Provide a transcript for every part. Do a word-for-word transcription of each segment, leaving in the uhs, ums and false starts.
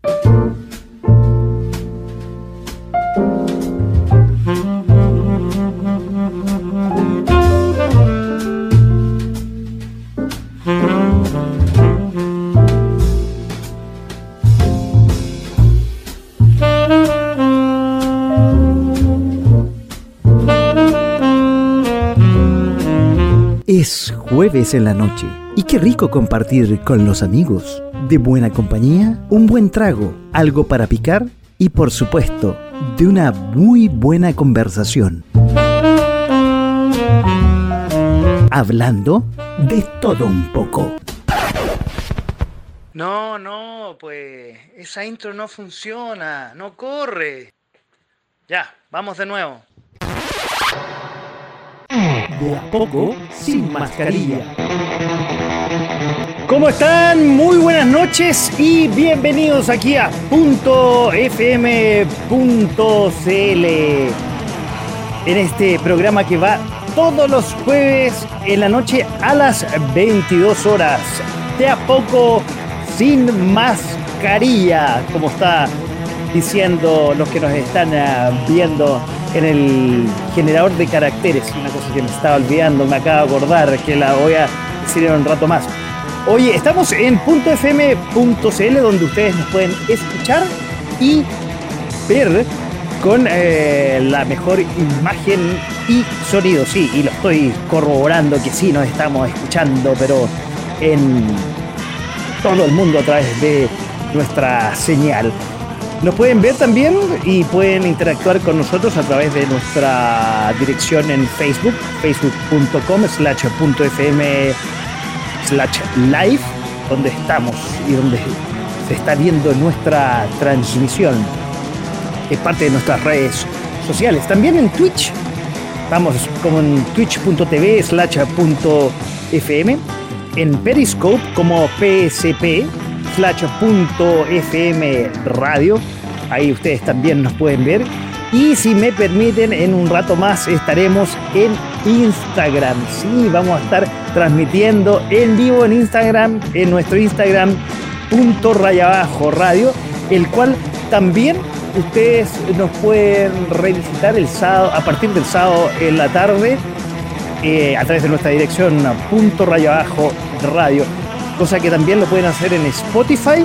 Es jueves en la noche y qué rico compartir con los amigos. De buena compañía, un buen trago, algo para picar y por supuesto, de una muy buena conversación. Hablando de todo un poco. No, no, pues esa intro no funciona, no corre. Ya, vamos de nuevo. De a poco, sin mascarilla. ¿Cómo están? Muy buenas noches y bienvenidos aquí a punto f m punto c l. En este programa que va todos los jueves en la noche a las veintidós horas. De a poco, sin mascarilla, como está diciendo los que nos están viendo en el generador de caracteres. Una cosa que me estaba olvidando, me acabo de acordar que la voy a decir en un rato más. Oye, estamos en punto f m punto c l, donde ustedes nos pueden escuchar y ver con eh, la mejor imagen y sonido. Sí, y lo estoy corroborando que sí nos estamos escuchando, pero en todo el mundo a través de nuestra señal. Nos pueden ver también y pueden interactuar con nosotros a través de nuestra dirección en Facebook, facebook punto com slash punto f m slash live, donde estamos y donde se está viendo nuestra transmisión. Es parte de nuestras redes sociales. También en Twitch, estamos como en twitch punto t v slash punto f m, en Periscope como p s p slash punto f m radio. Ahí ustedes también nos pueden ver. Y si me permiten, en un rato más estaremos en Instagram. Sí, vamos a estar transmitiendo en vivo en Instagram, en nuestro Instagram punto raya abajo radio, el cual también ustedes nos pueden revisitar el sábado, a partir del sábado en la tarde, eh, a través de nuestra dirección punto raya abajo radio, cosa que también lo pueden hacer en Spotify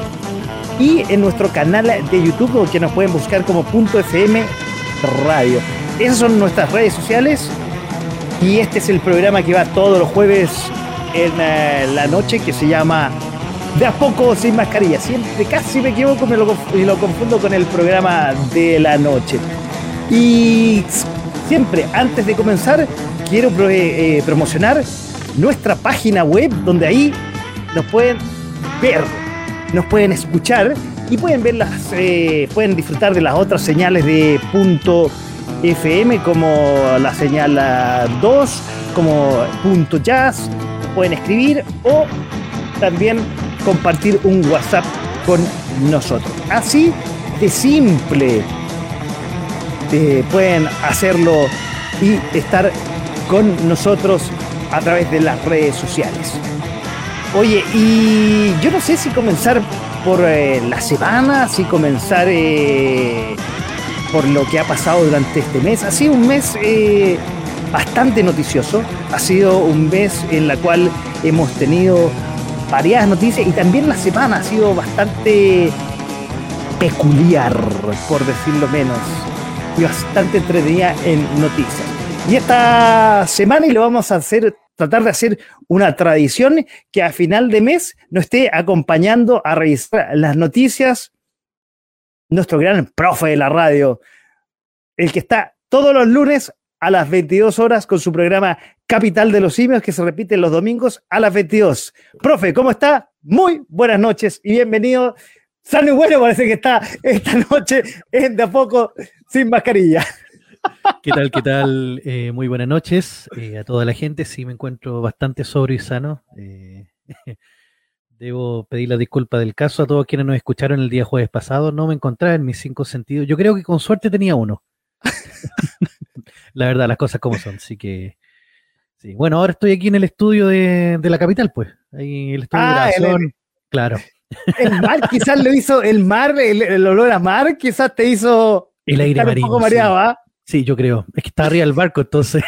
y en nuestro canal de YouTube, que nos pueden buscar como punto f m radio. Esas son nuestras redes sociales y este es el programa que va todos los jueves en uh, la noche, que se llama De a poco sin mascarilla. Siempre, casi me equivoco, me lo, me lo confundo con el programa de la noche. Y siempre, antes de comenzar, quiero pro, eh, promocionar nuestra página web, donde ahí nos pueden ver, nos pueden escuchar y pueden ver las, eh, pueden disfrutar de las otras señales de punto F M, como la señal dos, como punto jazz. Pueden escribir o también compartir un WhatsApp con nosotros. Así de simple. Eh, pueden hacerlo y estar con nosotros a través de las redes sociales. Oye, y yo no sé si comenzar por eh, la semana, si comenzar eh, por lo que ha pasado durante este mes. Ha sido un mes eh, bastante noticioso, ha sido un mes en la cual hemos tenido varias noticias y también la semana ha sido bastante peculiar, por decirlo menos, y bastante entretenida en noticias. Y esta semana, y lo vamos a hacer, tratar de hacer una tradición, que a final de mes nos esté acompañando a revisar las noticias nuestro gran profe de la radio, el que está todos los lunes a las veintidós horas con su programa Capital de los Simios, que se repite los domingos a las veintidós. Profe, ¿cómo está? Muy buenas noches y bienvenido. Sano y bueno, parece que está esta noche en De a poco sin mascarilla. ¿Qué tal? ¿Qué tal? Eh, muy buenas noches eh, a toda la gente. Sí, me encuentro bastante sobrio y sano. Eh, debo pedir la disculpa del caso a todos quienes nos escucharon el día jueves pasado. No me encontraba en mis cinco sentidos. Yo creo que con suerte tenía uno. La verdad, las cosas como son. Así que, sí. Bueno, ahora estoy aquí en el estudio de, de la capital, pues. Ahí el estudio ah, de grabación. El... Claro. El mar, quizás lo hizo el mar, el, el olor a mar, quizás te hizo el aire estar marino. un poco mareado, ¿ah? Sí. sí, yo creo. Es que está arriba del barco, entonces.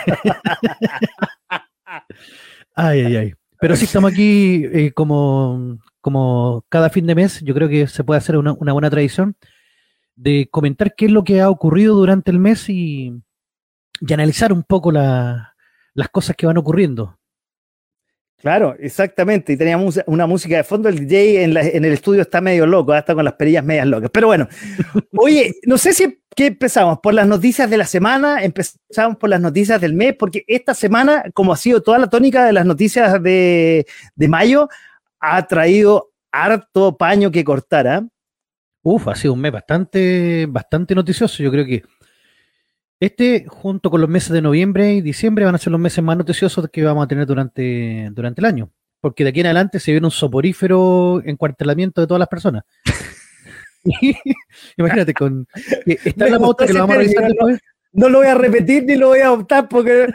Ay, ay, ay. Pero sí estamos aquí eh, como, como cada fin de mes. Yo creo que se puede hacer una, una buena tradición de comentar qué es lo que ha ocurrido durante el mes y, y analizar un poco la, las cosas que van ocurriendo. Claro, exactamente. Y teníamos una música de fondo. El D J en, la, en el estudio está medio loco, hasta con las perillas medias locas. Pero bueno, oye, no sé si ¿qué empezamos? ¿Por las noticias de la semana? ¿Empezamos por las noticias del mes? Porque esta semana, como ha sido toda la tónica de las noticias de, de mayo, ha traído harto paño que cortar, ¿eh? Uf, ha sido un mes bastante, bastante noticioso. Yo creo que este, junto con los meses de noviembre y diciembre, van a ser los meses más noticiosos que vamos a tener durante, durante el año. Porque de aquí en adelante se viene un soporífero encuartelamiento de todas las personas. Imagínate, con que está la pauta que lo vamos a revisar después. No lo voy a repetir ni lo voy a optar porque.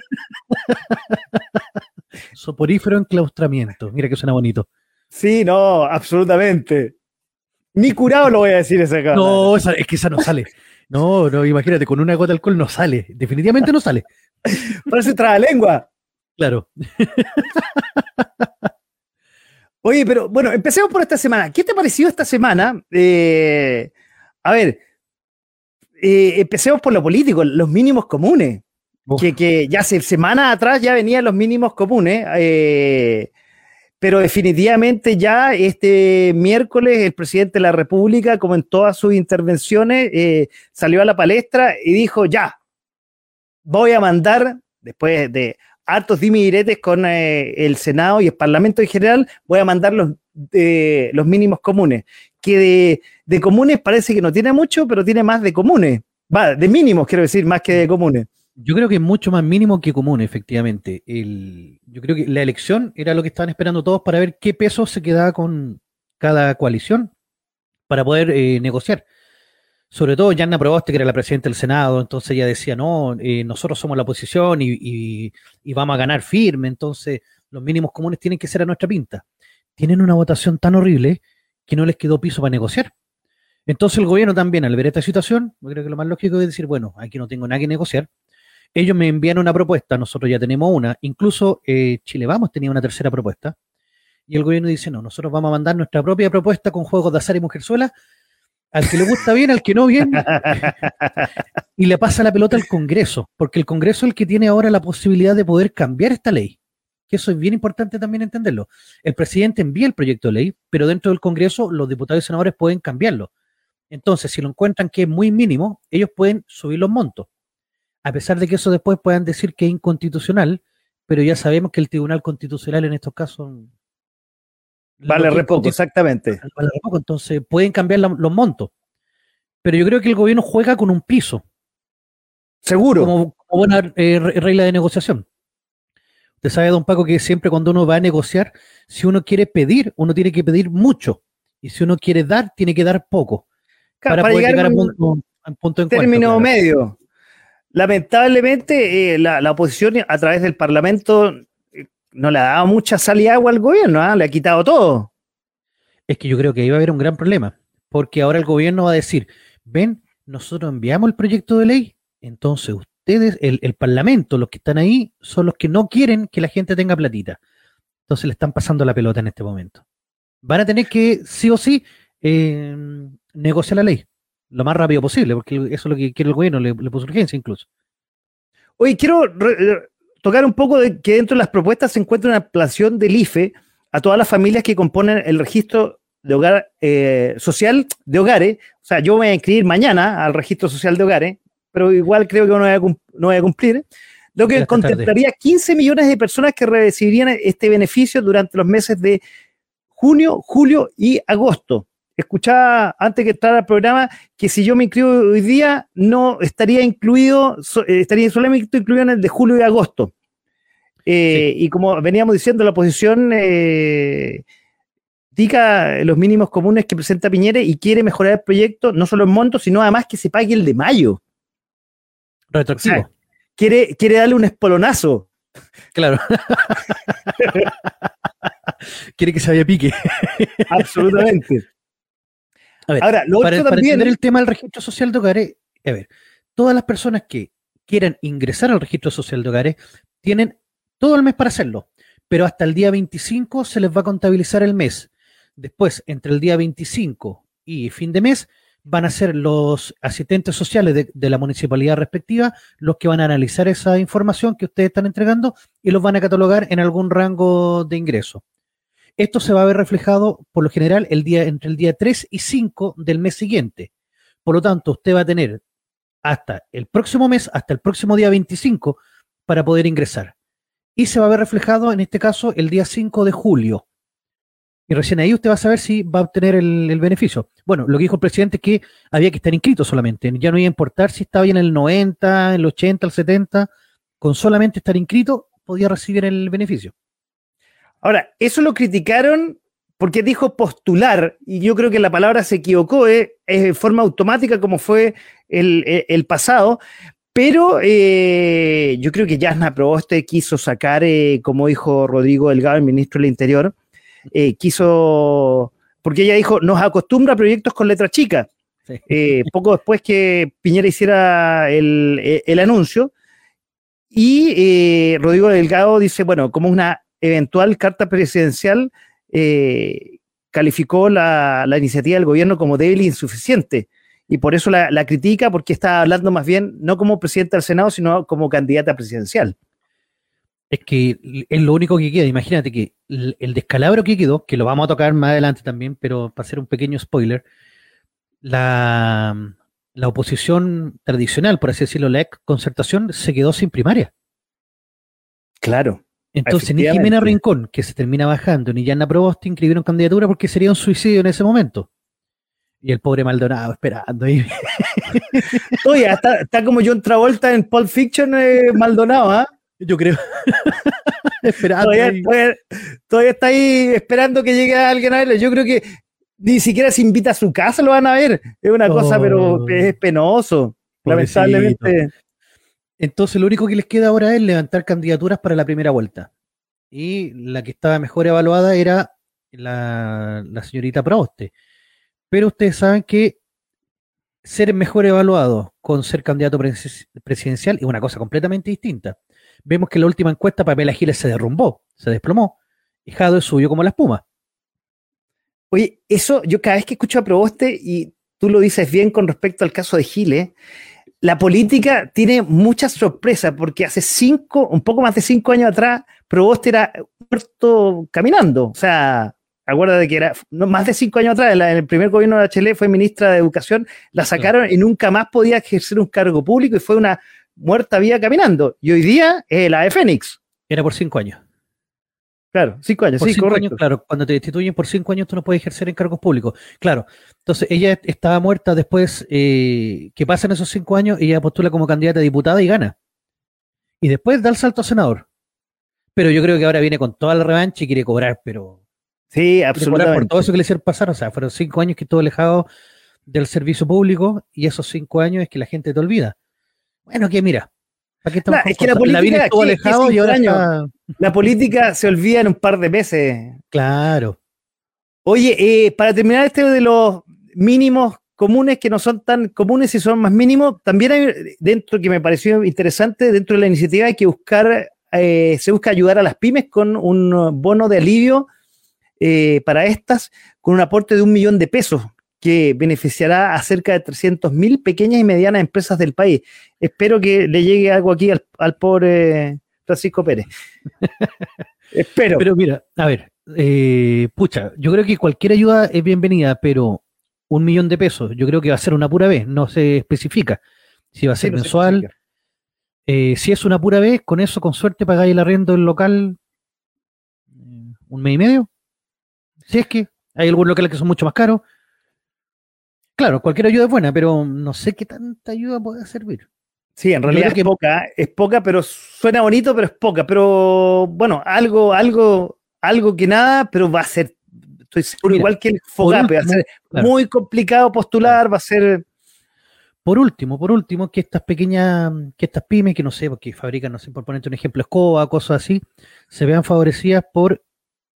Soporífero enclaustramiento. Mira que suena bonito. Sí, no, absolutamente. Ni curado lo voy a decir ese acá. No, esa, es que esa no sale. No, no, imagínate, con una gota de alcohol no sale. Definitivamente no sale. Parece trabalengua. Claro. Oye, pero bueno, empecemos por esta semana. ¿Qué te ha parecido esta semana? Eh, a ver, eh, empecemos por lo político, los mínimos comunes. Que, que ya hace semanas atrás ya venían los mínimos comunes, eh, pero definitivamente ya este miércoles el presidente de la República, como en todas sus intervenciones, eh, salió a la palestra y dijo, ya, voy a mandar, después de hartos dimes y diretes con eh, el Senado y el Parlamento en general, voy a mandar los, eh, los mínimos comunes, que de, de comunes parece que no tiene mucho, pero tiene más de comunes, va, de mínimos quiero decir, más que de comunes. Yo creo que es mucho más mínimo que común, efectivamente. El, yo creo que la elección era lo que estaban esperando todos para ver qué peso se quedaba con cada coalición para poder eh, negociar. Sobre todo Yanna Proboste, que era la presidenta del Senado, entonces ella decía, no, eh, nosotros somos la oposición y, y, y vamos a ganar firme, entonces los mínimos comunes tienen que ser a nuestra pinta. Tienen una votación tan horrible que no les quedó piso para negociar. Entonces el gobierno también, al ver esta situación, yo creo que lo más lógico es decir, bueno, aquí no tengo nada que negociar. Ellos me envían una propuesta, nosotros ya tenemos una, incluso eh, Chile Vamos tenía una tercera propuesta, y el gobierno dice, no, nosotros vamos a mandar nuestra propia propuesta con juegos de azar y mujerzuela, al que le gusta bien, al que no bien, y le pasa la pelota al Congreso, porque el Congreso es el que tiene ahora la posibilidad de poder cambiar esta ley, que eso es bien importante también entenderlo. El presidente envía el proyecto de ley, pero dentro del Congreso los diputados y senadores pueden cambiarlo. Entonces, si lo encuentran que es muy mínimo, ellos pueden subir los montos. A pesar de que eso después puedan decir que es inconstitucional, pero ya sabemos que el Tribunal Constitucional en estos casos vale re poco, exactamente. Vale re poco, entonces pueden cambiar la, los montos. Pero yo creo que el gobierno juega con un piso. Seguro. Como, como buena eh, regla de negociación. Usted sabe, don Paco, que siempre cuando uno va a negociar, si uno quiere pedir, uno tiene que pedir mucho. Y si uno quiere dar, tiene que dar poco. Claro, para, para poder llegar llegar a punto, a punto de encuentro. Término claro. medio. Lamentablemente, eh, la, la oposición a través del Parlamento eh, no le ha dado mucha sal y agua al gobierno, ¿eh? Le ha quitado todo. Es que yo creo que ahí va a haber un gran problema, porque ahora el gobierno va a decir, ven, nosotros enviamos el proyecto de ley, entonces ustedes, el, el Parlamento, los que están ahí, son los que no quieren que la gente tenga platita. Entonces le están pasando la pelota en este momento. Van a tener que, sí o sí, eh, negociar la ley lo más rápido posible, porque eso es lo que quiere el gobierno, le, le puso urgencia incluso. Oye, quiero re- tocar un poco de que dentro de las propuestas se encuentra una ampliación del I F E a todas las familias que componen el registro de hogar eh, social de hogares. O sea, yo me voy a inscribir mañana al registro social de hogares, pero igual creo que no voy a, cum- no voy a cumplir. Lo que contemplaría quince millones de personas que recibirían este beneficio durante los meses de junio, julio y agosto. Escuchaba antes que entrara al programa que si yo me inscribo hoy día no estaría incluido, so, eh, estaría solamente incluido en el de julio y agosto. Eh, sí. Y como veníamos diciendo, la oposición eh, indica los mínimos comunes que presenta Piñera y quiere mejorar el proyecto, no solo en montos, sino además que se pague el de mayo. Retroactivo. O sea, quiere, quiere darle un espolonazo. Claro. Quiere que se vaya a pique. Absolutamente. A ver, Ahora, lo para, otro para también... entender el tema del registro social de hogares, a ver, todas las personas que quieran ingresar al registro social de hogares tienen todo el mes para hacerlo, pero hasta el día veinticinco se les va a contabilizar el mes. Después, entre el día veinticinco y fin de mes, van a ser los asistentes sociales de, de la municipalidad respectiva los que van a analizar esa información que ustedes están entregando y los van a catalogar en algún rango de ingreso. Esto se va a ver reflejado, por lo general, el día, entre el día tres y cinco del mes siguiente. Por lo tanto, usted va a tener hasta el próximo mes, hasta el próximo día veinticinco, para poder ingresar. Y se va a ver reflejado, en este caso, el día cinco de julio. Y recién ahí usted va a saber si va a obtener el, el beneficio. Bueno, lo que dijo el presidente es que había que estar inscrito solamente. Ya no iba a importar si estaba en el noventa, el ochenta, el setenta. Con solamente estar inscrito, podía recibir el beneficio. Ahora, eso lo criticaron porque dijo postular, y yo creo que la palabra se equivocó, ¿eh? Es de forma automática como fue el, el, el pasado, pero eh, yo creo que Yasna Proboste quiso sacar, eh, como dijo Rodrigo Delgado, el ministro del Interior, eh, quiso, porque ella dijo, nos acostumbra a proyectos con letra chica. Sí. Eh, poco después que Piñera hiciera el, el, el anuncio, y eh, Rodrigo Delgado dice, bueno, como una eventual carta presidencial, eh, calificó la, la iniciativa del gobierno como débil e insuficiente, y por eso la, la critica, porque está hablando más bien no como presidenta del Senado, sino como candidata presidencial. Es que es lo único que queda. Imagínate que el, el descalabro que quedó, que lo vamos a tocar más adelante también, pero para hacer un pequeño spoiler, la, la oposición tradicional, por así decirlo, la ex concertación, se quedó sin primaria. Claro. Entonces, ni Jimena Rincón, que se termina bajando, ni Yasna Proboste inscribieron candidatura porque sería un suicidio en ese momento. Y el pobre Maldonado esperando ahí. Oye, está, está como John Travolta en Pulp Fiction, eh, Maldonado, ¿ah? ¿eh? Yo creo. Esperando. Todavía, todavía, todavía está ahí esperando que llegue alguien a verlo. Yo creo que ni siquiera se invita a su casa, lo van a ver. Es una oh, cosa, pero es penoso. Pobrecito. Lamentablemente. Entonces, lo único que les queda ahora es levantar candidaturas para la primera vuelta. Y la que estaba mejor evaluada era la, la señorita Proboste. Pero ustedes saben que ser mejor evaluado con ser candidato pres- presidencial es una cosa completamente distinta. Vemos que la última encuesta Pamela Giles se derrumbó, se desplomó, y Jadwe subió como la espuma. Oye, eso yo cada vez que escucho a Proboste, y tú lo dices bien con respecto al caso de Giles, la política tiene muchas sorpresas, porque hace cinco, un poco más de cinco años atrás, Proboste era muerto caminando. O sea, acuérdate que era no, más de cinco años atrás, en, la, en el primer gobierno de Bachelet fue ministra de Educación, la sacaron sí. y nunca más podía ejercer un cargo público y fue una muerta vía caminando. Y hoy día es eh, la de Fénix. Era por cinco años. Claro, cinco años, por sí, cinco correcto. Años, claro, cuando te destituyen por cinco años tú no puedes ejercer en cargos públicos. Claro, entonces ella estaba muerta después, eh, que pasan esos cinco años, ella postula como candidata a diputada y gana. Y después da el salto a senador. Pero yo creo que ahora viene con toda la revancha y quiere cobrar, pero... Sí, absolutamente. Por todo eso que le hicieron pasar, o sea, fueron cinco años que estuvo alejado del servicio público y esos cinco años es que la gente te olvida. Bueno, que mira... No, es que la política la estuvo alejado y ahora está... La política se olvida en un par de meses. Claro. Oye, eh, para terminar este de los mínimos comunes que no son tan comunes y son más mínimos, también hay dentro que me pareció interesante, dentro de la iniciativa hay que buscar, eh, se busca ayudar a las pymes con un bono de alivio eh, para estas, con un aporte de un millón de pesos, que beneficiará a cerca de trescientas mil pequeñas y medianas empresas del país. Espero que le llegue algo aquí al, al pobre Francisco Pérez. Espero. Pero mira, a ver, eh, pucha, yo creo que cualquier ayuda es bienvenida, pero un millón de pesos, yo creo que va a ser una pura vez, no se especifica si va a ser sí, mensual. No eh, si es una pura vez, con eso, con suerte, pagáis el arriendo del local eh, un mes y medio. Si es que hay algunos locales que son mucho más caros. Claro, cualquier ayuda es buena, pero no sé qué tanta ayuda puede servir. Sí, en realidad es que... poca, es poca, pero suena bonito, pero es poca. Pero bueno, algo, algo, algo que nada, pero va a ser, estoy seguro, Mira, igual que el FOGAPE, va a ser claro. muy complicado postular, claro. va a ser... Por último, por último, que estas pequeñas, que estas pymes, que no sé, porque fabrican, no sé, por ponerte un ejemplo, escoba, cosas así, se vean favorecidas por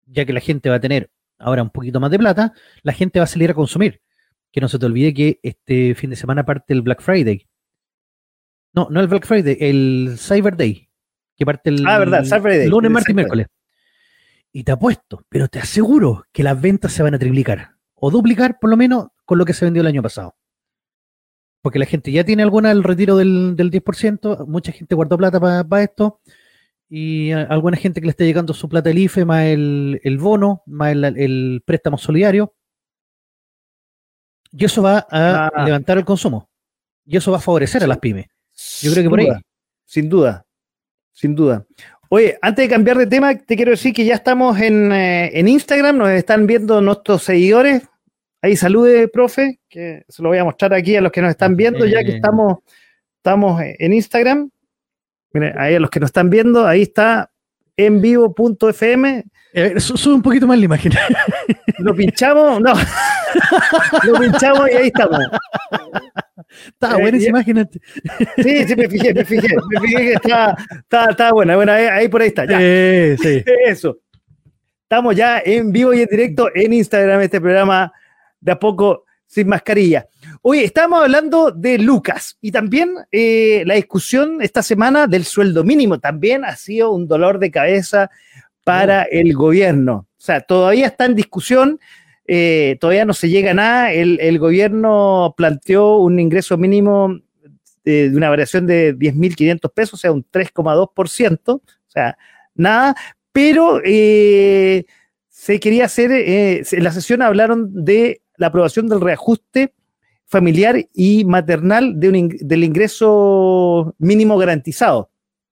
ya que la gente va a tener ahora un poquito más de plata, la gente va a salir a consumir. Que no se te olvide que este fin de semana parte el Black Friday. No, no el Black Friday, el Cyber Day, que parte el ah, verdad, Cyber Day, lunes, martes y miércoles. Y te apuesto, pero te aseguro que las ventas se van a triplicar, o duplicar por lo menos con lo que se vendió el año pasado. Porque la gente ya tiene alguna el retiro del, del diez por ciento, mucha gente guardó plata para pa esto, y a, alguna gente que le está llegando su plata del I F E, más el, el bono, más el, el préstamo solidario. Y eso va a ah. levantar el consumo. Y eso va a favorecer sí. a las pymes. Yo creo que por ahí. Sin duda, sin duda. Oye, antes de cambiar de tema, te quiero decir que ya estamos en, eh, en Instagram, nos están viendo nuestros seguidores. Ahí salude, profe, que se lo voy a mostrar aquí a los que nos están viendo, eh. ya que estamos, estamos en Instagram. Miren, ahí a los que nos están viendo, ahí está en vivo punto f m. Eh, sube un poquito más la imagen. Lo pinchamos, no. Lo pinchamos y ahí estamos. Estaba buena eh, esa imagen. Sí, sí, me fijé, me fijé. Me fijé que estaba, estaba, estaba buena. Bueno, ahí, ahí por ahí está. Ya. Eh, sí. Eso. Estamos ya en vivo y en directo en Instagram, este programa de a poco sin mascarilla. Oye, estamos hablando de Lucas y también eh, la discusión esta semana del sueldo mínimo también ha sido un dolor de cabeza para oh. el gobierno. O sea, todavía está en discusión, eh, todavía no se llega a nada. El, el gobierno planteó un ingreso mínimo de, de una variación de diez mil quinientos pesos, o sea, un tres coma dos por ciento, o sea, nada, pero eh, se quería hacer, eh, en la sesión hablaron de la aprobación del reajuste familiar y maternal de un, del ingreso mínimo garantizado.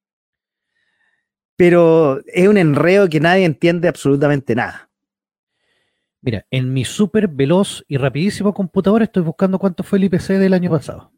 Pero es un enredo que nadie entiende absolutamente nada. Mira, en mi súper veloz y rapidísimo computador estoy buscando cuánto fue el I P C del año pasado.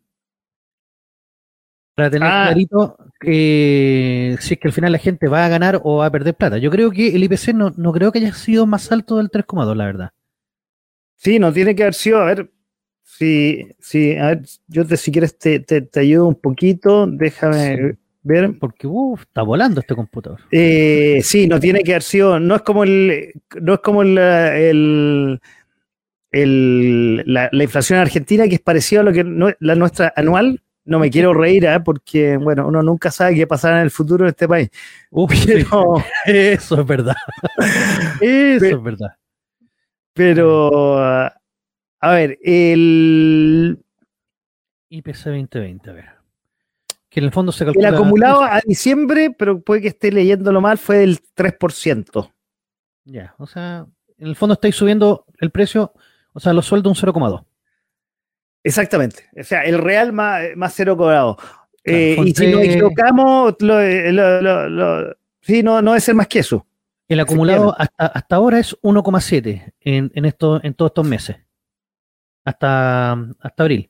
Para tener ah. clarito eh, si es que al final la gente va a ganar o va a perder plata. Yo creo que el I P C no, no creo que haya sido más alto del tres coma dos, la verdad. Sí, no tiene que haber sido, a ver, si, si a ver, yo te, si quieres te, te, te ayudo un poquito, déjame... Sí. Ver. Porque uh, está volando este computador. Eh, sí, no tiene que haber sido, no es como el, no es como el, el, el la, la inflación argentina, que es parecido a lo que no, la nuestra anual. No me quiero reír, ¿eh? Porque bueno, uno nunca sabe qué pasará en el futuro en este país. Uf, pero, sí. Eso es verdad. Eso pero, es verdad. Pero a ver, el I P C veinte veinte, a ver. Que en el fondo se calcula... El acumulado a diciembre, pero puede que esté leyéndolo mal, fue del tres por ciento. Ya, o sea, en el fondo estáis subiendo el precio, o sea, los sueldos un cero coma dos. Exactamente, o sea, el real más, más cero coma dos. Claro, eh, y si nos equivocamos, lo, lo, lo, lo, sí, no, no debe ser más que eso. El acumulado hasta, hasta ahora es uno coma siete en, en, esto, en todos estos meses, hasta, hasta abril.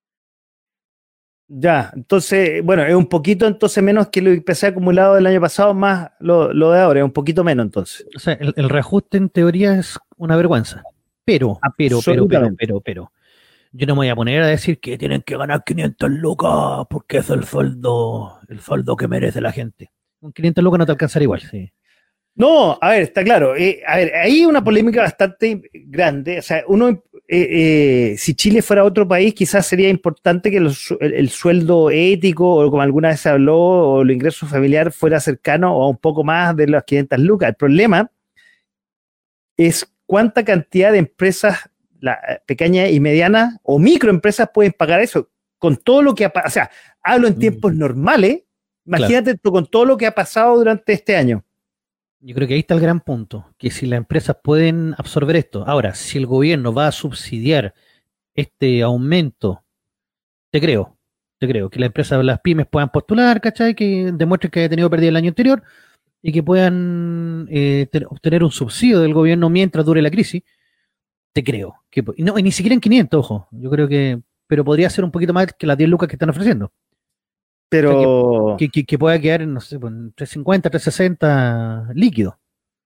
Ya, entonces, bueno, es un poquito entonces menos que lo I P C acumulado del año pasado, más lo, lo de ahora, es un poquito menos entonces. O sea, el, el reajuste en teoría es una vergüenza, pero, pero, pero, pero, pero, pero, yo no me voy a poner a decir que tienen que ganar quinientas lucas porque es el sueldo, el sueldo que merece la gente. Con quinientas lucas no te alcanzará igual, sí. No, a ver, está claro. Eh, a ver, hay una polémica bastante grande. O sea, uno, eh, eh, si Chile fuera otro país, quizás sería importante que los, el, el sueldo ético, o como alguna vez se habló, o el ingreso familiar fuera cercano o un poco más de las quinientas lucas. El problema es cuánta cantidad de empresas, la, pequeñas y medianas, o microempresas pueden pagar eso. Con todo lo que ha pasado, o sea, hablo en tiempos mm. normales, imagínate claro. con todo lo que ha pasado durante este año. Yo creo que ahí está el gran punto, que si las empresas pueden absorber esto. Ahora, si el gobierno va a subsidiar este aumento, te creo, te creo, que las empresas, las pymes puedan postular, ¿cachai? Que demuestren que haya tenido pérdida el año anterior y que puedan eh, ter, obtener un subsidio del gobierno mientras dure la crisis, te creo. Que, y, no, y ni siquiera en quinientos, ojo, yo creo que, pero podría ser un poquito más que las diez lucas que están ofreciendo. Pero o sea, que, que, que pueda quedar en, no sé, en trescientos cincuenta, trescientos sesenta líquido.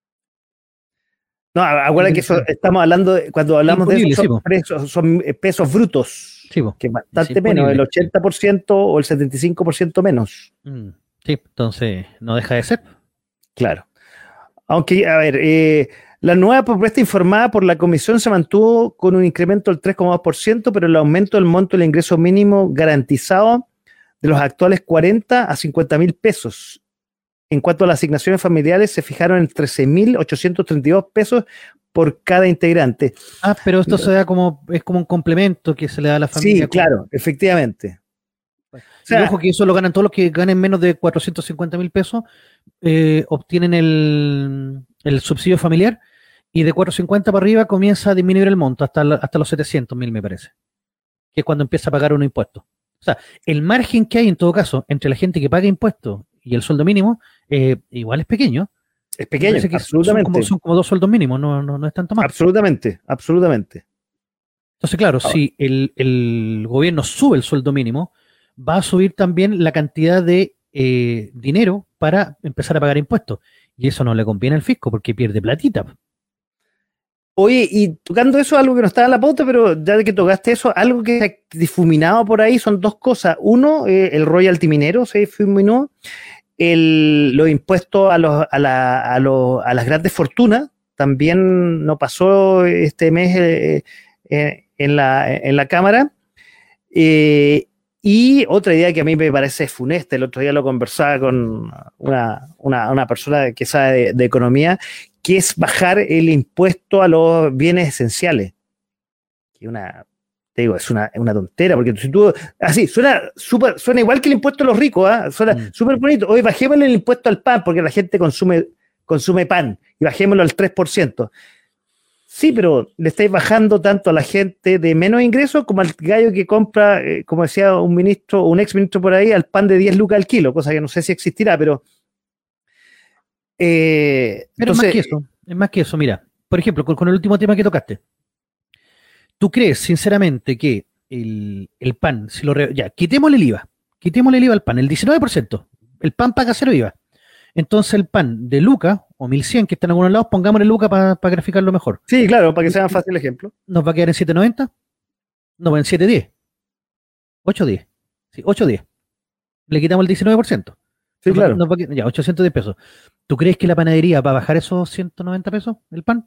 No, acuérdate que eso, estamos hablando, de, cuando hablamos de eso, son, sí, presos, son pesos brutos, sí, que es bastante sí, menos, el ochenta por ciento o el setenta y cinco por ciento menos. Mm, sí, entonces no deja de ser. Claro. Aunque, a ver, eh, la nueva propuesta informada por la Comisión se mantuvo con un incremento del tres coma dos por ciento, pero el aumento del monto del ingreso mínimo garantizado de los actuales cuarenta a cincuenta mil pesos. En cuanto a las asignaciones familiares, se fijaron en trece mil ochocientos treinta y dos pesos por cada integrante. Ah, pero esto se da como, es como un complemento que se le da a la familia. Sí, claro, efectivamente. O sea, y ojo que eso lo ganan todos los que ganen menos de cuatrocientos cincuenta mil pesos, eh, obtienen el, el subsidio familiar, y de cuatrocientos cincuenta para arriba comienza a disminuir el monto hasta, la, hasta los setecientos mil, me parece, que es cuando empieza a pagar unos impuestos. O sea, el margen que hay en todo caso entre la gente que paga impuestos y el sueldo mínimo, eh, igual es pequeño. Es pequeño, absolutamente. Son como, son como dos sueldos mínimos, no, no, no es tanto más. Absolutamente, absolutamente. Entonces, claro, ah. si el, el gobierno sube el sueldo mínimo, va a subir también la cantidad de eh, dinero para empezar a pagar impuestos. Y eso no le conviene al fisco porque pierde platita. Oye, y tocando eso, algo que no estaba en la pauta, pero ya que tocaste eso, algo que se ha difuminado por ahí son dos cosas. Uno, eh, el royalty minero se difuminó, el, los impuestos a, los, a, la, a, los, a las grandes fortunas también no pasó este mes eh, eh, en, la, en la Cámara. Eh, y otra idea que a mí me parece funesta, el otro día lo conversaba con una, una, una persona que sabe de, de economía, que es bajar el impuesto a los bienes esenciales. Que una, te digo, es una, una tontera, porque si tú, así, suena super, suena igual que el impuesto a los ricos, ¿eh? Suena súper mm. bonito. Hoy bajémosle el impuesto al pan, porque la gente consume, consume pan, y bajémoslo al tres por ciento. Sí, pero le estáis bajando tanto a la gente de menos ingresos como al gallo que compra, eh, como decía un ministro, un ex ministro por ahí, al pan de diez lucas al kilo, cosa que no sé si existirá, pero Eh, Pero entonces, es más que eso, es más que eso, mira, por ejemplo, con, con el último tema que tocaste, ¿tú crees sinceramente que el, el pan, si lo re, ya, quitémosle el I V A, quitémosle el I V A al pan, el diecinueve por ciento, el pan paga cero I V A, entonces el pan de Luca o mil cien que están en algunos lados, pongámosle Luca para pa graficarlo mejor. Sí, claro, para que sea más fácil el ejemplo. ¿Nos va a quedar en siete noventa? No, en siete diez, ocho diez, sí, ocho diez, le quitamos el diecinueve por ciento. Sí, nos claro. Va, nos va a, ya, ochocientos diez pesos. ¿Tú crees que la panadería va a bajar esos ciento noventa pesos, el pan?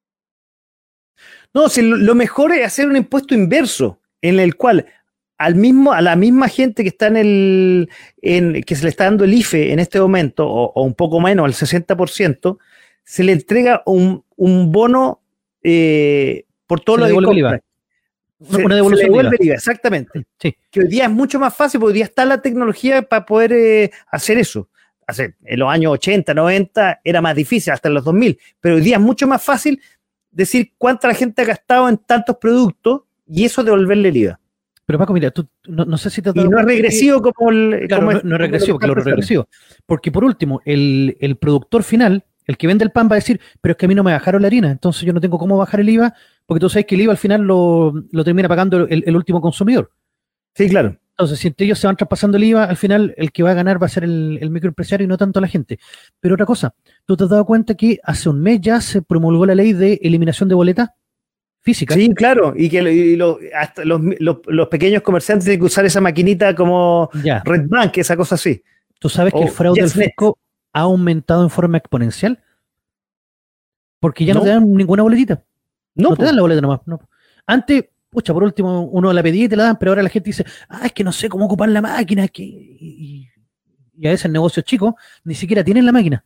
No, si lo, lo mejor es hacer un impuesto inverso, en el cual al mismo, a la misma gente que está en el, en, que se le está dando el I F E en este momento, o, o un poco menos, al sesenta por ciento, se le entrega un, un bono eh, por todo se lo que compra. Se, una devolución se le devuelve el I V A, exactamente. Sí. Que hoy día es mucho más fácil, porque hoy día está la tecnología para poder eh, hacer eso. Hace, en los años ochenta, noventa era más difícil, hasta en los dos mil, pero hoy día es mucho más fácil decir cuánta la gente ha gastado en tantos productos y eso devolverle el I V A. Pero Paco, mira, tú no, no sé si te has dado y no es regresivo que, como el... Claro, como no, es, no es regresivo, claro, es regresivo. Porque por último, el, el productor final, el que vende el pan va a decir, pero es que a mí no me bajaron la harina, entonces yo no tengo cómo bajar el I V A, porque tú sabes que el I V A al final lo, lo termina pagando el, el último consumidor. Sí, claro. Entonces, si entre ellos se van traspasando el I V A, al final el que va a ganar va a ser el, el microempresario y no tanto la gente. Pero otra cosa, ¿tú te has dado cuenta que hace un mes ya se promulgó la ley de eliminación de boletas físicas? Sí, claro, y que y lo, hasta los, los, los pequeños comerciantes tienen que usar esa maquinita como ya. Red Bank, esa cosa así. ¿Tú sabes que oh, el fraude del fisco ha aumentado en forma exponencial? Porque ya no, no te dan ninguna boletita. No, no te dan la boleta nomás. No. Antes, pucha, por último, uno la pedía y te la dan, pero ahora la gente dice, ah, es que no sé cómo ocupar la máquina, que... y, y a veces negocios chicos ni siquiera tienen la máquina.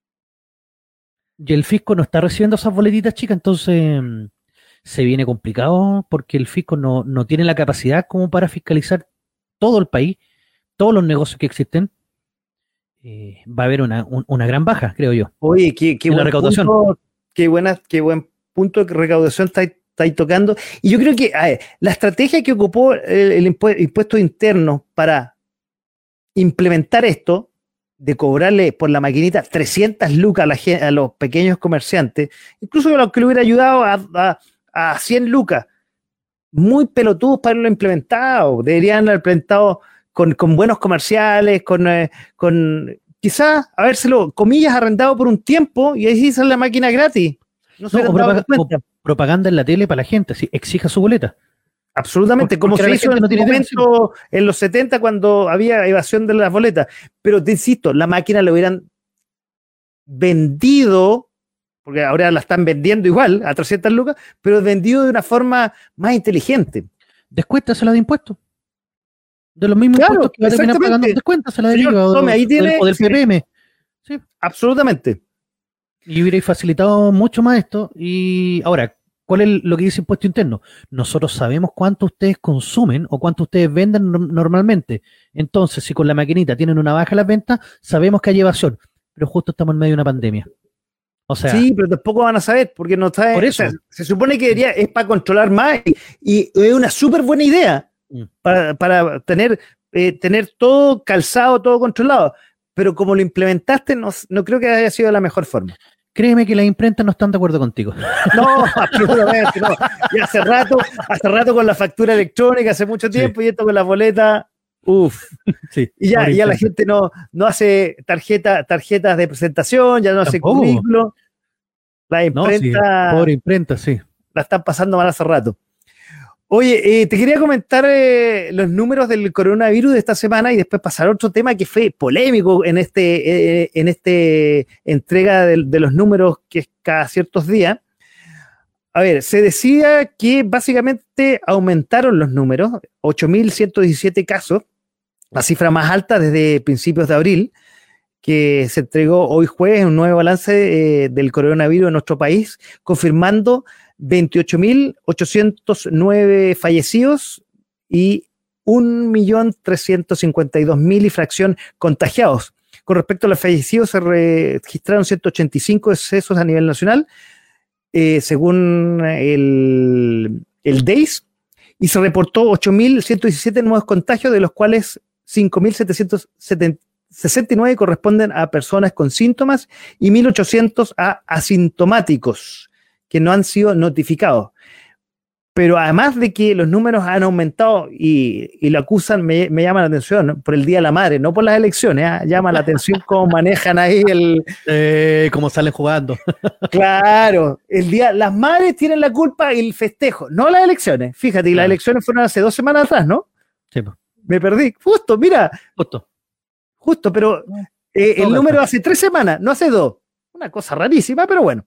Y el fisco no está recibiendo esas boletitas chicas, entonces se viene complicado porque el fisco no, no tiene la capacidad como para fiscalizar todo el país, todos los negocios que existen. Eh, va a haber una, un, una gran baja, creo yo. Oye, qué, qué, buen recaudación. Punto, qué, buena, qué buen punto de recaudación está estáis tocando. Y yo creo que a ver, la estrategia que ocupó el, el impuesto, impuesto interno para implementar esto, de cobrarle por la maquinita trescientas lucas a, la, a los pequeños comerciantes, incluso a los que le hubiera ayudado a, a, a cien lucas, muy pelotudos para haberlo implementado. Deberían haber implementado con, con buenos comerciales, con, eh, con quizás habérselo, comillas, arrendado por un tiempo y ahí sale la máquina gratis. No se no, o, propag o propaganda en la tele para la gente, sí, exija su boleta. Absolutamente, porque, como porque se hizo en no tiene momento en los setenta cuando había evasión de las boletas. Pero te insisto, la máquina le hubieran vendido, porque ahora la están vendiendo igual a trescientas lucas, pero vendido de una forma más inteligente. Descuéntasela de impuestos. De los mismos Claro, impuestos que va a terminar pagando, descuéntasela de Señor, I V A o, tome, ahí o tiene, del, o del sí, P P M. Sí. Absolutamente. Y hubierais facilitado mucho más esto. Y ahora, ¿cuál es lo que dice impuesto interno? Nosotros sabemos cuánto ustedes consumen o cuánto ustedes venden no- normalmente. Entonces, si con la maquinita tienen una baja en las ventas, sabemos que hay evasión. Pero justo estamos en medio de una pandemia. O sea, Sí, pero tampoco van a saber, porque no saben. Por O eso. sea, se supone que debería, es para controlar más y, y es una súper buena idea Mm. para, para tener, eh, tener todo calzado, todo controlado. Pero como lo implementaste, no, no creo que haya sido la mejor forma. créeme que las imprentas no están de acuerdo contigo. No, absolutamente no. Y hace rato, hace rato con la factura electrónica, hace mucho tiempo, y esto con la boleta, uff. Sí, Y ya, pobre ya la imprenta. gente no, no hace tarjeta, tarjetas de presentación, ya no hace Tampoco. currículo. La No, sí, imprenta pobre imprenta, sí. la están pasando mal hace rato. Oye, eh, te quería comentar eh, los números del coronavirus de esta semana y después pasar a otro tema que fue polémico en este, eh, en este entrega de, de los números que es cada ciertos días. A ver, se decía que básicamente aumentaron los números, ocho mil ciento diecisiete casos, la cifra más alta desde principios de abril, que se entregó hoy jueves un nuevo balance eh, del coronavirus en nuestro país, confirmando veintiocho mil ochocientos nueve fallecidos y un millón trescientos cincuenta y dos mil y fracción contagiados. Con respecto a los fallecidos, se registraron ciento ochenta y cinco decesos a nivel nacional, eh, según el, el D E I S, y se reportó ocho mil ciento diecisiete nuevos contagios, de los cuales cinco mil setecientos sesenta y nueve corresponden a personas con síntomas y mil ochocientos a asintomáticos que no han sido notificados. Pero además de que los números han aumentado y, y lo acusan, me, me llama la atención, ¿no? Por el Día de la Madre, no por las elecciones, ¿eh? Llama la atención cómo manejan ahí el... Eh, como salen jugando. Claro, el día, las madres tienen la culpa y el festejo, no las elecciones. Fíjate, y las Claro. elecciones fueron hace dos semanas atrás, ¿no? Sí, pues, Me perdí. Justo, mira, justo. justo, pero eh, el Todo número calza. hace tres semanas, no hace dos. Una cosa rarísima, pero bueno.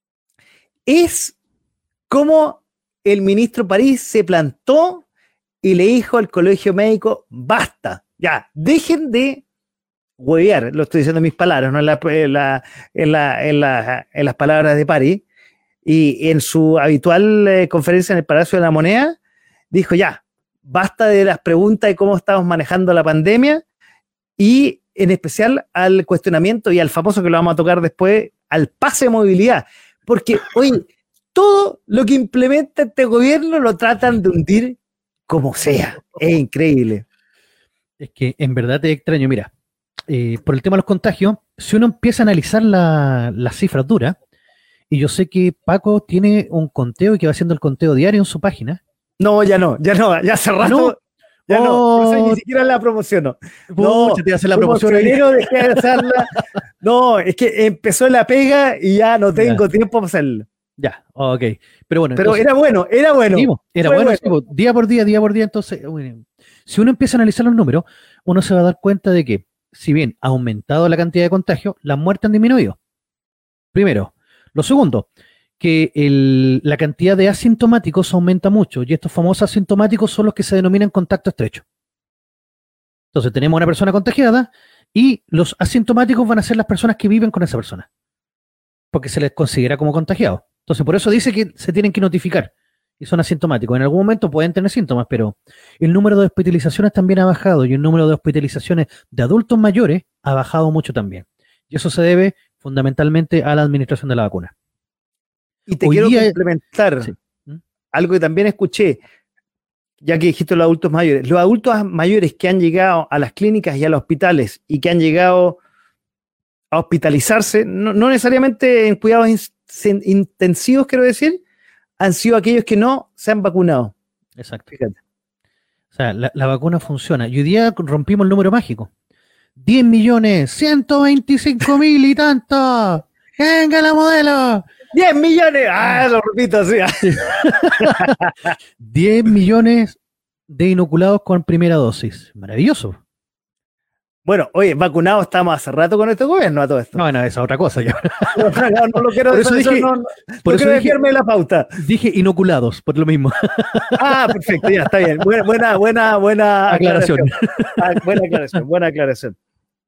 Es como el ministro París se plantó y le dijo al colegio médico, basta, ya, dejen de huevear, lo estoy diciendo en mis palabras, no en, la, en, la, en, la, en, la, en las palabras de París, y en su habitual eh, conferencia en el Palacio de la Moneda, dijo ya, basta de las preguntas de cómo estamos manejando la pandemia, y en especial al cuestionamiento y al famoso que lo vamos a tocar después, al pase de movilidad, porque hoy todo lo que implementa este gobierno lo tratan de hundir como sea, es increíble. Es que en verdad te extraño, mira, eh, por el tema de los contagios, si uno empieza a analizar la- las cifras duras, y yo sé que Paco tiene un conteo y que va haciendo el conteo diario en su página. No, ya no, ya no, ya hace rato, ¿No? ya no, Oh. por eso ni siquiera la promociono. No, Pucha, te iba a hacer la como promoción en ahí. febrero dejé de hacerla. No, es que empezó la pega y ya no tengo tiempo para hacerlo. Ya, ok. Pero bueno, Pero entonces, era bueno, era bueno. sí, po, era fue bueno, bueno. sí, po, día por día, día por día. Entonces, bueno, si uno empieza a analizar los números, uno se va a dar cuenta de que, si bien ha aumentado la cantidad de contagios, las muertes han disminuido. Primero. Lo segundo, que el- la cantidad de asintomáticos aumenta mucho, y estos famosos asintomáticos son los que se denominan contacto estrecho. Entonces, tenemos una persona contagiada y los asintomáticos van a ser las personas que viven con esa persona, porque se les considera como contagiados. Entonces, por eso dice que se tienen que notificar y son asintomáticos. En algún momento pueden tener síntomas, pero el número de hospitalizaciones también ha bajado y el número de hospitalizaciones de adultos mayores ha bajado mucho también. Y eso se debe fundamentalmente a la administración de la vacuna. Y te Hoy quiero día- complementar Sí. ¿Mm? algo que también escuché, ya que dijiste los adultos mayores. Los adultos mayores que han llegado a las clínicas y a los hospitales y que han llegado a hospitalizarse, no, no necesariamente en cuidados in- intensivos, quiero decir, han sido aquellos que no se han vacunado. Exacto. Fíjate. O sea, la, la vacuna funciona. Y hoy día rompimos el número mágico. diez millones, ciento veinticinco mil y tanto. ¡Venga la modelo! ¡diez millones! ¡Ah, lo repito así! diez millones de inoculados con primera dosis. Maravilloso. Bueno, oye, vacunados estamos hace rato con este gobierno a todo esto. No, bueno, esa es otra cosa ya. No, no, no lo quiero Por eso eso, dije- no, no, por no eso quiero dije- desviarme de la pauta. Dije inoculados, por lo mismo. Ah, perfecto, ya está bien. Buena, buena, buena, buena Aclaración. Ah, buena aclaración, buena aclaración.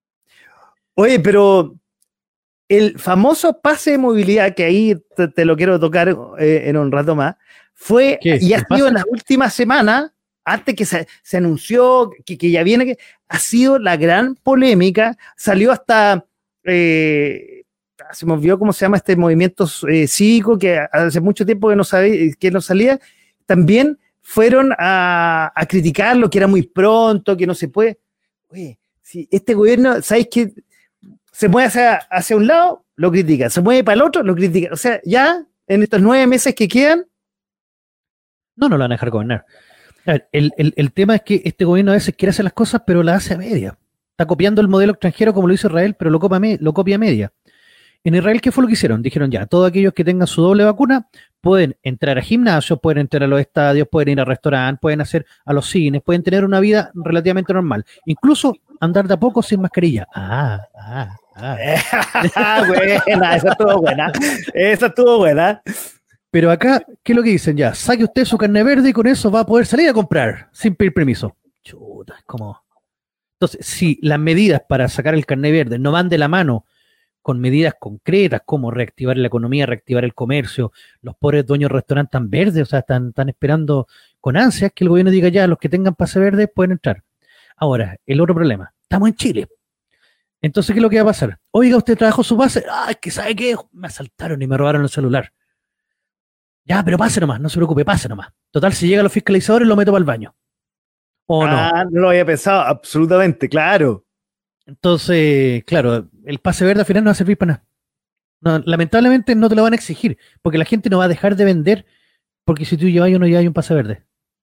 Oye, pero el famoso pase de movilidad, que ahí te, te lo quiero tocar eh, en un rato más, fue ¿Qué es? y ha ¿El sido pase? en las últimas semanas, antes que se, se anunció que, que ya viene, que ha sido la gran polémica, salió hasta, eh, se me olvidó cómo se llama este movimiento eh, cívico, que hace mucho tiempo que no, sabía, que no salía, también fueron a, a criticarlo, que era muy pronto, que no se puede. Oye, si este gobierno, ¿sabes qué? Se mueve hacia, hacia un lado, lo critica. Se mueve para el otro, lo critica. O sea, ya en estos nueve meses que quedan, No, no lo van a dejar gobernar. A ver, el, el, el tema es que este gobierno a veces quiere hacer las cosas, pero las hace a media. Está copiando el modelo extranjero como lo hizo Israel, pero lo copia, a me- lo copia a media. En Israel, ¿qué fue lo que hicieron? Dijeron ya, todos aquellos que tengan su doble vacuna pueden entrar a gimnasios, pueden entrar a los estadios, pueden ir a restaurantes, pueden hacer a los cines, pueden tener una vida relativamente normal. Incluso andar de a poco sin mascarilla. Ah, ah, ah. buena, esa estuvo buena. Esa estuvo buena. Pero acá, ¿qué es lo que dicen? Ya, saque usted su carne verde y con eso va a poder salir a comprar sin pedir permiso. Chuta, es como... Entonces, si las medidas para sacar el carne verde no van de la mano con medidas concretas como reactivar la economía, reactivar el comercio, los pobres dueños de restaurantes están verdes, o sea, están, están esperando con ansias que el gobierno diga ya, los que tengan pase verde pueden entrar. Ahora, el otro problema, estamos en Chile. Entonces, ¿qué es lo que va a pasar? Oiga, ¿usted trabajó su pase? Ah, es que ¿sabe qué? Me asaltaron y me robaron el celular. Ya, pero pase nomás, no se preocupe, pase nomás. Total, si llegan los fiscalizadores, lo meto para el baño. ¿O no? Ah, no lo había pensado, absolutamente, claro. Entonces, claro, el pase verde al final no va a servir para nada. No, lamentablemente no te lo van a exigir, porque la gente no va a dejar de vender, porque si tú llevas uno ya hay un pase verde.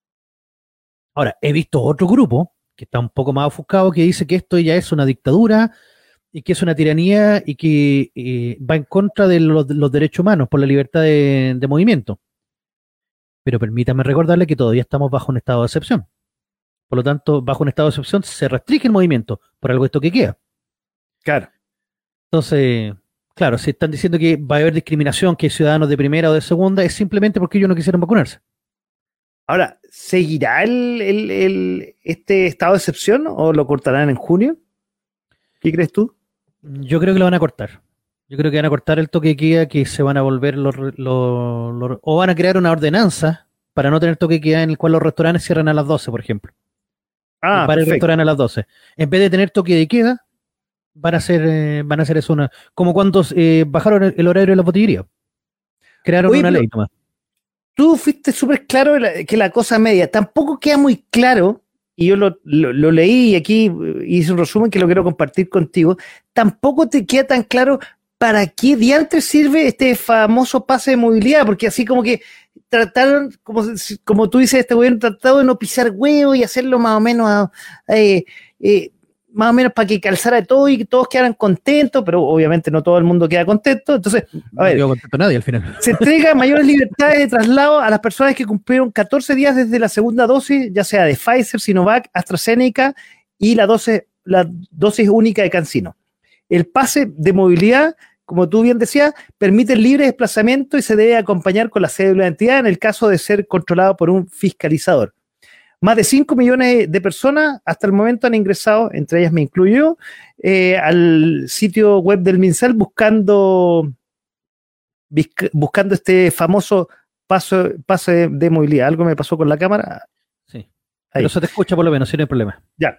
Ahora, he visto otro grupo que está un poco más ofuscado que dice que esto ya es una dictadura y que es una tiranía y que eh, va en contra de los, de los derechos humanos por la libertad de, de movimiento. Pero permítame recordarle que todavía estamos bajo un estado de excepción. Por lo tanto, bajo un estado de excepción se restringe el movimiento por algo esto que queda. Claro. Entonces, claro, si están diciendo que va a haber discriminación, que hay ciudadanos de primera o de segunda, es simplemente porque ellos no quisieron vacunarse. Ahora, ¿seguirá el, el, el- este estado de excepción o lo cortarán en junio? ¿Qué crees tú? Yo creo que lo van a cortar. Yo creo que van a cortar el toque de queda, que se van a volver los, los- los- o van a crear una ordenanza para no tener toque de queda en el cual los restaurantes cierran a las doce, por ejemplo. Ah, Para el perfecto. restaurante a las doce. En vez de tener toque de queda, van a hacer, eh, van a hacer eso una, como cuando eh, bajaron el, el horario de la botillería. Crearon Oye, una pero- ley nomás. Tú fuiste súper claro de la- que la cosa media. Tampoco queda muy claro, y yo lo, lo- lo leí y aquí eh, hice un resumen que lo quiero compartir contigo. Tampoco te queda tan claro para qué diantres sirve este famoso pase de movilidad, porque así como que trataron, como, si- como tú dices, este gobierno tratado de no pisar huevo y hacerlo más o menos, ah, eh, eh, más o menos para que calzara todo y que todos quedaran contentos, pero obviamente no todo el mundo queda contento. Entonces, No ver. quedó contento nadie al final. se entrega mayores libertades de traslado a las personas que cumplieron catorce días desde la segunda dosis, ya sea de Pfizer, Sinovac, AstraZeneca y la dosis, la dosis única de CanSino. El pase de movilidad, como tú bien decías, permite el libre desplazamiento y se debe acompañar con la cédula de identidad en el caso de ser controlado por un fiscalizador. Más de cinco millones de personas hasta el momento han ingresado, entre ellas me incluyo, eh, al sitio web del MinSal buscando buscando este famoso paso, paso de, de movilidad. Algo me pasó con la cámara. Sí. Ahí. Pero se te escucha por lo menos, si no hay problema. Ya.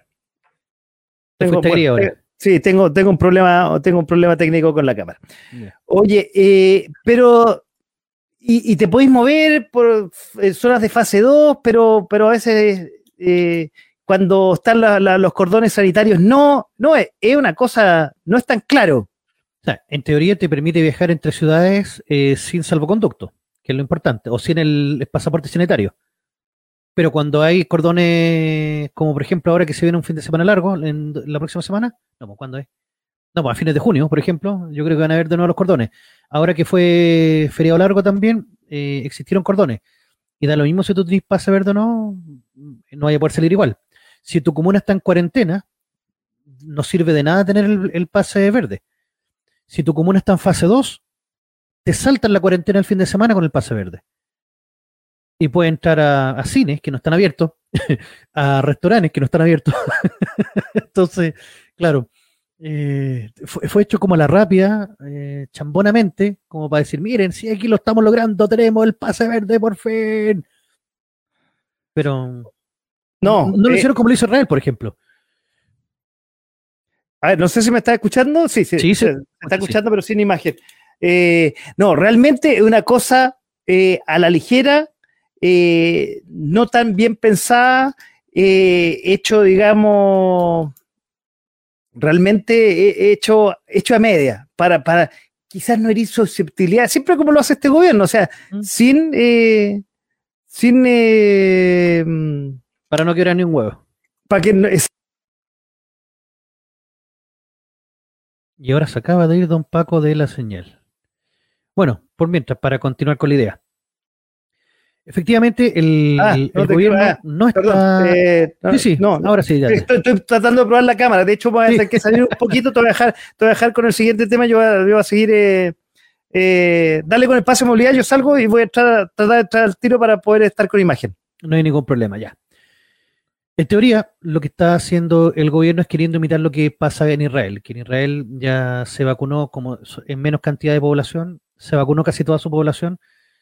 Te fuiste gris ahora. te- sí, tengo, tengo un problema, tengo un problema técnico con la cámara. Ya. Oye, eh, pero y, y te podéis mover por eh, zonas de fase dos, pero, pero a veces eh, cuando están la- la- los cordones sanitarios, no, no es, es una cosa, no es tan claro. O sea, en teoría te permite viajar entre ciudades eh, sin salvoconducto, que es lo importante, o sin el, el pasaporte sanitario. Pero cuando hay cordones, como por ejemplo ahora que se viene un fin de semana largo, en la próxima semana, no, pues, ¿cuándo es? No, pues a fines de junio, por ejemplo, yo creo que van a haber de nuevo los cordones. Ahora que fue feriado largo también, eh, existieron cordones. Y da lo mismo si tú tienes pase verde o no, no vaya a poder salir igual. Si tu comuna está en cuarentena, no sirve de nada tener el, el pase verde. Si tu comuna está en fase dos, te saltan la cuarentena el fin de semana con el pase verde. Y puedes entrar a, a cines que no están abiertos, a restaurantes que no están abiertos. Entonces, claro, eh, fue, fue hecho como a la rápida, eh, chambonamente, como para decir, miren, si aquí lo estamos logrando, tenemos el pase verde por fin. Pero no, no lo eh, hicieron como lo hizo Israel, por ejemplo. A ver, no sé si me está escuchando. Sí, sí, Sí, se, sí. se está escuchando, pero sin imagen. Eh, no, realmente es una cosa eh, a la ligera, eh, no tan bien pensada, eh, hecho, digamos, realmente hecho, hecho a media, para, para quizás no herir susceptibilidad, siempre como lo hace este gobierno, o sea, mm. sin... Eh, sin... Eh, para no quebrar ni un huevo. Para que no, es, y ahora se acaba de ir don Paco de la señal. Bueno, por mientras, para continuar con la idea. Efectivamente, el, ah, el, no el gobierno ah, no está... Perdón, eh, no, sí, sí, no, ahora sí. Ya, estoy, estoy tratando de probar la cámara. De hecho, voy a tener sí. que salir un poquito. Te voy a dejar, te voy a dejar con el siguiente tema. Yo voy a, yo voy a seguir... Eh, eh, dale con el pase de movilidad. Yo salgo y voy a tratar, tratar de entrar al tiro para poder estar con imagen. No hay ningún problema, ya. En teoría, lo que está haciendo el gobierno es queriendo imitar lo que pasa en Israel, que en Israel ya se vacunó como en menos cantidad de población, se vacunó casi toda su población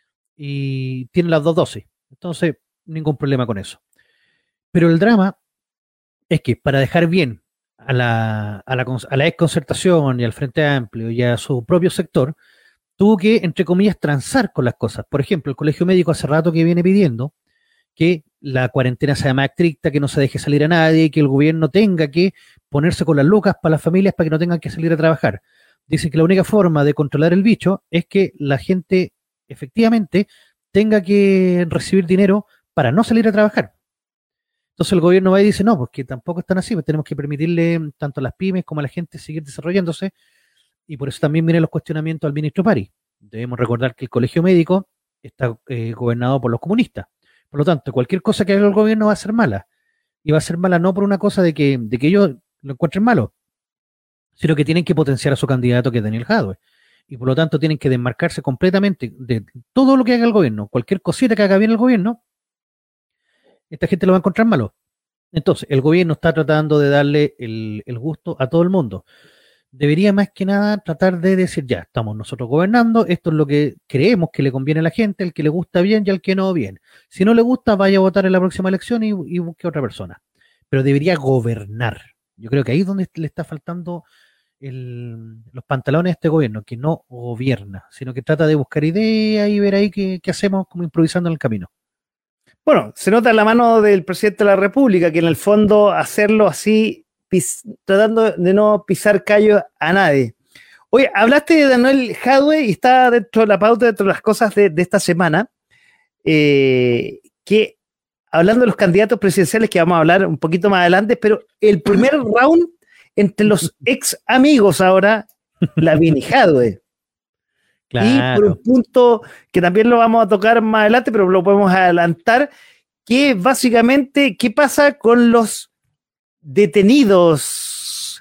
y tiene las dos dosis. Entonces, ningún problema con eso. Pero el drama es que para dejar bien a la, a la, a la exconcertación y al Frente Amplio y a su propio sector, tuvo que, entre comillas, transar con las cosas. Por ejemplo, el Colegio Médico hace rato que viene pidiendo que la cuarentena sea más estricta, que no se deje salir a nadie, que el gobierno tenga que ponerse con las lucas para las familias para que no tengan que salir a trabajar. Dicen que la única forma de controlar el bicho es que la gente efectivamente tenga que recibir dinero para no salir a trabajar. Entonces el gobierno va y dice, no, pues que tampoco están así, pues tenemos que permitirle tanto a las pymes como a la gente seguir desarrollándose, y por eso también vienen los cuestionamientos al ministro París. Debemos recordar que el Colegio Médico está eh, gobernado por los comunistas. Por lo tanto, cualquier cosa que haga el gobierno va a ser mala. Y va a ser mala no por una cosa de que, de que ellos lo encuentren malo, sino que tienen que potenciar a su candidato, que es Daniel Jadwe. Y por lo tanto tienen que desmarcarse completamente de todo lo que haga el gobierno. Cualquier cosita que haga bien el gobierno, esta gente lo va a encontrar malo. Entonces, el gobierno está tratando de darle el, el gusto a todo el mundo. Debería más que nada tratar de decir, ya, estamos nosotros gobernando, esto es lo que creemos que le conviene a la gente, el que le gusta bien y al que no bien. Si no le gusta, vaya a votar en la próxima elección y, y busque a otra persona. Pero debería gobernar. Yo creo que ahí es donde le está faltando el, los pantalones a este gobierno, que no gobierna, sino que trata de buscar ideas y ver ahí qué, qué hacemos como improvisando en el camino. Bueno, se nota en la mano del presidente de la República, que en el fondo hacerlo así, Pis, tratando de no pisar callos a nadie. Oye, hablaste de Daniel Jadwe y está dentro de la pauta, dentro de las cosas de, de esta semana, eh, que hablando de los candidatos presidenciales, que vamos a hablar un poquito más adelante, pero el primer round entre los ex amigos ahora, Lavín y Jadwe. Claro. Y por un punto que también lo vamos a tocar más adelante, pero lo podemos adelantar, que básicamente, ¿qué pasa con los detenidos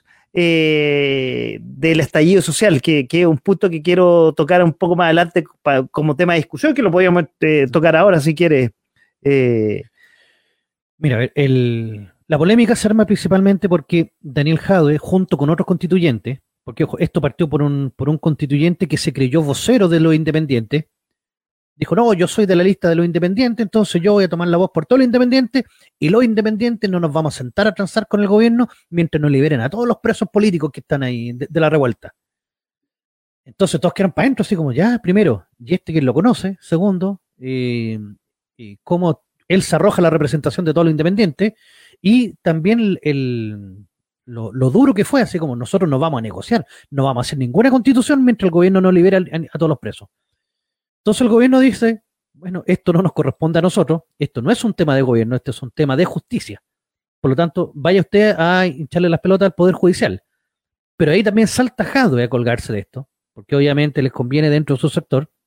eh, del estallido social, que, que es un punto que quiero tocar un poco más adelante pa, como tema de discusión, que lo podríamos eh, tocar ahora si quieres? Eh. Mira, a ver, el, la polémica se arma principalmente porque Daniel Jadwe, junto con otros constituyentes, porque ojo, esto partió por un, por un constituyente que se creyó vocero de los independientes, dijo, no, yo soy de la lista de los independientes, entonces yo voy a tomar la voz por todos los independientes, y los independientes no nos vamos a sentar a transar con el gobierno mientras nos liberen a todos los presos políticos que están ahí de, de la revuelta. Entonces todos quedan para adentro, así como, ya, primero, y este quien lo conoce, segundo, eh, eh, cómo él se arroja la representación de todos los independientes, y también el, el, lo, lo duro que fue, así como nosotros no vamos a negociar, no vamos a hacer ninguna constitución mientras el gobierno no libera a, a todos los presos. Entonces el gobierno dice, bueno, esto no nos corresponde a nosotros, esto no es un tema de gobierno, esto es un tema de justicia. Por lo tanto, vaya usted a hincharle las pelotas al Poder Judicial. Pero ahí también salta Jadwe a colgarse de esto, porque obviamente les conviene dentro de su sector,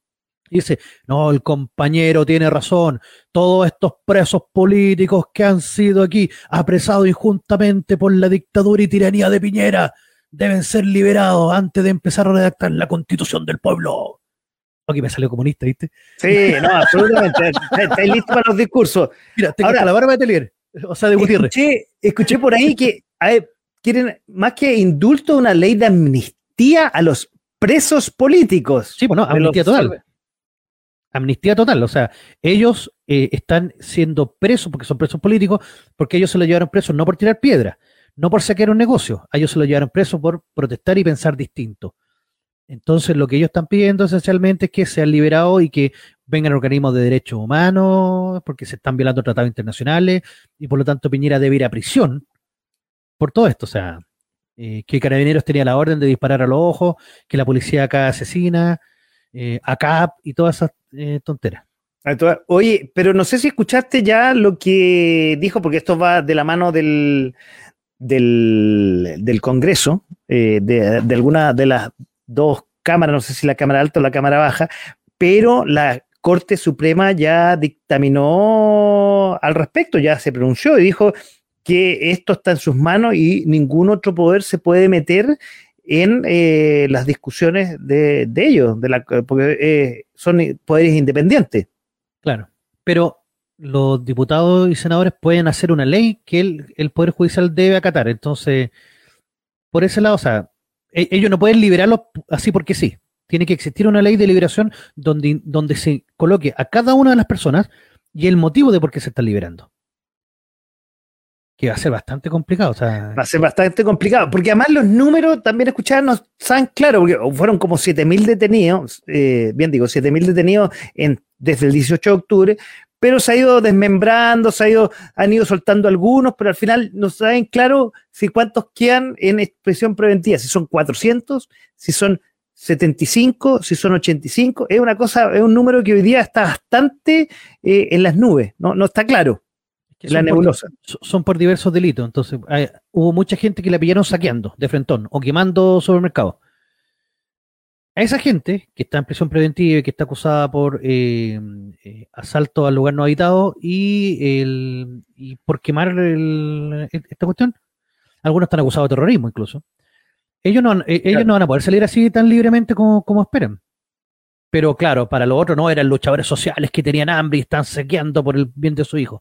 Y dice, no, el compañero tiene razón, todos estos presos políticos que han sido aquí apresados injustamente por la dictadura y tiranía de Piñera deben ser liberados antes de empezar a redactar la Constitución del pueblo. Aquí me salió comunista, ¿viste? Sí, no, absolutamente. Estáis listos para los discursos. Mira, tengo Ahora, hasta la barba de Telier, o sea, de Gutiérrez. Escuché, escuché por ahí que a ver, quieren, más que indulto, una ley de amnistía a los presos políticos. Sí, bueno, amnistía total. Amnistía total, o sea, ellos eh, están siendo presos porque son presos políticos, porque ellos se los llevaron presos no por tirar piedra, no por saquear un negocio, a ellos se los llevaron presos por protestar y pensar distinto. Entonces, lo que ellos están pidiendo esencialmente es que sean liberados y que vengan organismos de derechos humanos, porque se están violando tratados internacionales, y por lo tanto Piñera debe ir a prisión por todo esto. O sea, eh, que Carabineros tenía la orden de disparar a los ojos, que la policía acá asesina, eh, A C A P y todas esas eh, tonteras. Oye, pero no sé si escuchaste ya lo que dijo, porque esto va de la mano del, del, del Congreso, eh, de, de alguna de las dos cámaras, no sé si la Cámara Alta o la Cámara Baja, pero la Corte Suprema ya dictaminó al respecto, ya se pronunció y dijo que esto está en sus manos y ningún otro poder se puede meter en eh, las discusiones de, de ellos, de la, porque eh, son poderes independientes. Claro, pero los diputados y senadores pueden hacer una ley que el, el Poder Judicial debe acatar. Entonces, por ese lado, o sea, e- ellos no pueden liberarlos así porque sí. Tiene que existir una ley de liberación donde, donde se coloque a cada una de las personas y el motivo de por qué se están liberando. Que va a ser bastante complicado. O sea, va a ser bastante complicado, porque además los números también escuchaban no están claros, porque fueron como siete mil detenidos, eh, bien digo, siete mil detenidos en, desde el dieciocho de octubre, pero se ha ido desmembrando, se ha ido, han ido soltando algunos, pero al final no saben claro si cuántos quedan en prisión preventiva, si son cuatrocientos, si son setenta y cinco, si son ochenta y cinco, es una cosa, es un número que hoy día está bastante eh, en las nubes, no, no está claro. que La son, nebulosa. Por, son por diversos delitos. Entonces, hay, hubo mucha gente que la pillaron saqueando de frentón o quemando supermercados. A esa gente que está en prisión preventiva y que está acusada por eh, eh, asalto al lugar no habitado y, el, y por quemar el, esta cuestión, algunos están acusados de terrorismo incluso. Ellos no, eh, ellos no van a poder salir así tan libremente como, como esperan. Pero claro, para los otros no, eran luchadores sociales que tenían hambre y están saqueando por el bien de su hijo.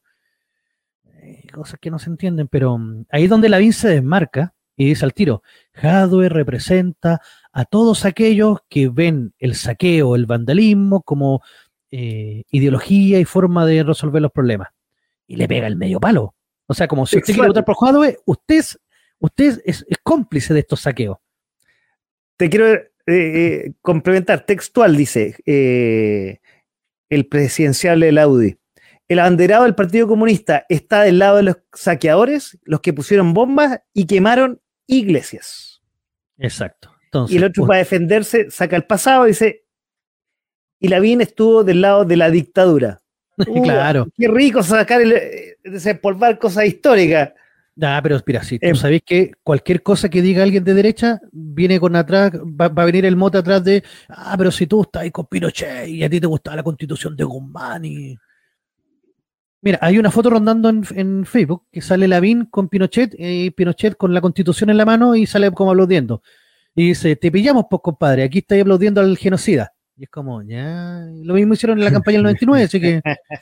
Cosas que no se entienden, pero um, ahí es donde Lavín se desmarca y dice al tiro, Jadwe representa a todos aquellos que ven el saqueo, el vandalismo como eh, ideología y forma de resolver los problemas. Y le pega el medio palo. O sea, como si usted quiere votar por Jadwe, usted, es, usted es, es cómplice de estos saqueos. Te quiero eh, eh, complementar, textual dice eh, el presidencial del Audi. El abanderado del Partido Comunista está del lado de los saqueadores, los que pusieron bombas y quemaron iglesias. Exacto. Entonces, y el otro, uh, para defenderse, saca el pasado y dice, y Lavín estuvo del lado de la dictadura. Uh, claro. Qué rico sacar, el, desempolvar cosas históricas. Ah, pero mira, si tú eh, sabés que cualquier cosa que diga alguien de derecha, viene con atrás, va, va a venir el mote atrás de, ah, pero si tú estás ahí con Pinochet y a ti te gustaba la Constitución de Guzmán y... Mira, hay una foto rondando en, en Facebook que sale Lavín con Pinochet y Pinochet con la Constitución en la mano y sale como aplaudiendo. Y dice, te pillamos, pues, compadre, aquí estáis aplaudiendo al genocida. Y es como, ya, lo mismo hicieron en la campaña del noventa y nueve, así que...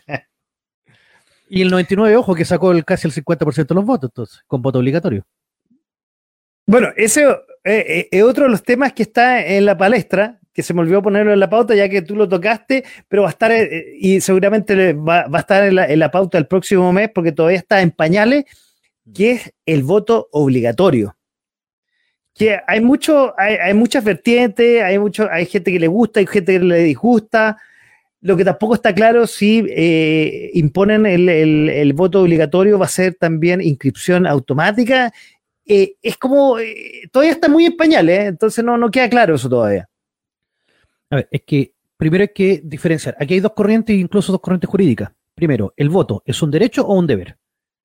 Y el noventa y nueve, ojo, que sacó el, casi el cincuenta por ciento de los votos, entonces, con voto obligatorio. Bueno, ese eh, es otro de los temas que está en la palestra, que se me olvidó ponerlo en la pauta ya que tú lo tocaste, pero va a estar, eh, y seguramente va, va a estar en la, en la pauta el próximo mes, porque todavía está en pañales, que es el voto obligatorio. Que hay mucho, hay, hay muchas vertientes, hay mucho, hay gente que le gusta, hay gente que le disgusta. Lo que tampoco está claro si eh, imponen el, el, el voto obligatorio, va a ser también inscripción automática. Eh, es como, eh, todavía está muy en pañales, ¿eh? Entonces no, no queda claro eso todavía. A ver, es que primero hay que diferenciar. Aquí hay dos corrientes, incluso dos corrientes jurídicas. Primero, ¿el voto es un derecho o un deber?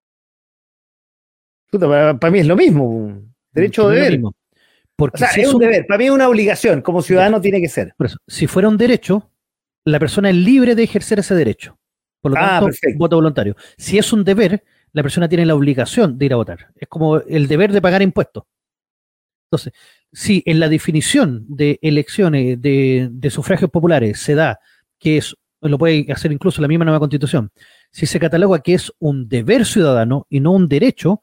Puta, para, para mí es lo mismo. Derecho o deber. Porque o sea, si es es un un deber. Para mí es una obligación. Como ciudadano deber. Tiene que ser. Por eso, si fuera un derecho, la persona es libre de ejercer ese derecho. Por lo Ah, tanto, perfecto. voto voluntario. Si es un deber, la persona tiene la obligación de ir a votar. Es como el deber de pagar impuestos. Entonces, si en la definición de elecciones de, de sufragios populares se da que es, lo puede hacer incluso la misma nueva Constitución, si se cataloga que es un deber ciudadano y no un derecho,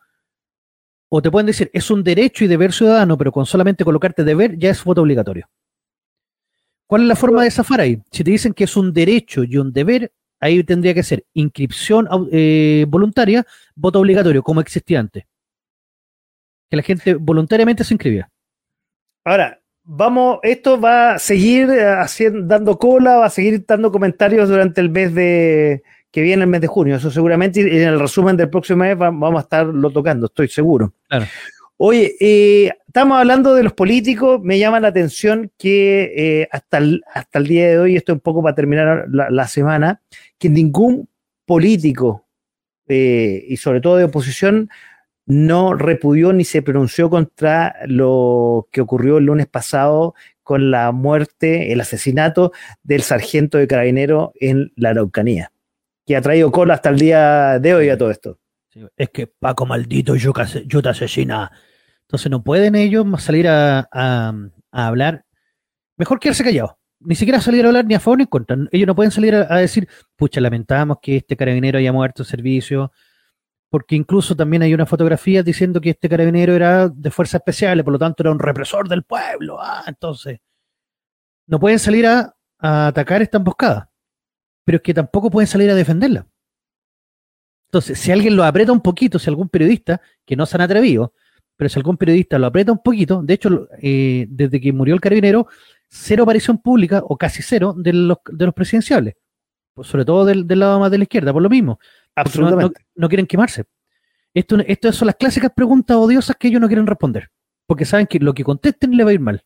o te pueden decir es un derecho y deber ciudadano, pero con solamente colocarte deber ya es voto obligatorio. ¿Cuál es la forma de zafar ahí? Si te dicen que es un derecho y un deber, ahí tendría que ser inscripción eh, voluntaria, voto obligatorio, como existía antes. Que la gente voluntariamente se inscribía. Ahora, vamos, esto va a seguir eh, haciendo, dando cola, va a seguir dando comentarios durante el mes de que viene, el mes de junio. Eso seguramente, y en el resumen del próximo mes va- vamos a estarlo tocando, estoy seguro. Claro. Oye, eh, estamos hablando de los políticos, me llama la atención que eh, hasta, el, hasta el día de hoy, esto es un poco para terminar la, la semana, que ningún político, eh, y sobre todo de oposición, no repudió ni se pronunció contra lo que ocurrió el lunes pasado con la muerte, el asesinato del sargento de carabinero en la Araucanía, que ha traído cola hasta el día de hoy a todo esto. Sí, es que Paco maldito, yo, yo te asesina. Entonces no pueden ellos salir a, a, a hablar. Mejor quedarse callados. Ni siquiera salir a hablar ni a favor ni en contra. Ellos no pueden salir a, a decir, pucha, lamentamos que este carabinero haya muerto en servicio, porque incluso también hay una fotografía diciendo que este carabinero era de fuerzas especiales, por lo tanto era un represor del pueblo. Ah, entonces, no pueden salir a, a atacar esta emboscada, pero es que tampoco pueden salir a defenderla. Entonces, si alguien lo aprieta un poquito, si algún periodista, que no se han atrevido, pero si algún periodista lo aprieta un poquito, de hecho, eh, desde que murió el carabinero, cero aparición pública, o casi cero, de los, de los presidenciables, pues sobre todo del, del lado más de la izquierda, por lo mismo. Absolutamente. No, no, no quieren quemarse. Esto, esto son las clásicas preguntas odiosas que ellos no quieren responder, porque saben que lo que contesten le va a ir mal.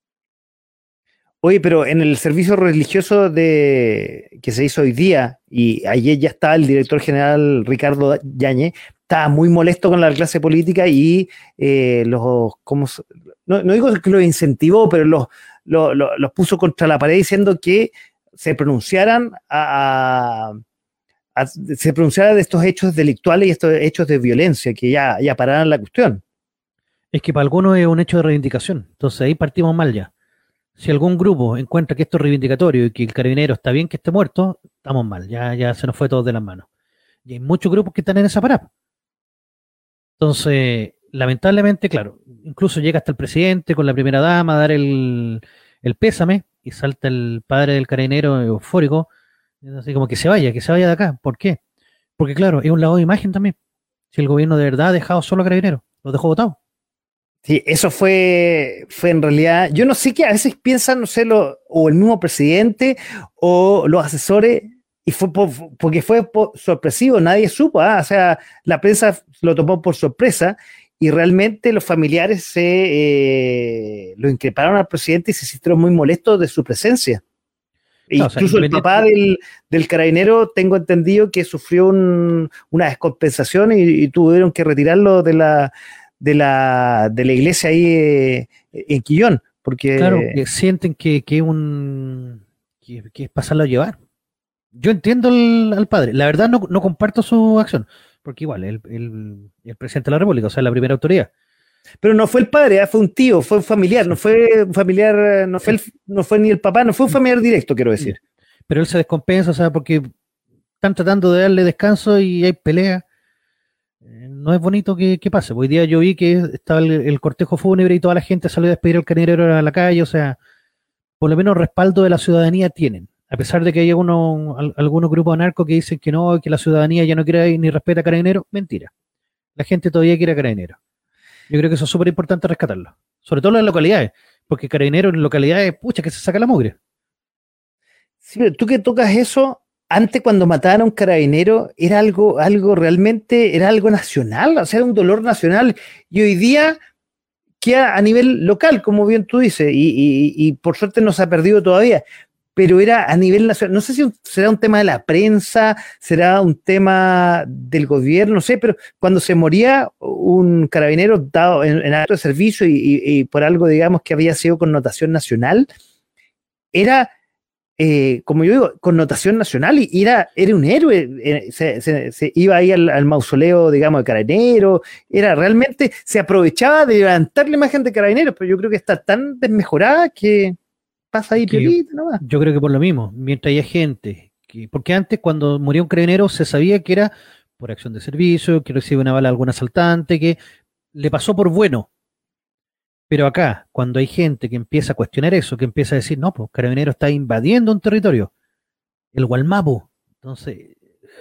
Oye, pero en el servicio religioso de que se hizo hoy día, y ayer ya está el director general Ricardo Yáñez, estaba muy molesto con la clase política y eh, los, ¿cómo, no, no digo que los incentivó, pero los, los, los, los puso contra la pared diciendo que se pronunciaran a, a, a, se pronunciara de estos hechos delictuales y estos hechos de violencia, que ya, ya pararan la cuestión. Es que para algunos es un hecho de reivindicación, entonces ahí partimos mal ya. Si algún grupo encuentra que esto es reivindicatorio y que el carabinero está bien que esté muerto, estamos mal, ya, ya se nos fue todo de las manos. Y hay muchos grupos que están en esa parada. Entonces, lamentablemente, claro, incluso llega hasta el presidente con la primera dama a dar el, el pésame y salta el padre del carabinero eufórico, así como que se vaya, que se vaya de acá. ¿Por qué? Porque claro, es un lavado de imagen también. Si el gobierno de verdad ha dejado solo a carabineros, los dejó votados. Sí, eso fue, fue en realidad, yo no sé qué, a veces piensan, no sé, lo, o el mismo presidente o los asesores, y fue por, porque fue por, sorpresivo, nadie supo, ¿ah? O sea, la prensa lo tomó por sorpresa y realmente los familiares se eh, lo increparon al presidente y se sintieron muy molestos de su presencia. No, incluso o sea, el papá del, del carabinero, tengo entendido que sufrió un, una descompensación y, y tuvieron que retirarlo de la de la, de la iglesia ahí eh, en Quillón, porque... Claro, que sienten que, que, un, que, que es pasarlo a llevar. Yo entiendo el, al padre, la verdad no, no comparto su acción, porque igual, el, el, el presidente de la República, o sea, la primera autoridad. Pero no fue el padre, ¿eh? Fue un tío, fue un familiar, no fue un familiar, no fue, el, no fue ni el papá, no fue un familiar directo, quiero decir. Pero él se descompensa, o sea, porque están tratando de darle descanso y hay pelea. No es bonito que, que pase. Hoy día yo vi que estaba el, el cortejo fúnebre y toda la gente salió a despedir al carabinero a la calle, o sea, por lo menos respaldo de la ciudadanía tienen. A pesar de que hay uno, algunos grupos anarcos que dicen que no, que la ciudadanía ya no quiere ni respeta a carabineros, mentira. La gente todavía quiere a carabineros. Yo creo que eso es súper importante rescatarlo. Sobre todo en las localidades, porque carabineros en localidades, pucha, que se saca la mugre. Sí, pero tú que tocas eso, antes cuando mataban a un carabinero era algo, algo realmente, era algo nacional, o sea, era un dolor nacional, y hoy día queda a nivel local, como bien tú dices, y, y, y por suerte no se ha perdido todavía, pero era a nivel nacional, no sé si un, será un tema de la prensa, será un tema del gobierno, no sé, pero cuando se moría un carabinero dado en, en acto de servicio y, y, y por algo, digamos, que había sido connotación nacional, era... eh, como yo digo, connotación nacional y era, era un héroe, eh, se, se, se iba ahí al, al mausoleo, digamos, de Carabineros, era realmente, se aprovechaba de levantar la imagen de Carabineros, pero yo creo que está tan desmejorada que pasa ahí piolita nomás. Yo creo que por lo mismo, mientras haya gente, que, porque antes cuando moría un carabinero se sabía que era por acción de servicio, que recibe una bala a algún asaltante, que le pasó por bueno. Pero acá, cuando hay gente que empieza a cuestionar eso, que empieza a decir, no, pues Carabinero está invadiendo un territorio, el Gualmapu. Entonces,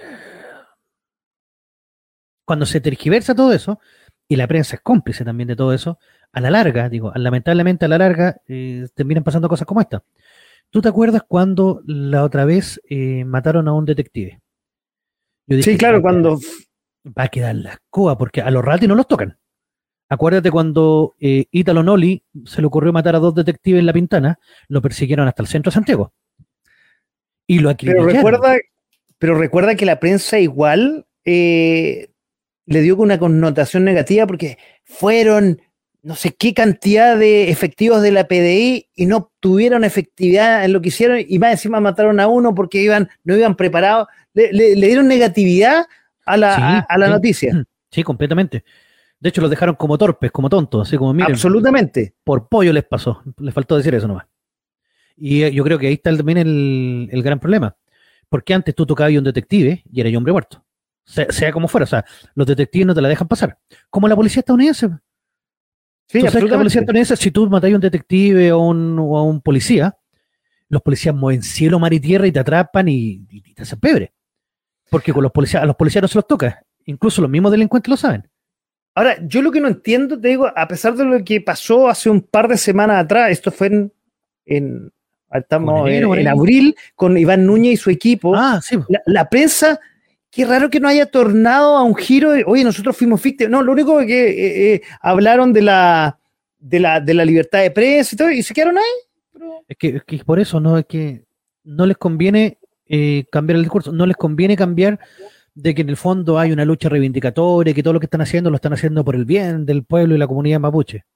cuando se tergiversa todo eso, y la prensa es cómplice también de todo eso, a la larga, digo, lamentablemente a la larga, eh, terminan pasando cosas como esta. ¿Tú te acuerdas cuando la otra vez eh, mataron a un detective? Yo dije, Sí, claro, va cuando... va a quedar la escoba, porque a los ratis no los tocan. Acuérdate cuando eh, Ítalo Noli se le ocurrió matar a dos detectives en La Pintana, lo persiguieron hasta el centro de Santiago. Y lo Pero acribillaron. recuerda, pero recuerda que la prensa igual eh, le dio una connotación negativa porque fueron no sé qué cantidad de efectivos de la P D I y no tuvieron efectividad en lo que hicieron y más encima mataron a uno porque iban, no iban preparados. Le, le, le dieron negatividad a la, Sí, a, a la sí. noticia. Sí, completamente. De hecho, los dejaron como torpes, como tontos, así como miren. Absolutamente. Por pollo les pasó. Les faltó decir eso nomás. Y eh, yo creo que ahí está el- también el, el gran problema. Porque antes tú tocabas a un detective y era un hombre muerto. Sea, sea como fuera. O sea, los detectives no te la dejan pasar. Como la policía estadounidense. Sí, Tú sabes que la policía absolutamente. estadounidense, si tú matas a un detective o, un, o a un policía, los policías mueven cielo, mar y tierra y te atrapan y, y- y te hacen pebre. Porque con los policías, a los policías no se los toca. Incluso los mismos delincuentes lo saben. Ahora, yo lo que no entiendo, te digo, a pesar de lo que pasó hace un par de semanas atrás, esto fue en, en, estamos En enero, por en, en ahí. abril, con Iván Núñez y su equipo, Ah, sí. la, la prensa, qué raro que no haya tornado a un giro de, oye, nosotros fuimos víctimas. No, lo único que eh, eh, hablaron de la, de, la, de la libertad de prensa y todo, y se quedaron ahí. Pero... Es que, es que por eso no es que no les conviene eh, cambiar el discurso, no les conviene cambiar de que en el fondo hay una lucha reivindicatoria, que todo lo que están haciendo lo están haciendo por el bien del pueblo y la comunidad mapuche.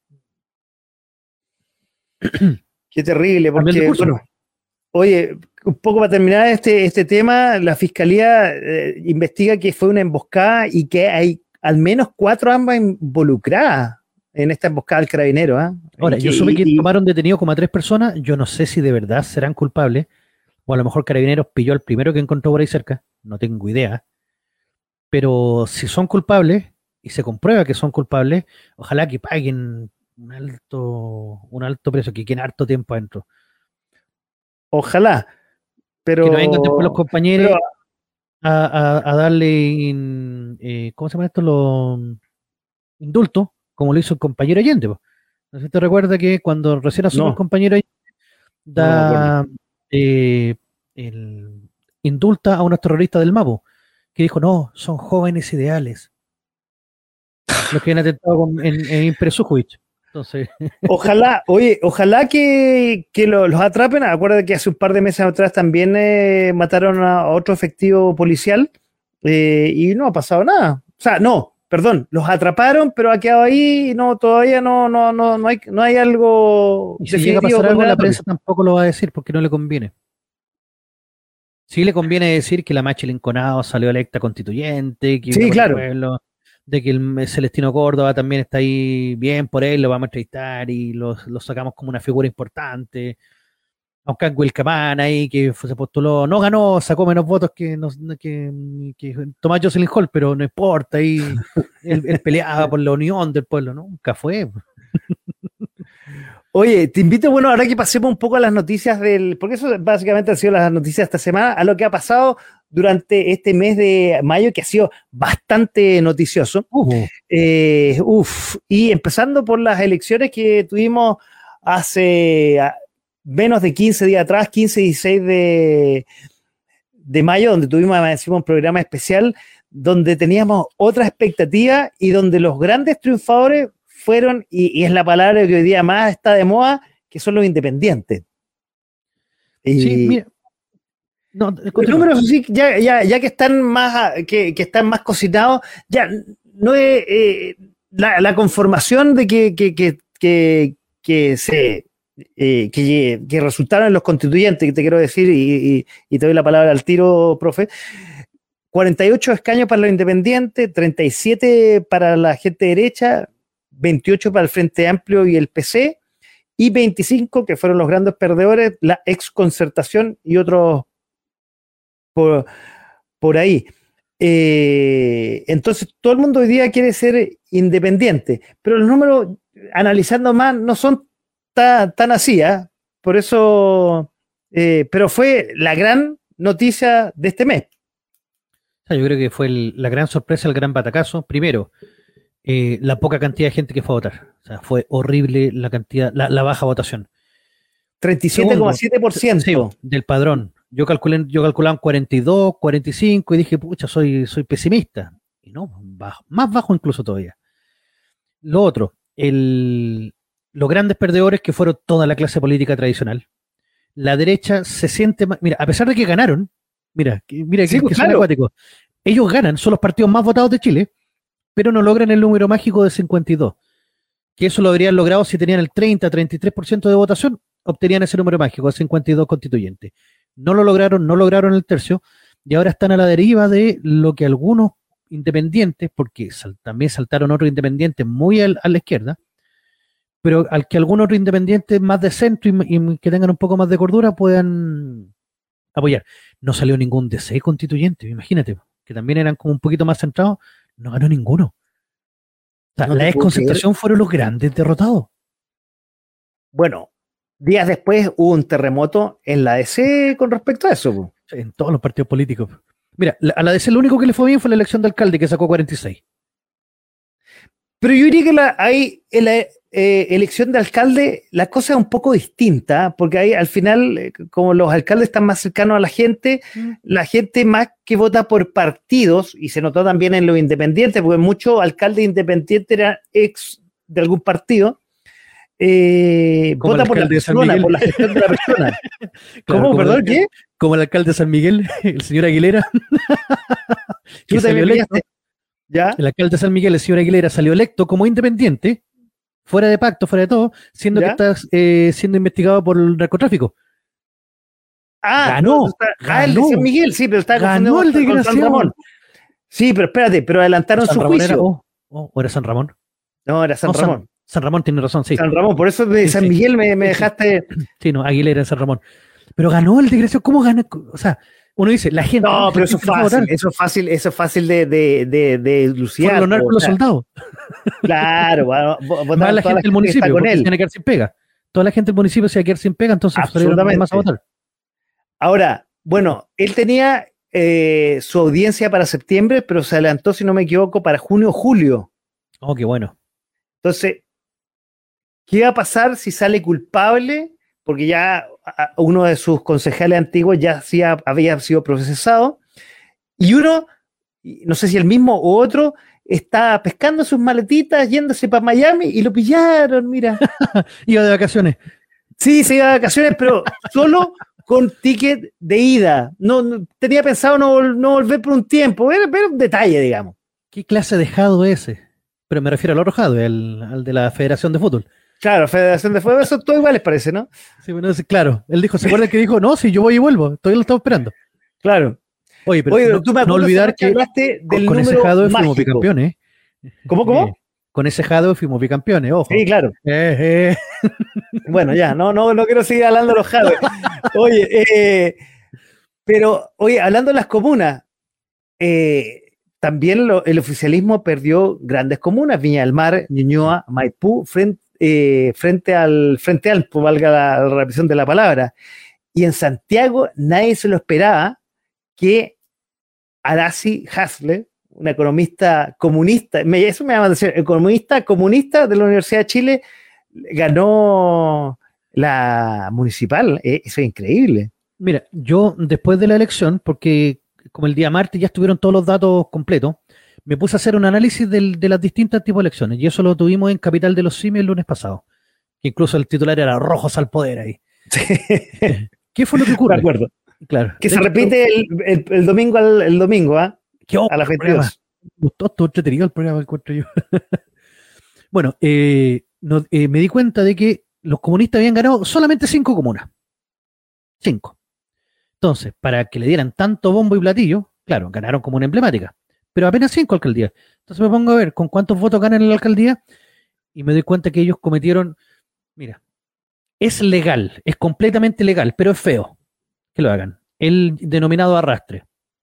Qué terrible, Cambia el porque, discurso. bueno, oye, un poco para terminar este, este tema, la fiscalía eh, investiga que fue una emboscada y que hay al menos cuatro ambas involucradas en esta emboscada al carabinero. ¿eh? Ahora, Y yo que- supe que y- y- tomaron detenido como a tres personas, yo no sé si de verdad serán culpables, o a lo mejor Carabineros pilló al primero que encontró por ahí cerca, no tengo idea, pero si son culpables y se comprueba que son culpables, ojalá que paguen un alto, un alto precio, que queden harto tiempo adentro. ojalá, pero, Que no vengan después los compañeros pero a, a- a darle, in- eh, ¿cómo se llama esto? Los indultos, como lo hizo el compañero Allende, po. No sé si te recuerda que cuando recién asumió el no, compañero Allende, no, no me acuerdo. da eh, el, indulta a unos terroristas del Mapo, que dijo, no, son jóvenes ideales, los que han atentado con- en, en Imperio Sujovic. Entonces, Ojalá, oye, ojalá que, que lo- los atrapen. Acuérdate que hace un par de meses atrás también eh, mataron a otro efectivo policial eh, y no ha pasado nada. O sea, no, perdón, los atraparon, pero ha quedado ahí y no, todavía no, no, no, no hay, no hay algo y si llega a definitivo pasar algo, la condenatorio. prensa tampoco lo va a decir porque no le conviene. Sí le conviene decir que la Machi Linconado salió electa constituyente, que Sí, vino por el claro. pueblo, de que el Celestino Córdoba también está ahí bien por él, lo vamos a entrevistar y lo, lo sacamos como una figura importante. Aunque en Wilcamán ahí que fue- se postuló, no ganó, sacó menos votos que, nos- que, que Tomás Jocelyn Hall, pero no importa, ahí él, él peleaba por la unión del pueblo, nunca fue. Oye, te invito, bueno, ahora que pasemos un poco a las noticias del, porque eso básicamente han sido las noticias de esta semana, a lo que ha pasado durante este mes de mayo, que ha sido bastante noticioso. Uh, Eh, uf, y empezando por las elecciones que tuvimos hace ah, menos de quince días atrás, quince y dieciséis de, de mayo, donde tuvimos además, un programa especial, donde teníamos otra expectativa y donde los grandes triunfadores fueron, y, y es la palabra que hoy día más está de moda, que son los independientes. Y sí, mira. No, los continúa. números sí, ya, ya, ya que están más ah, que, que están más cocinados, ya no es eh, la, la conformación de que, que, que, que, que se eh, que, que resultaron en los constituyentes, que te quiero decir, y, y, y te doy la palabra al tiro, profe. cuarenta y ocho escaños para los independientes, treinta y siete para la gente derecha, veintiocho para el Frente Amplio y el P C, y veinticinco, que fueron los grandes perdedores, la exconcertación y otros por, por ahí. Eh, entonces, todo el mundo hoy día quiere ser independiente, pero los números, analizando más, no son tan, tan así, ¿eh? Por eso, eh, pero fue la gran noticia de este mes. Yo creo que fue el, la gran sorpresa, el gran batacazo. Primero, eh, la poca cantidad de gente que fue a votar. O sea, fue horrible la cantidad, la, la baja votación. treinta y siete coma siete por ciento. Sí, del padrón. Yo calculé, yo calculaba un cuarenta y dos, cuarenta y cinco y dije, pucha, soy, soy pesimista. Y no, bajo, más bajo incluso todavía. Lo otro, el, los grandes perdedores que fueron toda la clase política tradicional. La derecha se siente más, mira, a pesar de que ganaron, mira, mira sí, que, pues, que claro. son acuáticos. Ellos ganan, son los partidos más votados de Chile, pero no logran el número mágico de cincuenta y dos. Que eso lo habrían logrado si tenían el treinta, treinta y tres por ciento de votación, obtenían ese número mágico de cincuenta y dos constituyentes. No lo lograron, no lograron el tercio, y ahora están a la deriva de lo que algunos independientes, porque sal, también saltaron otros independientes muy al, a la izquierda, pero al que algunos otros independientes más de centro y, y que tengan un poco más de cordura puedan apoyar. No salió ningún D C constituyente, imagínate, que también eran como un poquito más centrados, no ganó ninguno. O sea, no la desconcentración fueron los grandes derrotados. Bueno, días después hubo un terremoto en la D C con respecto a eso. En todos los partidos políticos. Mira, a la D C lo único que le fue bien fue la elección de alcalde, que sacó cuarenta y seis. Pero yo diría que la, hay en la eh, elección de alcalde la cosa es un poco distinta, porque ahí al final, eh, como los alcaldes están más cercanos a la gente, mm. la gente más que vota por partidos, y se notó también en los independientes, porque muchos alcaldes independientes eran ex de algún partido, eh, vota por la persona, por la gestión de la persona. Claro, ¿Cómo? ¿Perdón? El, ¿Qué? Como el alcalde de San Miguel, el señor Aguilera. ¿Tú también electo, ¿ya? El alcalde de San Miguel, el señor Aguilera, salió electo como independiente, fuera de pacto, fuera de todo, siendo ¿ya? que está eh, siendo investigado por el narcotráfico. Ah, ganó, no, está, ganó. Ah, el de San Miguel, sí, pero está ganó el con San Ramón. Sí, pero espérate, pero adelantaron San su Ramón juicio. Era, oh, oh, ¿O era San Ramón? No, era San no, Ramón. San, San Ramón tiene razón, sí. San Ramón, por eso de sí, San sí. Miguel me, me dejaste. Sí, no, Aguilera en San Ramón. Pero ganó el desgraciado, ¿cómo ganó? O sea, uno dice, la gente. No, la pero gente eso es fácil, eso es fácil, eso es fácil de, de, de, de luciar. Fueron los narcos los soldados. Claro, más la gente del municipio, con él. Se van a quedar sin pega. Toda la gente del municipio se va a quedar sin pega, entonces salieron más a votar. Ahora, bueno, él tenía eh, su audiencia para septiembre, pero se adelantó, si no me equivoco, para junio o julio. Oh, qué bueno. Entonces, ¿qué va a pasar si sale culpable? Porque ya uno de sus concejales antiguos ya sí había sido procesado, y uno, no sé si el mismo o otro, está pescando sus maletitas, yéndose para Miami, y lo pillaron, mira. Iba de vacaciones. Sí, se iba de vacaciones, pero solo con ticket de ida. No, no tenía pensado no, no volver por un tiempo, era, era un detalle, digamos. ¿Qué clase de jado es ese? Pero me refiero al otro jado, al, al de la Federación de Fútbol. Claro, Federación de Fútbol, son todos iguales, parece, ¿no? Sí, bueno, claro. Él dijo, ¿se acuerdan que dijo? No, si yo voy y vuelvo, todavía lo estamos esperando. Claro. Oye, pero Oye, no, tú me no olvidar que hablaste del con, con ese jado fuimos bicampeones. ¿Cómo, cómo? Eh, con ese jado fuimos bicampeones, ojo. Sí, claro. Eh, eh. Bueno, ya, no, no, no quiero seguir hablando de los jados. Oye, eh, pero, oye, hablando de las comunas, eh, también lo, el oficialismo perdió grandes comunas, Viña del Mar, Ñuñoa, Maipú, frente, eh, frente al Frente Alpo, valga la, la repetición de la palabra. Y en Santiago nadie se lo esperaba que Aracy Hasler, una economista comunista, me, eso me llama la atención, economista comunista de la Universidad de Chile, ganó la municipal. Eh, eso es increíble. Mira, yo después de la elección, porque como el día martes ya estuvieron todos los datos completos, me puse a hacer un análisis del, de las distintas tipos de elecciones, y eso lo tuvimos en Capital de los Simios el lunes pasado, que incluso el titular era Rojos al Poder ahí. Sí. ¿Qué fue lo que ocurre? De acuerdo. Claro. Que de se hecho, repite el, el, el domingo al el domingo, ¿ah? ¿eh? A las veintidós. Me gustó, todo entretenido el programa, encuentro yo. Bueno, eh, no, eh, me di cuenta de que los comunistas habían ganado solamente cinco comunas. Cinco. Entonces, para que le dieran tanto bombo y platillo, claro, ganaron comuna emblemática, pero apenas cinco alcaldías. Entonces me pongo a ver con cuántos votos ganan en la alcaldía y me doy cuenta que ellos cometieron, mira, es legal, es completamente legal, pero es feo que lo hagan. El denominado arrastre.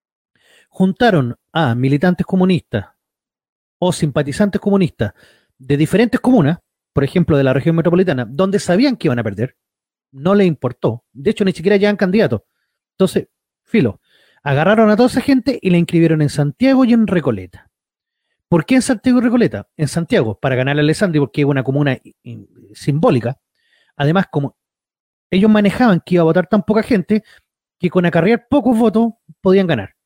Juntaron a militantes comunistas o simpatizantes comunistas de diferentes comunas, por ejemplo de la región metropolitana, donde sabían que iban a perder, no les importó, de hecho ni siquiera llevan candidatos. Entonces, filo, agarraron a toda esa gente y la inscribieron en Santiago y en Recoleta. ¿Por qué en Santiago y Recoleta? En Santiago, para ganar a Alessandri, porque es una comuna simbólica. Además, como ellos manejaban que iba a votar tan poca gente, que con acarrear pocos votos podían ganar.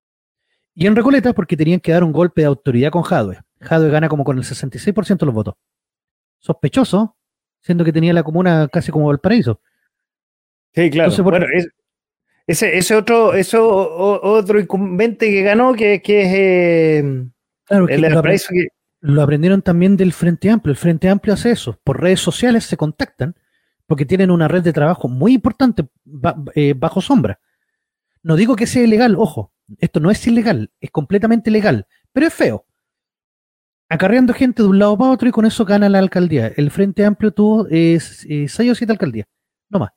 Y en Recoleta, porque tenían que dar un golpe de autoridad con Jadwe. Jadwe gana como con el sesenta y seis por ciento de los votos. Sospechoso, siendo que tenía la comuna casi como Valparaíso. Sí, claro. Entonces, bueno, es, ese, ese otro, eso, o, otro incumbente que ganó, que, que es eh, claro, el que de lo, Valparaíso. Que... lo aprendieron también del Frente Amplio. El Frente Amplio hace eso. Por redes sociales se contactan, porque tienen una red de trabajo muy importante ba, eh, bajo sombra. No digo que sea ilegal, ojo, esto no es ilegal, es completamente legal, pero es feo. Acarreando gente de un lado para otro y con eso gana la alcaldía. El Frente Amplio tuvo eh, seis o siete alcaldías, no más.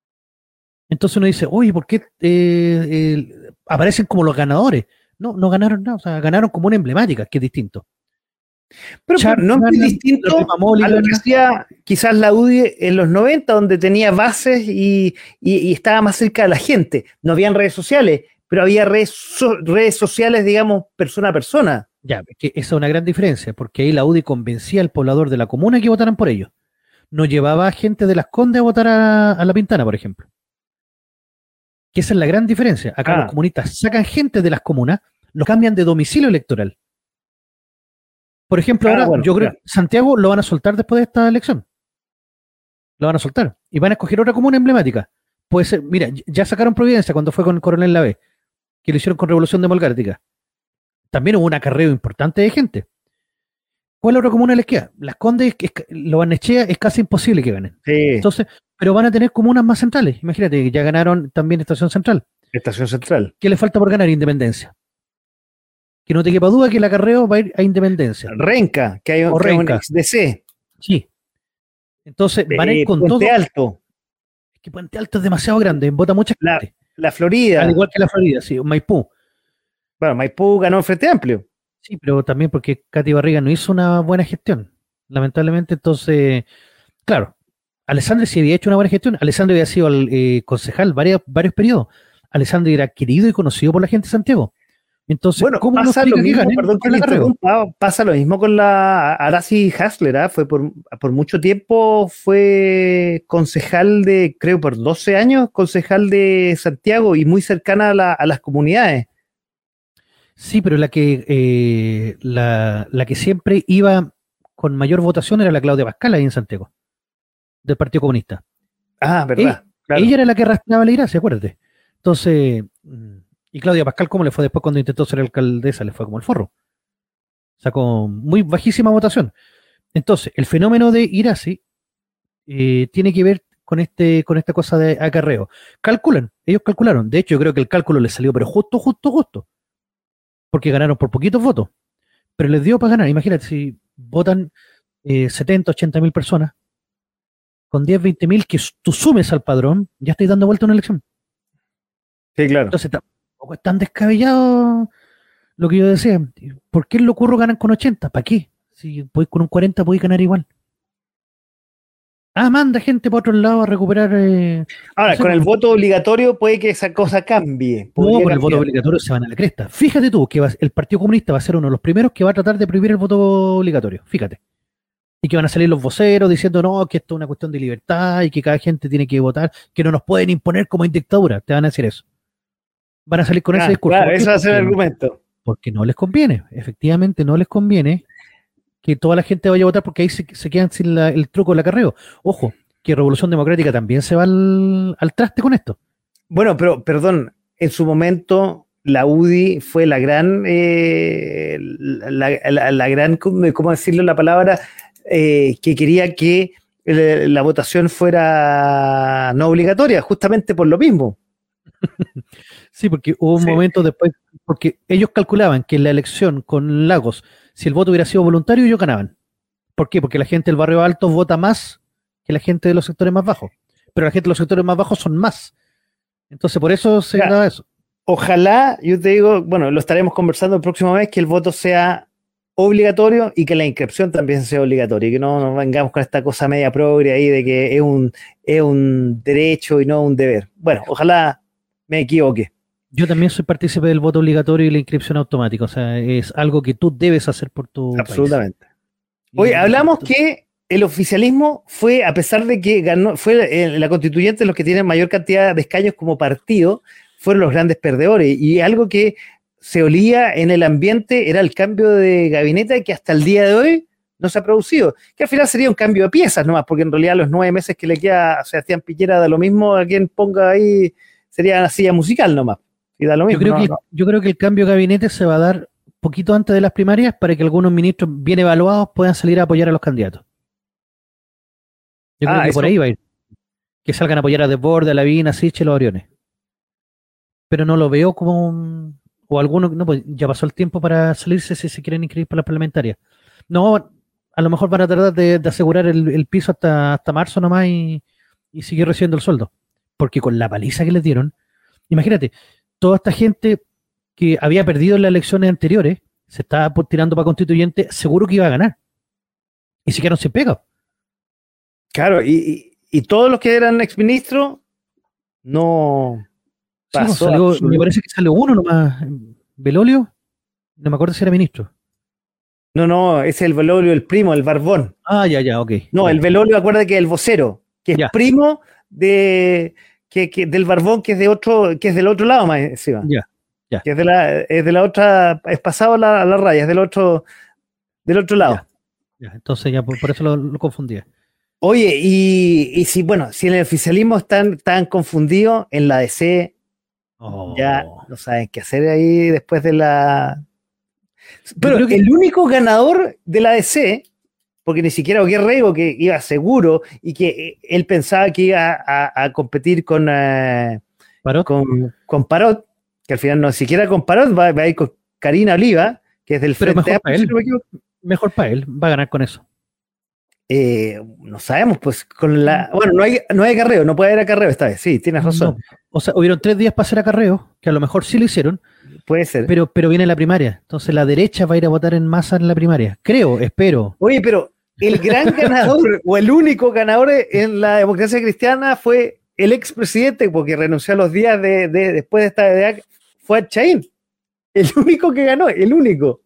Entonces uno dice, oye, ¿por qué eh, eh, aparecen como los ganadores? No, no ganaron nada, o sea, ganaron como una emblemática, que es distinto. Pero, pero no es distinto a lo que hacía quizás la U D I en los noventa, donde tenía bases y, y, y estaba más cerca de la gente. No habían redes sociales, pero había redes, so, redes sociales, digamos, persona a persona. Ya, que esa es una gran diferencia, porque ahí la U D I convencía al poblador de la comuna que votaran por ellos. No llevaba a gente de Las Condes a votar a, a La Pintana, por ejemplo. Que esa es la gran diferencia. Acá ah. los comunistas sacan gente de las comunas, los cambian de domicilio electoral. Por ejemplo, ah, ahora bueno, yo creo que Santiago lo van a soltar después de esta elección. Lo van a soltar. Y van a escoger otra comuna emblemática. Puede ser, mira, ya sacaron Providencia cuando fue con Coronel Lavé, que lo hicieron con Revolución Democrática. También hubo un acarreo importante de gente. ¿Cuál otra comuna les queda? Las Condes, es, lo Barnechea es casi imposible que ganen. Sí. Entonces, pero van a tener comunas más centrales. Imagínate, ya ganaron también Estación Central. Estación Central. ¿Qué le falta por ganar? Independencia. Que no te quepa duda que el acarreo va a ir a Independencia. Renca, que hay un, que un ex D C. Sí. Entonces van a ir con Puente todo. Puente Alto. Es que Puente Alto es demasiado grande, vota mucha la, gente. La Florida. Al igual que la Florida, sí, Maipú. Bueno, Maipú ganó el Frente Amplio. Sí, pero también porque Katy Barriga no hizo una buena gestión. Lamentablemente, entonces, claro, Alessandri sí había hecho una buena gestión. Alessandri había sido el, eh, concejal varios, varios periodos. Alessandri era querido y conocido por la gente de Santiago. Entonces, bueno, ¿cómo pasa lo mismo, que perdón que le interrumpa, pasa lo mismo con la Aracy Hasler, ¿eh? Fue por, por mucho tiempo fue concejal de, creo por doce años, concejal de Santiago y muy cercana a, la, a las comunidades. Sí, pero la que eh, la, la que siempre iba con mayor votación era la Claudia Pascal ahí en Santiago, del Partido Comunista. Ah, verdad. Ella, claro. ella era la que arrastraba la gracia, acuérdate. Entonces, y Claudia Pascal, ¿cómo le fue después cuando intentó ser alcaldesa? Le fue como el forro. Sacó muy bajísima votación. Entonces, el fenómeno de Iracy eh, tiene que ver con este con esta cosa de acarreo. Calculan, ellos calcularon. De hecho, yo creo que el cálculo les salió, pero justo, justo, justo. Porque ganaron por poquitos votos. Pero les dio para ganar. Imagínate, si votan eh, setenta, ochenta mil personas, con diez, veinte mil que tú sumes al padrón, ya estáis dando vuelta a una elección. Sí, claro. Entonces, tampoco es tan descabellado lo que yo decía. ¿Por qué en Locurro ganan con ochenta? ¿Para qué? Si podéis con un cuarenta podéis ganar igual. Ah, manda gente para otro lado a recuperar. Eh, Ahora, no sé, con el voto obligatorio puede que esa cosa cambie. No, con cambiar. el voto obligatorio se van a la cresta. Fíjate tú que va, el Partido Comunista va a ser uno de los primeros que va a tratar de prohibir el voto obligatorio. Fíjate. Y que van a salir los voceros diciendo no, que esto es una cuestión de libertad y que cada gente tiene que votar, que no nos pueden imponer como en dictadura. Te van a decir eso. Van a salir con ah, ese discurso. Claro, ese va a ser el argumento. Porque no les conviene. Efectivamente, no les conviene que toda la gente vaya a votar porque ahí se, se quedan sin la, el truco del acarreo. Ojo, que Revolución Democrática también se va al, al traste con esto. Bueno, pero, perdón, en su momento la U D I fue la gran, eh, la, la, la gran, ¿cómo decirlo la palabra? Eh, que quería que el, la votación fuera no obligatoria, justamente por lo mismo. Sí, porque hubo un Sí. momento después, porque ellos calculaban que en la elección con Lagos, si el voto hubiera sido voluntario, ellos ganaban. ¿Por qué? Porque la gente del barrio alto vota más que la gente de los sectores más bajos. Pero la gente de los sectores más bajos son más. Entonces, por eso se Ya. daba eso. Ojalá, yo te digo, bueno, lo estaremos conversando la próxima vez, que el voto sea obligatorio y que la inscripción también sea obligatoria, y que no nos vengamos con esta cosa media progre ahí de que es un, es un derecho y no un deber. Bueno, ojalá me equivoque. Yo también soy partícipe del voto obligatorio y la inscripción automática. O sea, es algo que tú debes hacer por tu país. Absolutamente. Y- Oye, hablamos que el oficialismo fue, a pesar de que ganó, fue eh, la constituyente los que tienen mayor cantidad de escaños como partido, fueron los grandes perdedores. Y algo que se olía en el ambiente era el cambio de gabinete que hasta el día de hoy no se ha producido. Que al final sería un cambio de piezas nomás, porque en realidad los nueve meses que le queda a Sebastián Piñera da lo mismo a quien ponga ahí, sería una silla musical nomás. Y da lo Yo mismo. creo, no, que, no. yo creo que el cambio de gabinete se va a dar poquito antes de las primarias para que algunos ministros bien evaluados puedan salir a apoyar a los candidatos. Yo creo Ah, que eso- por ahí va a ir. Que salgan a apoyar a Desbordes, a Lavín, a Sichel, a Oriones. Pero no lo veo como un- o algunos, no, pues ya pasó el tiempo para salirse si se quieren inscribir para las parlamentarias. No, a lo mejor van a tratar de, de asegurar el, el piso hasta, hasta marzo nomás y, y seguir recibiendo el sueldo. Porque con la paliza que les dieron, imagínate, toda esta gente que había perdido en las elecciones anteriores, se estaba por- tirando para constituyente, seguro que iba a ganar. Y se quedaron sin pega. Claro, y, y, y todos los que eran exministros no Sí, pues, pasó. salió- me absolutamente. parece que salió uno nomás, Belolio, no me acuerdo si era ministro. No, no, es el Belolio, el primo, el Barbón. Ah, ya, ya, ok. No, Ya. el Belolio, acuérdate que es el vocero, que es Ya. primo de que, que- del Barbón, que es de otro, que es del otro lado más encima. Ya, ya. Que es de la, es de la otra, es pasado a la, a la raya, es del otro, del otro lado. Ya. Ya, entonces ya por, por eso lo, lo confundía. Oye, y, y si, bueno, si en el oficialismo están tan confundidos, en la D C Oh. ya no saben qué hacer ahí después de la. Pero creo que- el único ganador de la D C, porque ni siquiera Guerrero, que iba seguro y que eh, él pensaba que iba a, a competir con, eh, Parot, con, con Parot, que al final no siquiera con Parot, va, va a ir con Karina Oliva, que es del Pero Frente mejor para Amplio, si él. no me equivoco. mejor para él, va a ganar con eso. Eh, no sabemos, pues con la. Bueno, no hay, no hay acarreo, no puede haber acarreo esta vez, sí, tienes razón, No, o sea, hubieron tres días para hacer acarreo, que a lo mejor sí lo hicieron, puede ser. pero, pero viene la primaria. Entonces la derecha va a ir a votar en masa en la primaria. Creo, espero. Oye, pero el gran ganador o el único ganador en la democracia cristiana fue el expresidente, porque renunció a los días de, de- después de esta idea, fue a Chaín. El único que ganó, el único.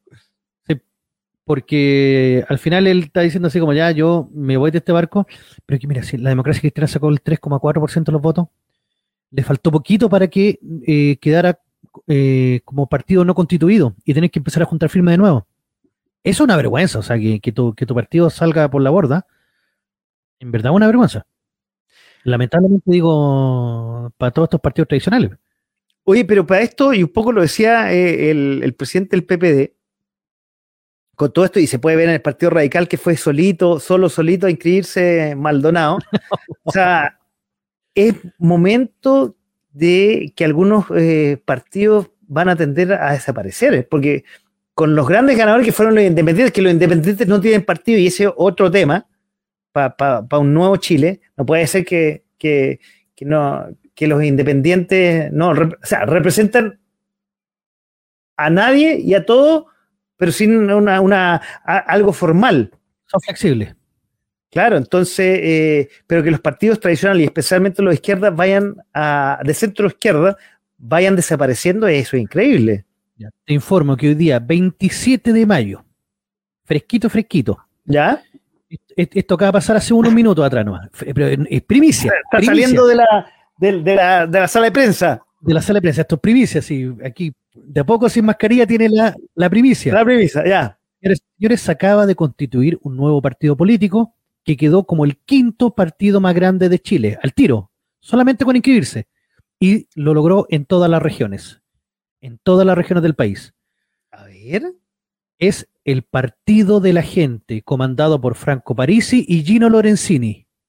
Porque al final él está diciendo así como ya, yo me voy de este barco, pero que mira, si la democracia cristiana sacó el tres coma cuatro por ciento de los votos, le faltó poquito para que eh, quedara eh, como partido no constituido y tenés que empezar a juntar firmas de nuevo. Eso es una vergüenza, o sea, que, que, tu, que tu partido salga por la borda, en verdad es una vergüenza. Lamentablemente digo, para todos estos partidos tradicionales. Oye, pero para esto, y un poco lo decía eh, el, el presidente del P P D, con todo esto, y se puede ver en el Partido Radical que fue solito, solo solito a inscribirse Maldonado. O sea, es momento de que algunos eh, partidos van a tender a desaparecer, ¿eh? Porque con los grandes ganadores que fueron los independientes, que los independientes no tienen partido, y ese es otro tema para pa, pa un nuevo Chile, no puede ser que, que, que, no, que los independientes no, rep, o sea, representan a nadie y a todo, pero sin una, una, a, algo formal. Son flexibles. Claro, entonces, eh, pero que los partidos tradicionales y especialmente los de izquierda vayan a, de centro izquierda, vayan desapareciendo, eso es increíble. Ya, te informo que hoy día, veintisiete de mayo, fresquito, fresquito. ¿Ya? Esto, esto acaba de pasar hace unos minutos atrás nomás. Pero es primicia. Está primicia. saliendo de la, de, de, la, de la sala de prensa. De la sala de prensa, esto es primicia, sí. Aquí, de a poco sin mascarilla tiene la, la primicia. La premisa, ya. Señores, señores, se acaba de constituir un nuevo partido político que quedó como el quinto partido más grande de Chile, al tiro, solamente con inscribirse. Y lo logró en todas las regiones, en todas las regiones del país. A ver. Es el Partido de la Gente, comandado por Franco Parisi y Gino Lorenzini.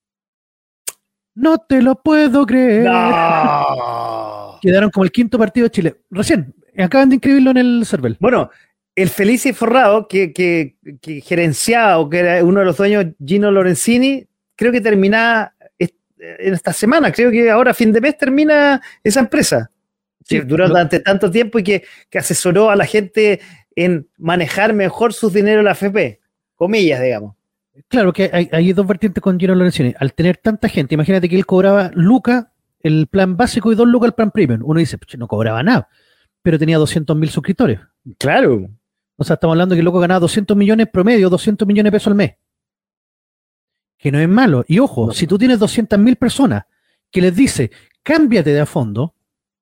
No te lo puedo creer. ¡No! Quedaron como el quinto partido de Chile. Recién, acaban de inscribirlo en el Cervel. Bueno, el Felice y Forrado, que, que, que gerenciaba o que era uno de los dueños, Gino Lorenzini, creo que termina est- en esta semana, creo que ahora a fin de mes termina esa empresa. Sí, Que duró lo- durante tanto tiempo y que, que asesoró a la gente en manejar mejor sus dineros en la F P, comillas, digamos. Claro que hay, hay dos vertientes con Gino Lorenzini. Al tener tanta gente, imagínate que él cobraba Luca, el plan básico, y dos lucas el plan premium. Uno dice, "Pucha, no cobraba nada", pero tenía doscientos mil suscriptores. Claro. O sea, estamos hablando que el loco ganaba doscientos millones promedio, doscientos millones de pesos al mes. Que no es malo. Y ojo, No. si tú tienes doscientas mil personas que les dice, cámbiate de a fondo,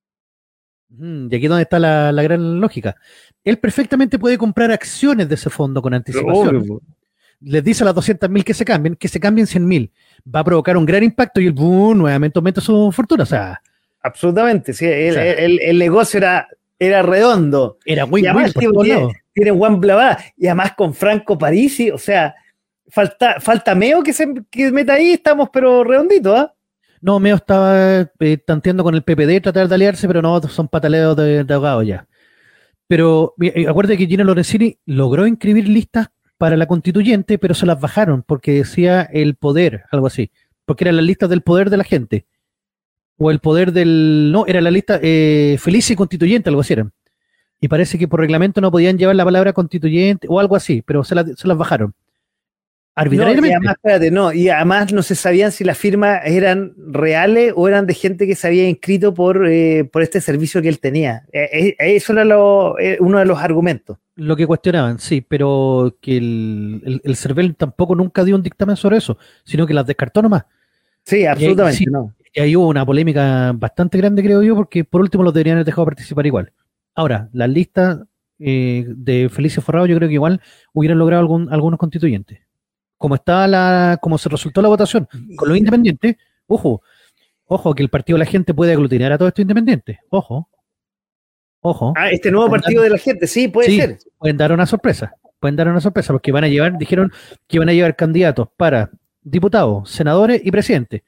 mm, y aquí es donde está la, la gran lógica, él perfectamente puede comprar acciones de ese fondo con anticipación. Obvio. Les dice a las doscientas mil que se cambien, que se cambien cien mil. Va a provocar un gran impacto y el boom nuevamente aumenta su fortuna. O sea, Absolutamente, sí. El, O sea, el- el negocio era, era redondo. era Y win-win además por tipo, todos tiene, lados. tiene Juan Blabá, y además con Franco Parisi, o sea, falta, falta Meo que se que meta ahí, estamos pero redonditos, ¿ah? No, Meo estaba eh, tanteando con el P P D, tratar de aliarse, pero no, son pataleos de, de ahogados ya. Pero eh, acuérdate que Gino Lorenzini logró inscribir listas para la constituyente, pero se las bajaron porque decía el poder, algo así. Porque eran las listas del poder de la gente. O el poder del... No, era la lista eh, feliz y constituyente, algo así eran. Y parece que por reglamento no podían llevar la palabra constituyente o algo así, pero se, la- se las bajaron. No, y Arbitrariamente. además, espérate, no, y además no se sabían si las firmas eran reales o eran de gente que se había inscrito por, eh, por este servicio que él tenía. Eh, eh, eso era lo- eh, uno de los argumentos. Lo que cuestionaban, sí, pero que el, el, el CERVEL tampoco nunca dio un dictamen sobre eso, sino que las descartó nomás. Sí, absolutamente, sí. no. Y ahí hubo una polémica bastante grande, creo yo, porque por último los deberían haber dejado participar igual. Ahora, las listas eh, de Felicio Forrado yo creo que igual hubieran logrado algún, algunos constituyentes. Como está la, como se resultó la votación con los independientes, ojo, ojo, que el partido de la gente puede aglutinar a todos estos independientes. Ojo, ojo. Ah, este nuevo partido de la gente, sí, puede Sí, ser. pueden dar una sorpresa. Pueden dar una sorpresa porque van a llevar, dijeron que van a llevar candidatos para diputados, senadores y presidentes.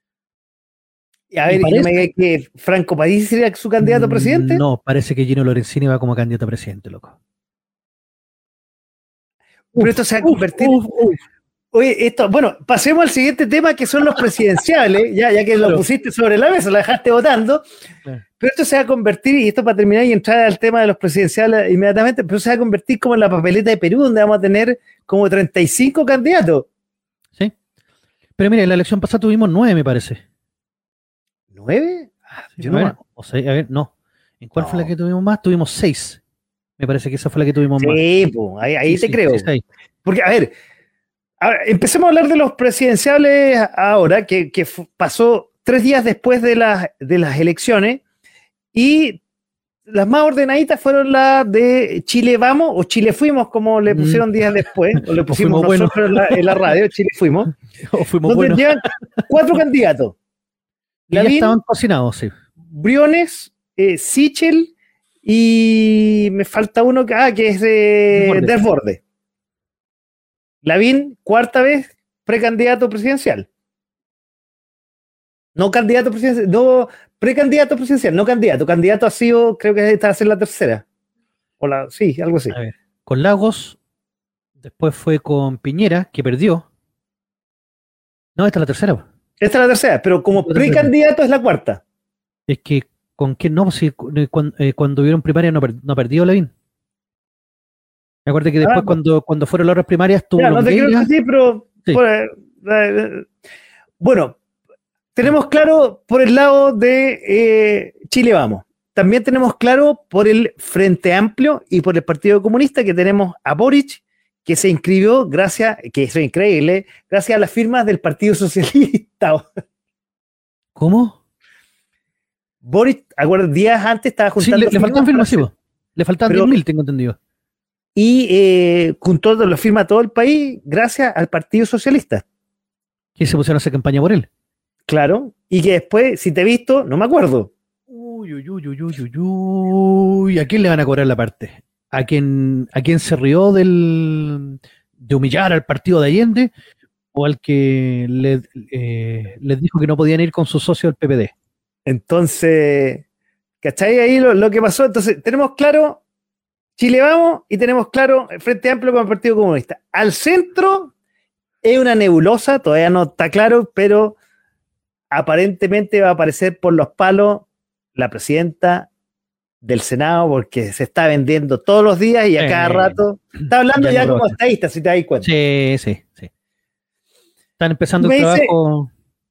Y a ver, Y y no parece- me digas que Franco Parisi sería su candidato a presidente. No, parece que Gino Lorenzini va como candidato a presidente, loco. Pero esto se va a Uf, convertir. uf, uf. Oye, esto, bueno, pasemos al siguiente tema que son los presidenciales, ya, ya que lo Claro. pusiste sobre la mesa, lo dejaste votando. Claro. Pero esto se va a convertir, y esto para terminar y entrar al tema de los presidenciales inmediatamente, pero se va a convertir como en la papeleta de Perú, donde vamos a tener como treinta y cinco candidatos. Sí. Pero mira, en la elección pasada tuvimos nueve, me parece. ¿Nueve? Ah, yo a, no ver, me- o sea, a ver, no. ¿En cuál fue la No. que tuvimos más? Tuvimos seis. Me parece que esa fue la que tuvimos más. Sí, po, ahí, ahí Sí, te sí, creo. sí, seis. Porque, a ver, a ver, empecemos a hablar de los presidenciales ahora, que, que fu- pasó tres días después de las, de las elecciones, y las más ordenaditas fueron las de Chile Vamos o Chile Fuimos, como le Mm. pusieron días después, o le pusimos fuimos nosotros en, la, en la radio, Chile Fuimos, O fuimos donde buenos. llevan cuatro candidatos. Y ya Lavín, estaban cocinados, sí. Briones, eh, Sichel, y me falta uno que, ah, que es de Desbordes. Desborde. Lavín, cuarta vez, precandidato presidencial. No candidato presidencial, no, precandidato presidencial, no candidato. Candidato ha sido, creo que esta va a ser la tercera. O la, sí, algo así. A ver, con Lagos, después fue con Piñera, que perdió. No, esta es la tercera. Esta es la tercera, pero como Otra vez. precandidato es la cuarta. Es que, ¿con qué no? Si, eh, cuando, eh, cuando hubieron primarias no, per- no perdió Lavín. Acuérdate que después, Ah, cuando, cuando fueron las otras primarias, tuvo Ya, no te quiero Longueira. decir, pero. Sí. por, eh, eh, bueno, tenemos claro por el lado de eh, Chile Vamos. También tenemos claro por el Frente Amplio y por el Partido Comunista que tenemos a Boric, que se inscribió gracias, que eso es increíble, gracias a las firmas del Partido Socialista. ¿Cómo? Boric, acuerdo, días antes estaba Sí, juntando le, le faltaban firmas firmas, sí, po. Le faltaban Pero- diez mil, tengo entendido. y eh, juntó lo firma todo el país gracias al Partido Socialista. Que se pusieron a hacer campaña por él. Claro, y que después, si te he visto, no me acuerdo. Uy, uy, uy, uy, uy, uy, uy. ¿A quién le van a cobrar la parte? ¿A quién, a quién se rió del, de humillar al partido de Allende? o al que le, eh, les dijo que no podían ir con su socio del P P D. Entonces, ¿cachai ahí lo, lo que pasó? Entonces, tenemos claro Chile Vamos y tenemos claro el Frente Amplio con el Partido Comunista. Al centro es una nebulosa, todavía no está claro, pero aparentemente va a aparecer por los palos la presidenta del Senado, porque se está vendiendo todos los días y a cada Eh, rato. Está hablando ya ya no como brota. estadista, si te das cuenta. Sí, sí, sí. Están empezando Tú el me dices- trabajo.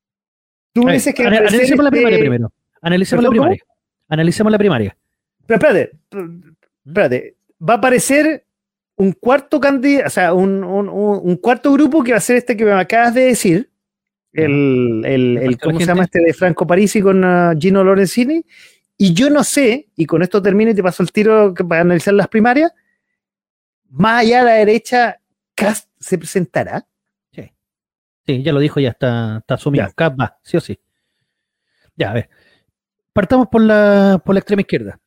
Tú me A ver, dices que ana- aparecer analicemos la este- primaria primero. Analicemos la ¿Perdón, primaria. Analicemos la primaria. Pero espérate, espérate. Va a aparecer un cuarto candidato, o sea, un, un- un- un cuarto grupo que va a ser este que me acabas de decir. El, el, ¿El el- Partido ¿cómo de se la llama Gente? este de Franco Parisi con uh, Gino Lorenzini? Y yo no sé, y con esto termino y te paso el tiro que- para analizar las primarias, más allá a la derecha, ¿Kast se presentará? Sí. Sí, ya lo dijo, ya está, está asumido. Ya. Cap va, sí o sí. Ya, a ver. Partamos por la, por la extrema izquierda.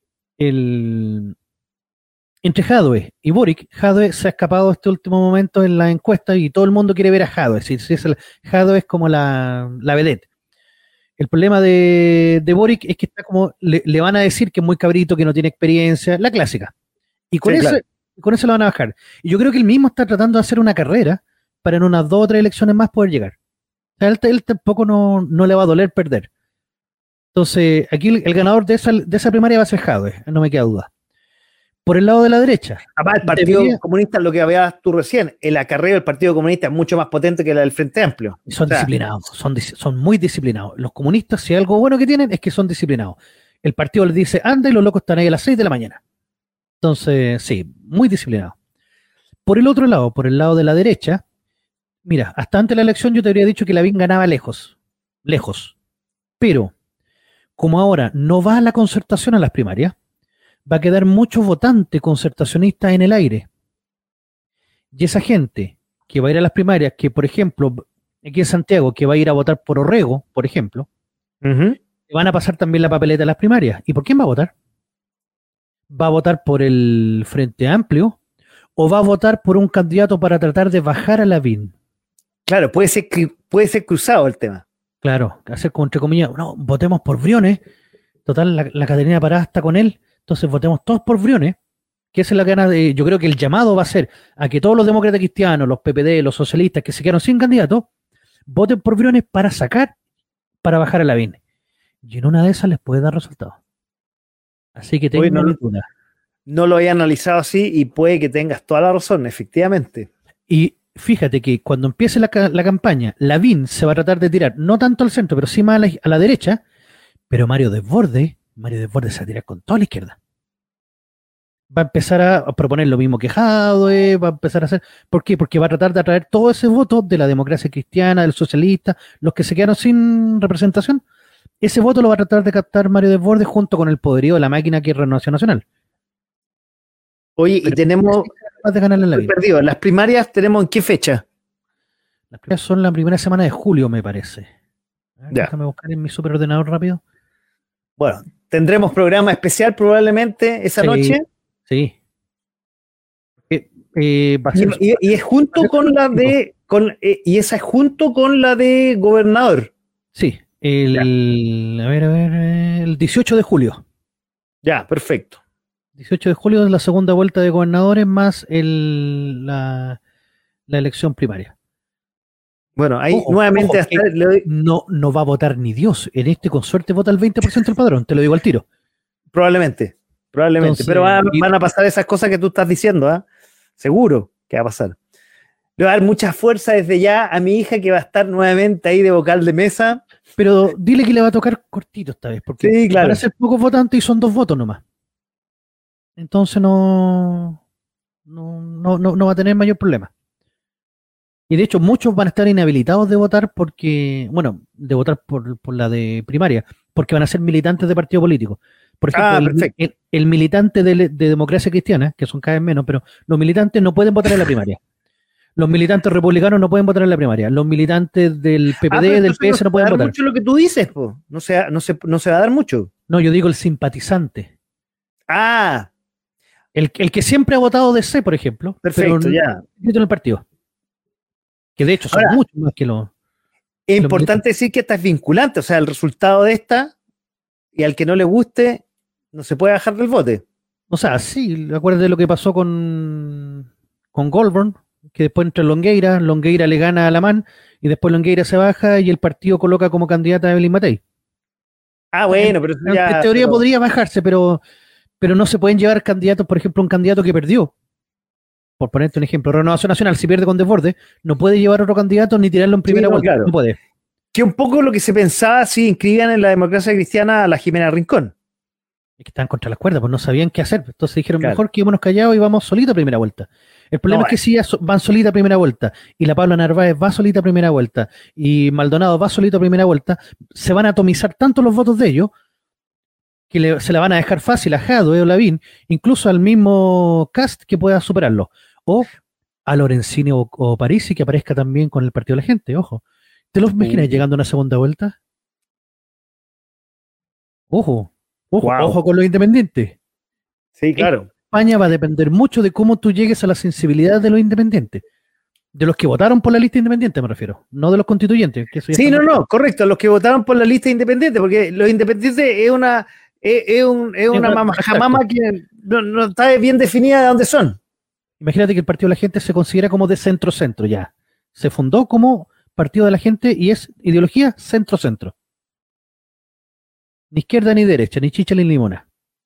El, entre Jadwe y Boric, Jadwe se ha escapado este último momento en la encuesta y todo el mundo quiere ver a Jadwe. Si, si es el, Jadwe es como la, la vedette. El problema de, de Boric es que está como, le, le van a decir que es muy cabrito, que no tiene experiencia, la clásica. Y con, Sí, eso, claro. con eso lo van a bajar. Y yo creo que él mismo está tratando de hacer una carrera para en unas dos o tres elecciones más poder llegar. O sea, él, él tampoco no, no le va a doler perder. Entonces, aquí el, el ganador de esa, de esa primaria va a ser Jadwe, no me queda duda. Por el lado de la derecha, Además, el Partido Debería- Comunista, lo que hablabas tú recién, el acarreo del Partido Comunista es mucho más potente que la del Frente Amplio. son O sea, disciplinados, son, dis- son muy disciplinados. Los comunistas, si hay algo bueno que tienen, es que son disciplinados. El partido les dice, anda, y los locos están ahí a las seis de la mañana. Entonces, sí, muy disciplinados. Por el otro lado, por el lado de la derecha, mira, hasta antes de la elección yo te habría dicho que Lavín ganaba lejos, lejos. Pero, como ahora no va a la concertación a las primarias, va a quedar mucho votante concertacionista en el aire. Y esa gente que va a ir a las primarias, que por ejemplo, aquí en Santiago, que va a ir a votar por Orrego, por ejemplo, ujú. van a pasar también la papeleta a las primarias. ¿Y por quién va a votar? ¿Va a votar por el Frente Amplio o va a votar por un candidato para tratar de bajar a Lavín? Claro, puede ser, cru- puede ser cruzado el tema. Claro, hacer como entre comillas, no, votemos por Briones. Total, la, la Caterina Parada está con él, entonces votemos todos por Briones. Que esa es la gana de. Yo creo que el llamado va a ser a que todos los demócratas cristianos, los P P D, los socialistas que se quedaron sin candidato, voten por Briones para sacar, para bajar a Lavín. Y en una de esas les puede dar resultados. Así que Oye, tengan no- duda. No lo había analizado así y puede que tengas toda la razón, efectivamente. Y fíjate que cuando empiece la, ca- la campaña, Lavín se va a tratar de tirar, no tanto al centro, pero sí más a la, a la derecha, pero Mario Desbordes, Mario Desbordes se va a tirar con toda la izquierda. Va a empezar a proponer lo mismo que Jadwe, va a empezar a hacer. ¿Por qué? Porque va a tratar de atraer todo ese voto de la democracia cristiana, del socialista, los que se quedaron sin representación. Ese voto lo va a tratar de captar Mario Desbordes junto con el poderío de la máquina que es Renovación Nacional. Oye, y Pero- tenemos, Capaz de ganarle en la estoy vida. perdido, las primarias tenemos en qué fecha. Las primeras son la primera semana de julio, me parece. A ver, Ya. déjame buscar en mi superordenador rápido. Bueno, tendremos programa especial probablemente esa Sí. noche. Sí. Eh, eh, va a ser- Y, y- y es junto con la de, con, eh, y esa es junto con la de gobernador. sí, el, a ver, a ver, eh, el dieciocho de julio. Ya, perfecto. dieciocho de julio es la segunda vuelta de gobernadores más el, la, la elección primaria. Bueno, ahí Ojo, nuevamente ojo, hasta que- le doy- No, no va a votar ni Dios. En este, con suerte, vota el veinte por ciento del padrón. Te lo digo al tiro. probablemente, probablemente. Entonces, pero van, y- van a pasar esas cosas que tú estás diciendo, ¿ah? Seguro que va a pasar. Le voy a dar mucha fuerza desde ya a mi hija que va a estar nuevamente ahí de vocal de mesa. Pero dile que le va a tocar cortito esta vez, porque Sí, claro. van a ser pocos votantes y son dos votos nomás. Entonces no, no, no, no, no va a tener mayor problema. Y de hecho, muchos van a estar inhabilitados de votar porque, bueno, de votar por, por la de primaria, porque van a ser militantes de partido político. Por ejemplo, Ah, el, perfecto. el- el militante de, de Democracia Cristiana, que son cada vez menos, pero los militantes no pueden votar en la primaria. Los militantes republicanos no pueden votar en la primaria. Los militantes del P P D, Ah, pero del entonces P S no se va a pueden dar votar. mucho lo que tú dices, po. No se, no, se, no se va a dar mucho. No, yo digo el simpatizante. Ah, El, el que siempre ha votado D C, por ejemplo. perfecto, pero no ya. inscrito en el partido. Que de hecho son Ahora, mucho más que los... Es los importante decir que esta es vinculante, o sea, el resultado de esta, y al que no le guste, no se puede bajar del bote. O sea, sí, acuérdate de lo que pasó con, con Goldborn, que después entra Longueira, Longueira le gana a Alamán, y después Longueira se baja y el partido coloca como candidata a Evelyn Matei. Ah, bueno, pero eso En, ya... en teoría pero- podría bajarse, pero, pero no se pueden llevar candidatos, por ejemplo, un candidato que perdió. Por ponerte un ejemplo, Renovación Nacional, si pierde con Desbordes, no puede llevar otro candidato ni tirarlo en Sí, primera no, vuelta. claro. No puede. Que un poco lo que se pensaba si inscribían en la democracia cristiana a la Jimena Rincón. Es que estaban contra las cuerdas, pues no sabían qué hacer. Entonces dijeron, Claro. mejor quedémonos callados y vamos solito a primera vuelta. El problema No, es que si ya so- van solita a primera vuelta, y la Paula Narváez va solita a primera vuelta, y Maldonado va solito a primera vuelta, se van a atomizar tanto los votos de ellos, que le- se la van a dejar fácil a Jadwe o Lavín, incluso al mismo Cast que pueda superarlo. O a Lorenzini o, o Parisi que aparezca también con el Partido de la Gente, ojo. ¿Te lo imaginas Uh. llegando a una segunda vuelta? Ojo, ojo, Wow. ojo con los independientes. Sí, claro. España va a depender mucho de cómo tú llegues a la sensibilidad de los independientes. De los que votaron por la lista independiente, me refiero. No de los constituyentes. Que eso ya Sí, está no, más- no, correcto. Los que votaron por la lista independiente, porque los independientes es una es, es un- es una una- mama exacto. jamama que no, no está bien definida de dónde son. Imagínate que el Partido de la Gente se considera como de centro-centro ya. Se fundó como Partido de la Gente y es ideología centro-centro. Ni izquierda ni derecha, ni chicha ni limona.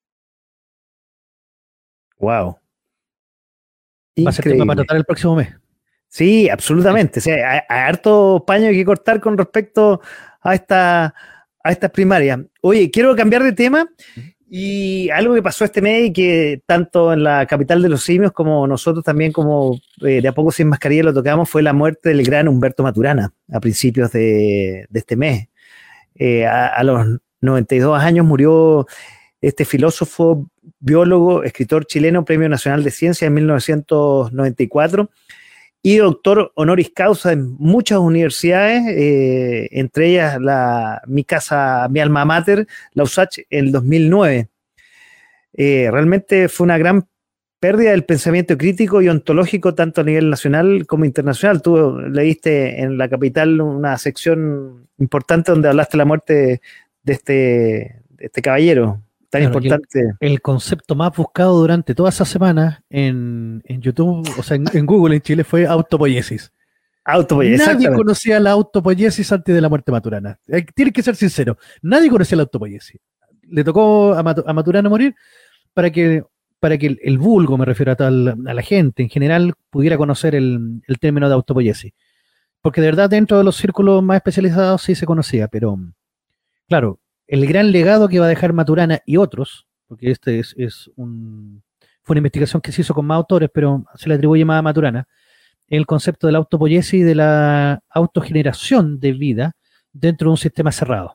Wow. Va a ser tema para tratar el próximo mes. Sí, absolutamente. O sea, hay, hay harto paño que cortar con respecto a esta a estas primarias. Oye, quiero cambiar de tema y algo que pasó este mes y que tanto en la capital de los simios como nosotros también como eh, de a poco sin mascarilla lo tocamos fue la muerte del gran Humberto Maturana a principios de, de este mes. Eh, a, a los noventa y dos años murió este filósofo, biólogo, escritor chileno, Premio Nacional de Ciencia en mil novecientos noventa y cuatro y doctor honoris causa en muchas universidades, eh, entre ellas la, mi casa, mi alma mater, la U S A C, en el dos mil nueve. Eh, realmente fue una gran pérdida del pensamiento crítico y ontológico tanto a nivel nacional como internacional. Tú leíste en La Capital una sección importante donde hablaste de la muerte de este, de este caballero tan Claro, importante. El concepto más buscado durante toda esa semana en, en YouTube, o sea, en, en Google en Chile fue autopoiesis. Autopoiesis, Nadie exactamente. conocía la autopoiesis antes de la muerte de Maturana. Eh, Tienes que ser sincero. Nadie conocía la autopoiesis. Le tocó a, Matu- a Maturana morir para que, para que el, el vulgo, me refiero a, tal, a la gente en general, pudiera conocer el, el término de autopoiesis. Porque de verdad dentro de los círculos más especializados sí se conocía, pero claro, el gran legado que va a dejar Maturana y otros, porque este es, es un, fue una investigación que se hizo con más autores, pero se le atribuye más a Maturana, el concepto de la autopoiesis y de la autogeneración de vida dentro de un sistema cerrado.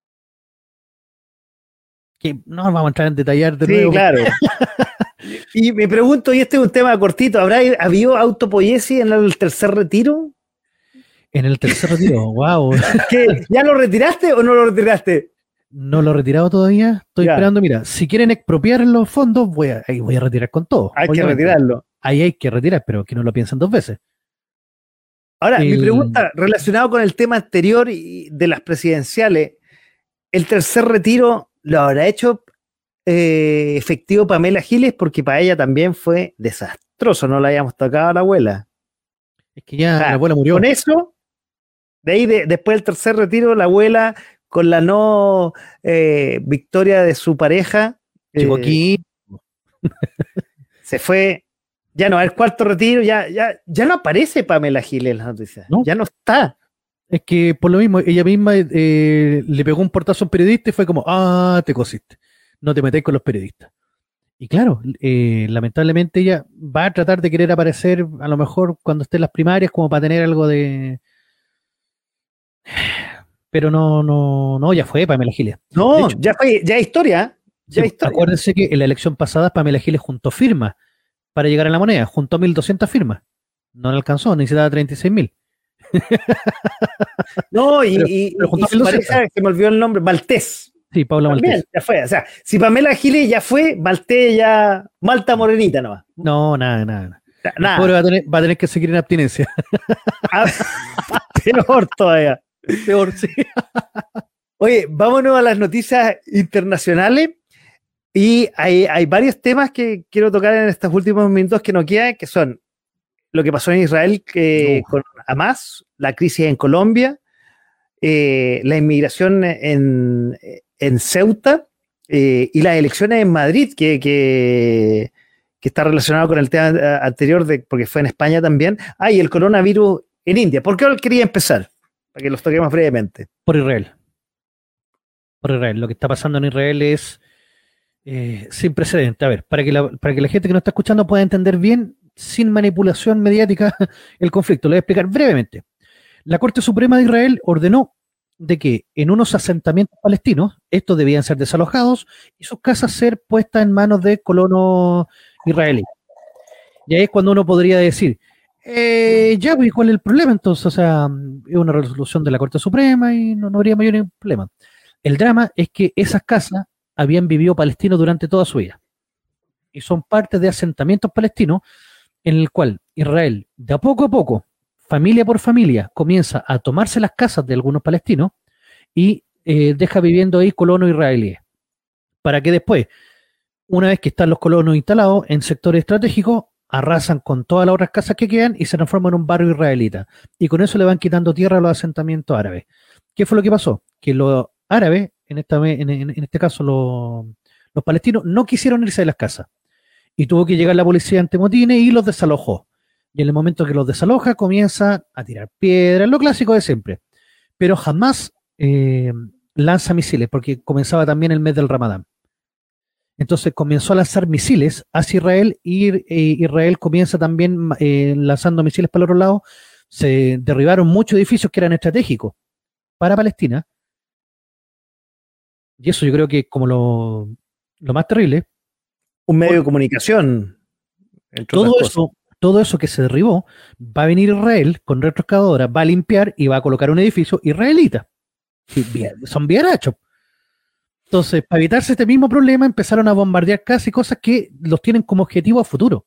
Que no vamos a entrar en detallar de Sí, nuevo. claro. Y me pregunto, y este es un tema cortito, ¿habrá habido autopoiesis en el tercer retiro? En el tercer retiro, wow. ¿Qué, ¿Ya lo retiraste o no lo retiraste? No lo he retirado todavía. Estoy Ya. esperando, mira, si quieren expropiar los fondos, voy a, ahí voy a retirar con todo. Hay obviamente. que retirarlo. Ahí hay que retirar, pero que no lo piensen dos veces. Ahora, mi El- pregunta relacionado con el tema anterior y de las presidenciales, ¿el tercer retiro lo habrá hecho eh, efectivo Pamela Giles? Porque para ella también fue desastroso, no la habíamos tocado a la abuela. Es que ya Ah, la abuela murió. Con eso, de ahí de- después del tercer retiro, la abuela, con la no eh, victoria de su pareja, Llegó eh, aquí. se fue. Ya no, el cuarto retiro, ya, ya, ya no aparece Pamela Giles en las noticias. No. Ya no está. Es que por lo mismo, ella misma eh, le pegó un portazo a un periodista y fue como, ah, te cosiste. No te metés con los periodistas. Y claro, eh, lamentablemente ella va a tratar de querer aparecer a lo mejor cuando esté en las primarias como para tener algo de... Pero no, no, no, ya fue Pamela Giles. De No, hecho, ya fue, ya es historia. ¿eh? Ya sí, es historia. acuérdense que en la elección pasada Pamela Giles juntó firmas para llegar a la moneda, juntó mil doscientas firmas. No le alcanzó, necesitaba treinta y seis mil. No, y, Pero- y- pero y junto a su mil pareja, doscientos. se me olvidó el nombre, Maltés. Sí, Paula También, Maltés. ya fue. O sea, si Pamela Giles ya fue, Maltés ya, Malta Morenita nomás. No, nada, nada. nada. Nada. Pobre va a, tener, va a tener que seguir en abstinencia. Ah, peor todavía. Peor, sí. Oye, vámonos a las noticias internacionales. Y hay, hay varios temas que quiero tocar en estos últimos minutos que nos quedan, que son lo que pasó en Israel que, con Hamas, la crisis en Colombia, eh, la inmigración en, en Ceuta eh, y las elecciones en Madrid, que, que, que está relacionado con el tema anterior, de, porque fue en España también. Ah, y el coronavirus en India. ¿Por qué quería empezar? Para que los toquemos brevemente. Por Israel. Por Israel. Lo que está pasando en Israel es eh, sin precedente. A ver, para que, la, para que la gente que nos está escuchando pueda entender bien, sin manipulación mediática, el conflicto. Lo voy a explicar brevemente. La Corte Suprema de Israel ordenó de que en unos asentamientos palestinos, estos debían ser desalojados y sus casas ser puestas en manos de colonos israelíes. Y ahí es cuando uno podría decir, eh, ya, pues, ¿cuál es el problema? Entonces, o sea, es una resolución de la Corte Suprema y no, no habría mayor problema. El drama es que esas casas habían vivido palestinos durante toda su vida y son parte de asentamientos palestinos en el cual Israel, de a poco a poco, familia por familia, comienza a tomarse las casas de algunos palestinos y eh, deja viviendo ahí colonos israelíes. Para que después, una vez que están los colonos instalados en sectores estratégicos, arrasan con todas las otras casas que quedan y se transforman en un barrio israelita. Y con eso le van quitando tierra a los asentamientos árabes. ¿Qué fue lo que pasó? Que los árabes, en, esta, en, en, en este caso los, los palestinos, no quisieron irse de las casas. Y tuvo que llegar la policía ante motines y los desalojó. Y en el momento que los desaloja, comienza a tirar piedras, lo clásico de siempre. Pero jamás eh, lanza misiles, porque comenzaba también el mes del Ramadán. Entonces comenzó a lanzar misiles hacia Israel y eh, Israel comienza también eh, lanzando misiles para el otro lado. Se derribaron muchos edificios que eran estratégicos para Palestina. Y eso yo creo que es como lo, lo más terrible. Un medio de comunicación. Todo eso, todo eso que se derribó, va a venir Israel con retroexcavadora, va a limpiar y va a colocar un edificio israelita. Sí, bien, son bien hechos. Entonces, para evitarse este mismo problema, empezaron a bombardear casi cosas que los tienen como objetivo a futuro.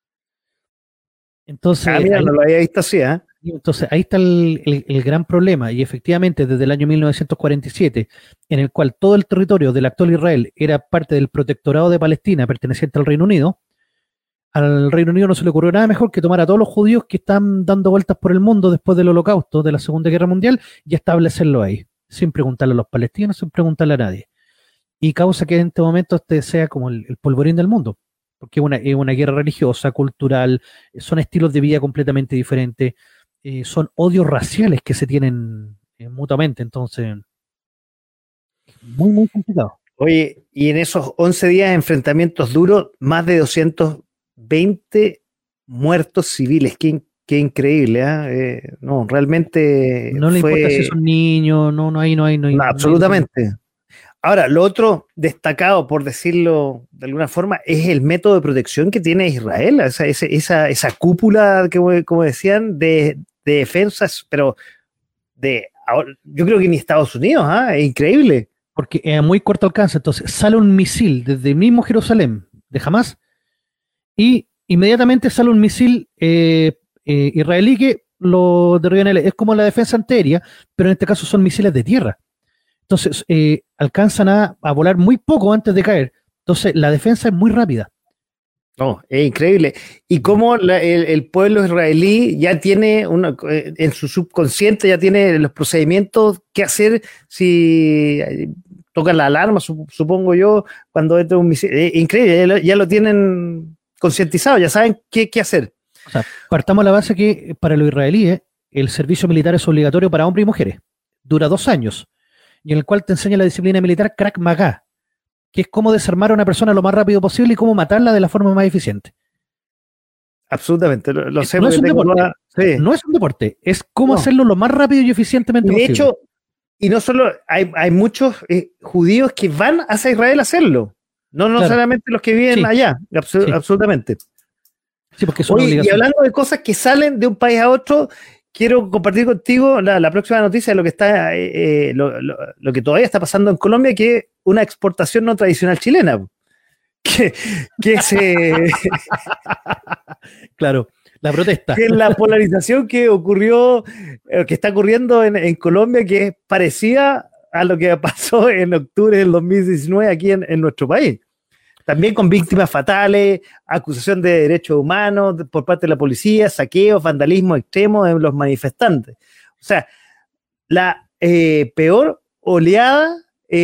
Entonces, ah, mira, ahí, no lo había visto así, ¿eh? Entonces, ahí está el, el, el gran problema. Y efectivamente, desde el año mil novecientos cuarenta y siete, en el cual todo el territorio del actual Israel era parte del protectorado de Palestina, perteneciente al Reino Unido, al Reino Unido no se le ocurrió nada mejor que tomar a todos los judíos que están dando vueltas por el mundo después del Holocausto, de la Segunda Guerra Mundial, y establecerlo ahí, sin preguntarle a los palestinos, sin preguntarle a nadie. Y causa que en este momento este sea como el, el polvorín del mundo, porque es una, es una guerra religiosa, cultural, son estilos de vida completamente diferentes, eh, son odios raciales que se tienen eh, mutuamente, entonces muy, muy complicado. Oye, y en esos once días de enfrentamientos duros, más de doscientos veinte muertos civiles, qué, qué increíble, ¿eh? Eh, no, realmente no le fue... importa si son niños, no, no hay, no hay, no hay, no, absolutamente. No hay... Ahora, lo otro destacado, por decirlo de alguna forma, es el método de protección que tiene Israel, esa, esa, esa, esa cúpula, que, como decían, de, de defensas, pero de ahora, yo creo que ni Estados Unidos, ¿eh? Es increíble. Porque es a muy corto alcance, entonces sale un misil desde mismo Jerusalén, de Hamas, y inmediatamente sale un misil eh, eh, israelí que lo derriba. Es como la defensa antiaérea, pero en este caso son misiles de tierra. Entonces, eh, alcanzan a, a volar muy poco antes de caer. Entonces, la defensa es muy rápida. No, es increíble. Y cómo la, el, el pueblo israelí ya tiene, una, en su subconsciente, ya tiene los procedimientos que hacer si tocan la alarma, supongo yo, cuando entra un misil. Es increíble, ya lo, ya lo tienen concientizado, ya saben qué, qué hacer. O sea, partamos a la base que para los israelíes el servicio militar es obligatorio para hombres y mujeres. Dura dos años. Y en el cual te enseña la disciplina militar Krav Maga, que es cómo desarmar a una persona lo más rápido posible y cómo matarla de la forma más eficiente. Absolutamente, lo, lo sé. No es, un deporte, una... sí. no es un deporte, es cómo no. hacerlo lo más rápido y eficientemente y de posible. De hecho, y no solo, hay, hay muchos eh, judíos que van hacia Israel a hacerlo, no, no claro. solamente los que viven sí. allá, abso sí. absolutamente. Sí, porque es una Oye, obligación. Y hablando de cosas que salen de un país a otro, quiero compartir contigo la, la próxima noticia de lo que está, eh, lo, lo, lo que todavía está pasando en Colombia, que es una exportación no tradicional chilena, que, que se... Claro, la protesta. Que la polarización que ocurrió, eh, que está ocurriendo en, en Colombia, que es parecida a lo que pasó en octubre del dos mil diecinueve aquí en, en nuestro país. También con víctimas fatales, acusación de derechos humanos por parte de la policía, saqueos, vandalismo extremo de los manifestantes. O sea, la eh, peor oleada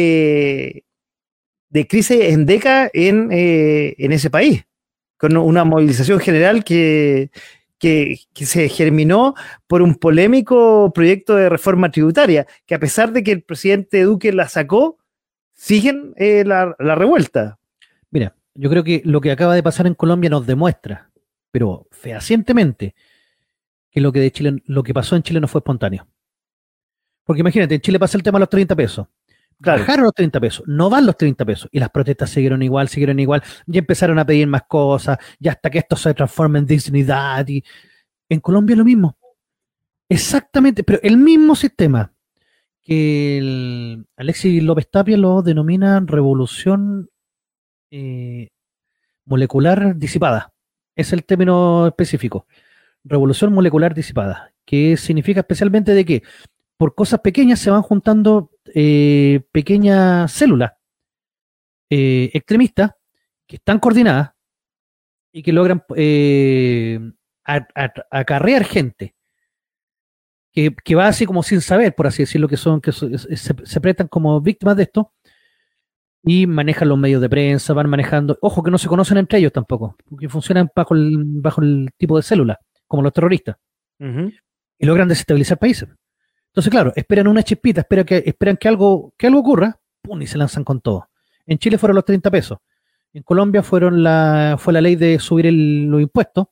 eh, de crisis en décadas en, eh, en ese país, con una movilización general que, que, que se germinó por un polémico proyecto de reforma tributaria, que a pesar de que el presidente Duque la sacó, siguen eh, la, la revuelta. Mira, yo creo que lo que acaba de pasar en Colombia nos demuestra, pero fehacientemente, que lo que, de Chile, lo que pasó en Chile no fue espontáneo. Porque imagínate, en Chile pasa el tema de los treinta pesos. Claro. Bajaron los treinta pesos, no van los treinta pesos. Y las protestas siguieron igual, siguieron igual. Ya empezaron a pedir más cosas, ya hasta que esto se transforme en dignidad. Y en Colombia lo mismo. Exactamente, pero el mismo sistema que el Alexis López Tapia lo denomina revolución eh, molecular disipada. Es el término específico. Revolución molecular disipada. Que significa especialmente de que por cosas pequeñas se van juntando eh, pequeñas células eh, extremistas que están coordinadas y que logran eh, a, a, acarrear gente que, que va así como sin saber, por así decirlo, que son que so, se, se prestan como víctimas de esto y manejan los medios de prensa, van manejando, ojo que no se conocen entre ellos tampoco, porque funcionan bajo el, bajo el tipo de célula, como los terroristas, uh-huh. y logran desestabilizar países. Entonces, claro, esperan una chispita, esperan que, esperan que algo, que algo ocurra, ¡pum! Y se lanzan con todo. En Chile fueron los treinta pesos. En Colombia fueron la, fue la ley de subir el, los impuestos,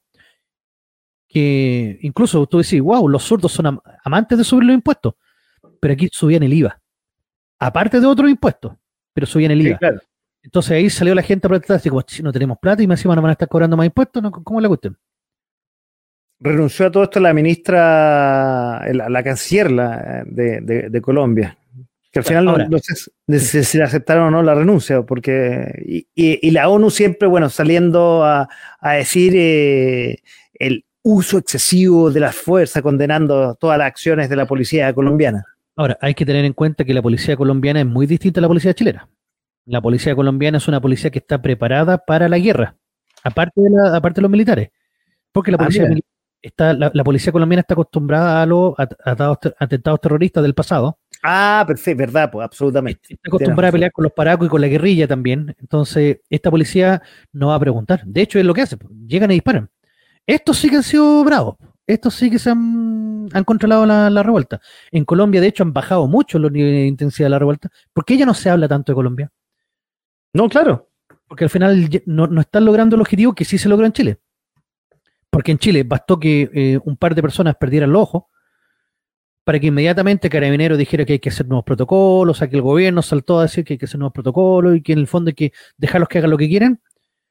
que incluso tú decís, wow, los zurdos son am amantes de subir los impuestos, pero aquí subían el I V A. Aparte de otros impuestos, pero subían el I V A. Sí, claro. Entonces ahí salió la gente a protestar, así como, si no tenemos plata y más encima nos van a estar cobrando más impuestos, ¿no? ¿Cómo le cuestión? Renunció a todo esto la ministra, la, la canciller la, de, de, de Colombia, que al final Ahora, no, no sé si le aceptaron o no la renuncia, porque y, y, y la ONU siempre, bueno, saliendo a, a decir eh, el uso excesivo de la fuerza, condenando todas las acciones de la policía colombiana. Ahora, hay que tener en cuenta que la policía colombiana es muy distinta a la policía chilena. La policía colombiana es una policía que está preparada para la guerra, aparte de, la, aparte de los militares, porque la policía ah, Está, la, la policía colombiana está acostumbrada a los atentados terroristas del pasado. Ah, perfecto, verdad, pues absolutamente. Está acostumbrada a pelear con los paracos y con la guerrilla también. Entonces, esta policía no va a preguntar. De hecho, es lo que hace. Llegan y disparan. Estos sí que han sido bravos. Estos sí que se han, han controlado la, la revuelta. En Colombia, de hecho, han bajado mucho los niveles de intensidad de la revuelta. ¿Por qué ya no se habla tanto de Colombia? No, claro. Porque al final no, no están logrando el objetivo que sí se logró en Chile. Porque en Chile bastó que eh, un par de personas perdieran los ojos para que inmediatamente Carabineros dijera que hay que hacer nuevos protocolos, o sea, que el gobierno saltó a decir que hay que hacer nuevos protocolos y que en el fondo hay que dejarlos que hagan lo que quieran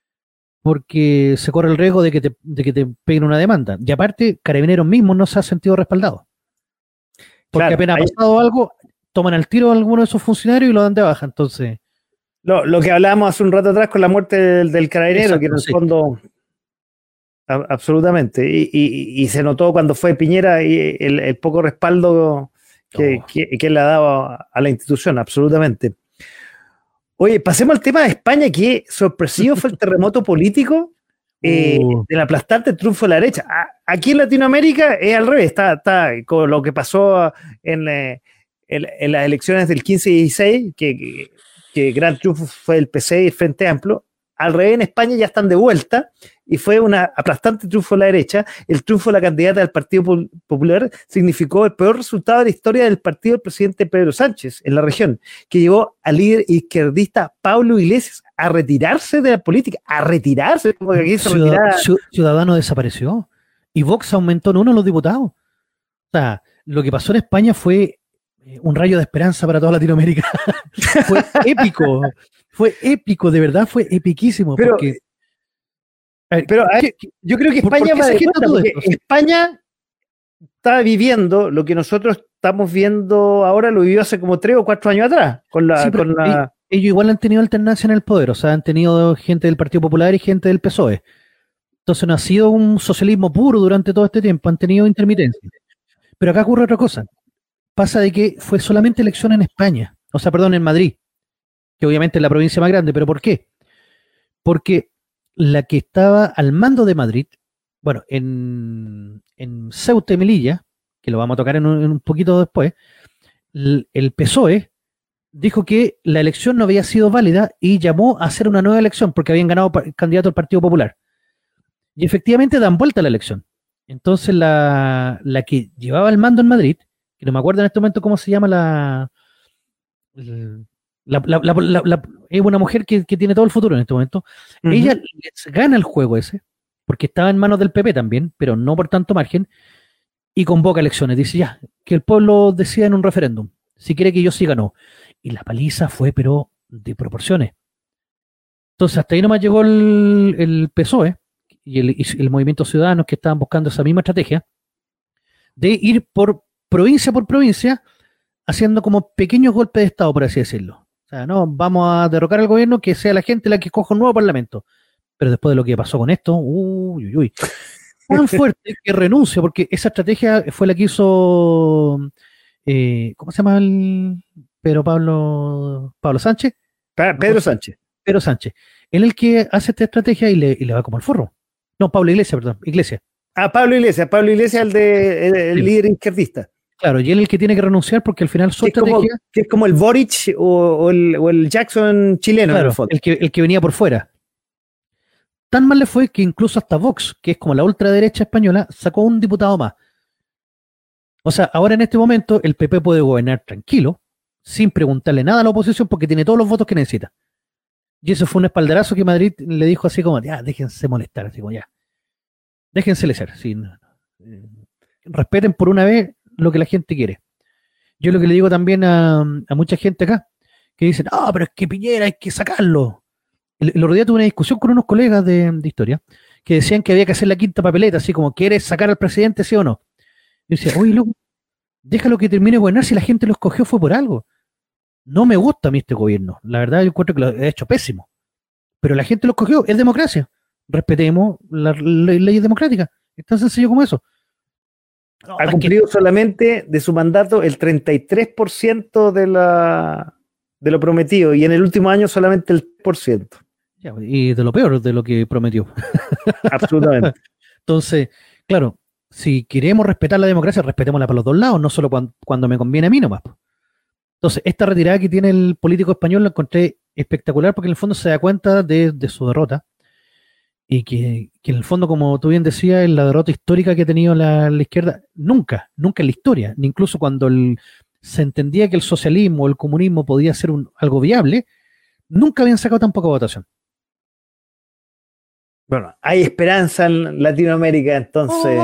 porque se corre el riesgo de que te, de que te peguen una demanda. Y aparte, Carabineros mismos no se ha sentido respaldado. Porque claro, apenas ha pasado algo, toman al tiro a alguno de esos funcionarios y lo dan de baja. Entonces, lo, lo que hablábamos hace un rato atrás con la muerte del, del Carabinero, exacto, que en el sí. fondo... Absolutamente, y, y, y se notó cuando fue Piñera y el, el poco respaldo que, oh. que, que le ha dado a, a la institución, absolutamente. Oye, pasemos al tema de España, que sorpresivo fue el terremoto político eh, uh. del aplastante triunfo de la derecha. A, aquí en Latinoamérica es al revés, está, está con lo que pasó en, eh, en, en las elecciones del quince y dieciséis, que, que, que gran triunfo fue el P C y el Frente Amplio. Al revés, en España ya están de vuelta y fue un aplastante triunfo de la derecha. El triunfo de la candidata del Partido Popular significó el peor resultado de la historia del partido del presidente Pedro Sánchez en la región, que llevó al líder izquierdista Pablo Iglesias a retirarse de la política, a retirarse. Como que aquí se Ciudad, Ciudadano desapareció y Vox aumentó en uno los diputados. O sea, lo que pasó en España fue un rayo de esperanza para toda Latinoamérica. Fue épico. Fue épico, de verdad fue epiquísimo. Pero, porque, ver, pero ver, yo creo que España va de cuenta, porque España está viviendo lo que nosotros estamos viendo ahora, lo vivió hace como tres o cuatro años atrás, con la, sí, con la, ellos igual han tenido alternancia en el poder, o sea, han tenido gente del Partido Popular y gente del P S O E. Entonces no ha sido un socialismo puro durante todo este tiempo, han tenido intermitencia. Pero acá ocurre otra cosa. Pasa de que fue solamente elección en España, o sea, perdón, en Madrid, que obviamente es la provincia más grande, pero ¿por qué? Porque la que estaba al mando de Madrid, bueno, en, en Ceuta y Melilla, que lo vamos a tocar en un, en un poquito después, el, el P S O E dijo que la elección no había sido válida y llamó a hacer una nueva elección porque habían ganado pa- candidato al Partido Popular. Y efectivamente dan vuelta a la elección. Entonces la, la que llevaba el mando en Madrid, que no me acuerdo en este momento cómo se llama la... la, la- la- la- la- es una mujer que, que tiene todo el futuro en este momento. Ujú. Ella les gana el juego ese, porque estaba en manos del P P también, pero no por tanto margen, y convoca elecciones. Dice ya, que el pueblo decida en un referéndum, si quiere que yo siga o no. Y la paliza fue, pero de proporciones. Entonces, hasta ahí nomás llegó el, el P S O E y el, y el Movimiento Ciudadanos que estaban buscando esa misma estrategia de ir por provincia por provincia haciendo como pequeños golpes de Estado, por así decirlo. O sea, no, vamos a derrocar al gobierno, que sea la gente la que escoja un nuevo parlamento. Pero después de lo que pasó con esto, uy, uy, uy, tan fuerte que renuncia, porque esa estrategia fue la que hizo, eh, ¿cómo se llama el Pedro Pablo, Pablo Sánchez? Pa- Pedro Sánchez. Pedro Sánchez, en el que hace esta estrategia y le, y le va como el forro. No, Pablo Iglesias, perdón, Iglesias. Ah, Pablo Iglesias, Pablo Iglesias, el, de, el, el Sí. líder izquierdista. Claro, y él es el que tiene que renunciar porque al final su Que es, como, estrategia, que es como el Boric o, o el, o el Jackson chileno, en claro, el fondo. el que, el que venía por fuera. Tan mal le fue que incluso hasta Vox, que es como la ultraderecha española, sacó un diputado más. O sea, ahora en este momento el P P puede gobernar tranquilo, sin preguntarle nada a la oposición porque tiene todos los votos que necesita. Y eso fue un espaldarazo que Madrid le dijo así como, ya, déjense molestar, así como ya. Déjense ser, sí, no, no. Eh, respeten por una vez lo que la gente quiere. Yo lo que le digo también a, a mucha gente acá, que dicen, ah, pero es que Piñera hay que sacarlo. El, el otro día tuve una discusión con unos colegas de, de historia que decían que había que hacer la quinta papeleta, así como, ¿quieres sacar al presidente, sí o no? Yo decía, oye, loco, déjalo que termine de gobernar si la gente lo escogió fue por algo. No me gusta a mí este gobierno. La verdad, yo encuentro que lo he hecho pésimo. Pero la gente lo escogió, es democracia. Respetemos las le- leyes democráticas. Es tan sencillo como eso. No, Ha es que- cumplido solamente de su mandato el treinta y tres por ciento de, la, de lo prometido y en el último año solamente el tres por ciento. ya, y de lo peor de lo que prometió. Absolutamente. Entonces, claro, si queremos respetar la democracia, respetémosla para los dos lados, no solo cuan- cuando me conviene a mí nomás. po. Entonces, esta retirada que tiene el político español la encontré espectacular porque en el fondo se da cuenta de, de su derrota y que, que en el fondo, como tú bien decías, es la derrota histórica que ha tenido la, la izquierda. Nunca, nunca en la historia, ni incluso cuando el- se entendía que el socialismo o el comunismo podía ser un- algo viable, nunca habían sacado tan poca votación. Bueno, hay esperanza en Latinoamérica, entonces.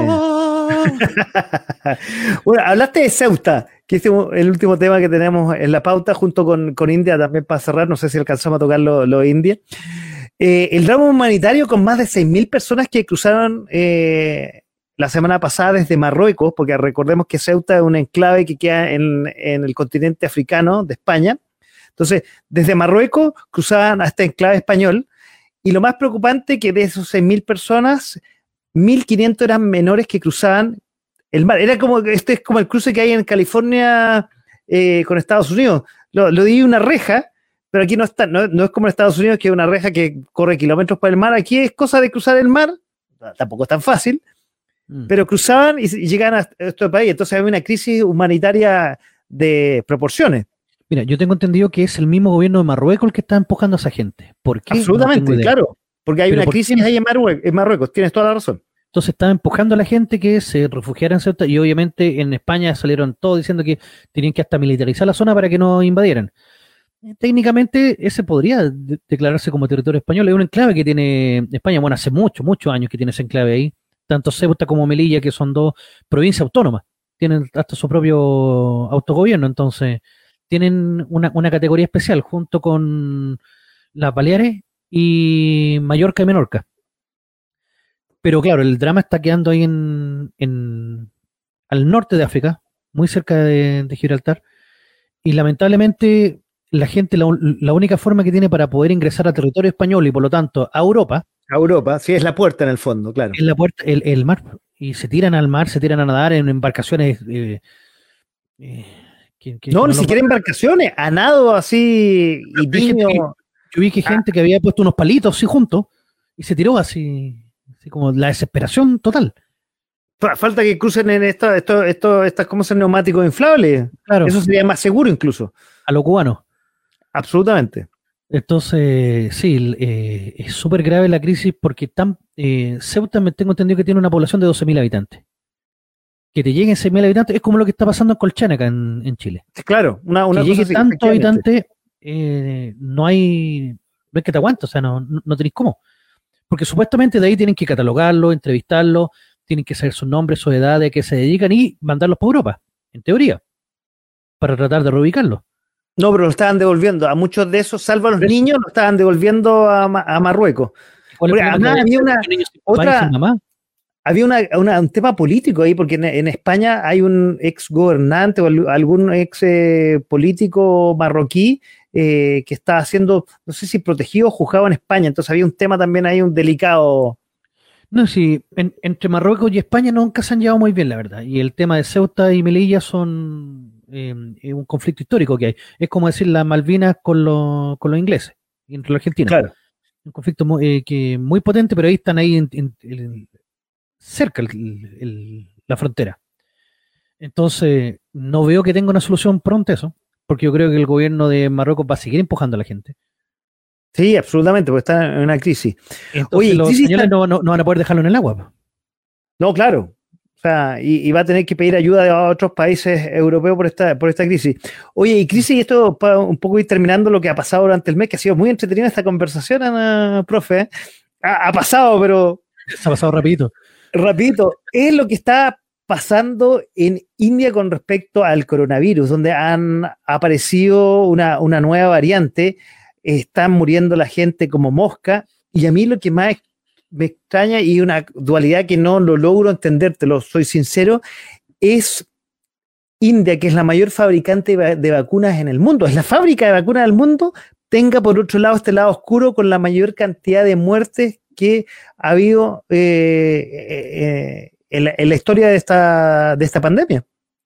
Bueno, hablaste de Ceuta, que es el último tema que tenemos en la pauta, junto con, con India también para cerrar. No sé si alcanzamos a tocar lo, lo de India. Eh, el drama humanitario con más de seis mil personas que cruzaron eh, la semana pasada desde Marruecos, porque recordemos que Ceuta es un enclave que queda en, en el continente africano de España. Entonces, desde Marruecos cruzaban a este enclave español. Y lo más preocupante que de esos seis mil personas, mil quinientos eran menores que cruzaban el mar. Era como, este es como el cruce que hay en California eh, con Estados Unidos. Lo, lo di una reja, pero aquí no está, no, no es como en Estados Unidos, que es una reja que corre kilómetros por el mar. Aquí es cosa de cruzar el mar, tampoco es tan fácil, Mm. pero cruzaban y, y llegaban a este país. Entonces había una crisis humanitaria de proporciones. Mira, yo tengo entendido que es el mismo gobierno de Marruecos el que está empujando a esa gente. ¿Por qué? No Absolutamente, tengo idea. claro, porque hay Pero una ¿por crisis qué? ahí en Marruecos, en Marruecos, tienes toda la razón. Entonces estaba empujando a la gente que se refugiara en Ceuta y obviamente en España salieron todos diciendo que tenían que hasta militarizar la zona para que no invadieran. Técnicamente ese podría de- declararse como territorio español. Es un enclave que tiene España, bueno, hace muchos, muchos años que tiene ese enclave ahí. Tanto Ceuta como Melilla, que son dos provincias autónomas, tienen hasta su propio autogobierno, entonces tienen una, una categoría especial junto con las Baleares y Mallorca y Menorca. Pero claro, el drama está quedando ahí en, en- al norte de África, muy cerca de, de Gibraltar, y lamentablemente la gente, la, la única forma que tiene para poder ingresar a territorio español y por lo tanto a Europa, A Europa, sí, es la puerta en el fondo, claro. es la puerta, el, el mar. Y se tiran al mar, se tiran a nadar en embarcaciones. Eh, eh, que- que- No, que ni los siquiera matan. embarcaciones, a nado así y Hay gente que- niño. Yo vi que Ah. gente que había puesto unos palitos así juntos y se tiró así, así como la desesperación total. Fa- Falta que crucen en esto, esto, esto, estas, ¿cómo son neumáticos inflables? Claro, Eso sería más seguro incluso. a los cubanos. Absolutamente. Entonces, sí, el, eh, es súper grave la crisis porque tan, eh, Ceuta, me tengo entendido que tiene una población de doce mil habitantes. Que te lleguen seis mil habitantes es como lo que está pasando en Colchana acá en, en Chile. Claro, una, una Que cosa llegue así, tanto efectivamente. habitante, eh, no hay, no es que te aguante, o sea, no, no, no tenéis cómo. Porque supuestamente de ahí tienen que catalogarlo, entrevistarlo, tienen que saber sus nombres, sus edades, a qué se dedican y mandarlos para Europa, en teoría, para tratar de reubicarlos. No, pero lo estaban devolviendo. A muchos de esos, salvo a los Pero- niños, lo estaban devolviendo a, Ma- a Marruecos. ¿Cuál es el Porque problema? además Que había una- los niños sin papá y otra- sin mamá. Había una, una- un tema político ahí, porque en, en España hay un ex gobernante o al- algún ex eh, político marroquí eh, que está haciendo, no sé si protegido o juzgado en España. Entonces había un tema también ahí, un delicado. No, sí, en- entre Marruecos y España nunca se han llevado muy bien, la verdad. Y el tema de Ceuta y Melilla son eh, eh, un conflicto histórico que hay. Es como decir las Malvinas con, los con los ingleses, y entre la Argentina. Claro. Un conflicto muy, eh, que muy potente, pero ahí están ahí en- en- en- cerca el- el- la frontera. Entonces, no veo que tenga una solución pronta eso, porque yo creo que el gobierno de Marruecos va a seguir empujando a la gente. Sí, absolutamente, porque está en una crisis. Entonces, Oye, los crisis españoles tan- no, no- no van a poder dejarlo en el agua. No, claro. O sea, y, y va a tener que pedir ayuda de otros países europeos por esta, por esta crisis. Oye, y crisis, y esto para un poco ir terminando lo que ha pasado durante el mes, que ha sido muy entretenida esta conversación, Ana, profe. ¿eh? Ha, ha pasado, pero Se ha pasado rapidito. rapidito, es lo que está pasando en India con respecto al coronavirus, donde han aparecido una, una nueva variante, están muriendo la gente como mosca, y a mí lo que más me extraña y una dualidad que no lo logro entender, te lo soy sincero, es India, que es la mayor fabricante de, va- de vacunas en el mundo, es la fábrica de vacunas del mundo, tenga por otro lado este lado oscuro con la mayor cantidad de muertes que ha habido eh, eh, en, la, en la historia de esta, de esta pandemia.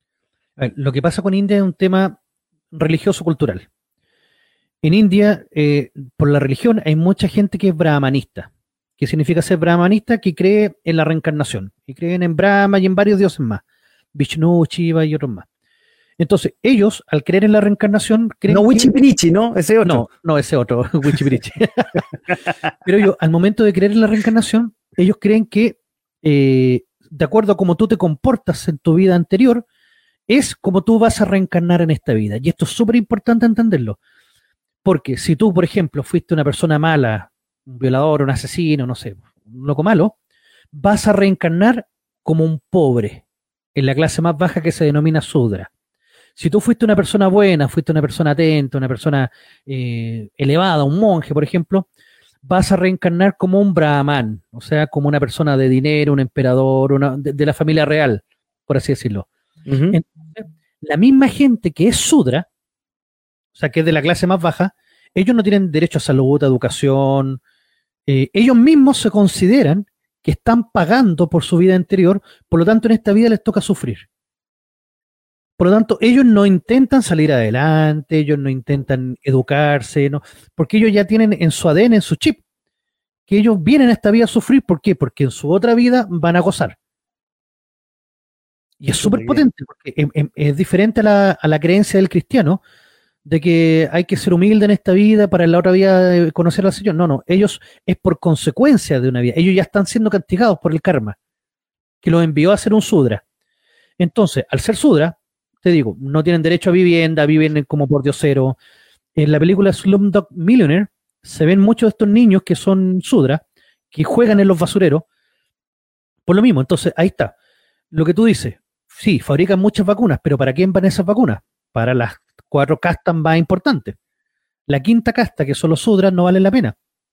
A ver, lo que pasa con India es un tema religioso-cultural. En India, eh, por la religión, hay mucha gente que es brahmanista. ¿Qué significa ser brahmanista? Que cree en la reencarnación. Y creen en Brahma y en varios dioses más. Vishnu, Shiva y otros más. Entonces, ellos, al creer en la reencarnación, creen No que- Wichipirichi, ¿no? Ese otro. No, no, ese otro, Wichipirichi. Pero ellos, al momento de creer en la reencarnación, ellos creen que, eh, de acuerdo a cómo tú te comportas en tu vida anterior, es como tú vas a reencarnar en esta vida. Y esto es súper importante entenderlo. Porque si tú, por ejemplo, fuiste una persona mala, un violador, un asesino, no sé, un loco malo, vas a reencarnar como un pobre, en la clase más baja que se denomina Sudra. Si tú fuiste una persona buena, fuiste una persona atenta, una persona eh, elevada, un monje, por ejemplo, vas a reencarnar como un brahman, o sea, como una persona de dinero, un emperador, una, de, de la familia real, por así decirlo. Uh-huh. Entonces, la misma gente que es Sudra, o sea, que es de la clase más baja, ellos no tienen derecho a salud, a educación, eh, ellos mismos se consideran que están pagando por su vida anterior, por lo tanto en esta vida les toca sufrir. Por lo tanto, ellos no intentan salir adelante, ellos no intentan educarse, ¿no? Porque ellos ya tienen en su A D N, en su chip, que ellos vienen a esta vida a sufrir. ¿Por qué? Porque en su otra vida van a gozar. Y es súper potente, porque es, es, es diferente a la, a la creencia del cristiano, de que hay que ser humilde en esta vida para en la otra vida conocer al Señor. No, no, ellos es por consecuencia de una vida. Ellos ya están siendo castigados por el karma, que los envió a ser un Sudra. Entonces, al ser Sudra, te digo, no tienen derecho a vivienda, viven como por diosero. En la película Slumdog Millionaire se ven muchos de estos niños que son Sudra, que juegan en los basureros, por lo mismo. Entonces, ahí está. Lo que tú dices, sí, fabrican muchas vacunas, pero ¿para quién van esas vacunas? Para las cuatro castas más importantes. La quinta casta, que son los Sudras, no vale la pena.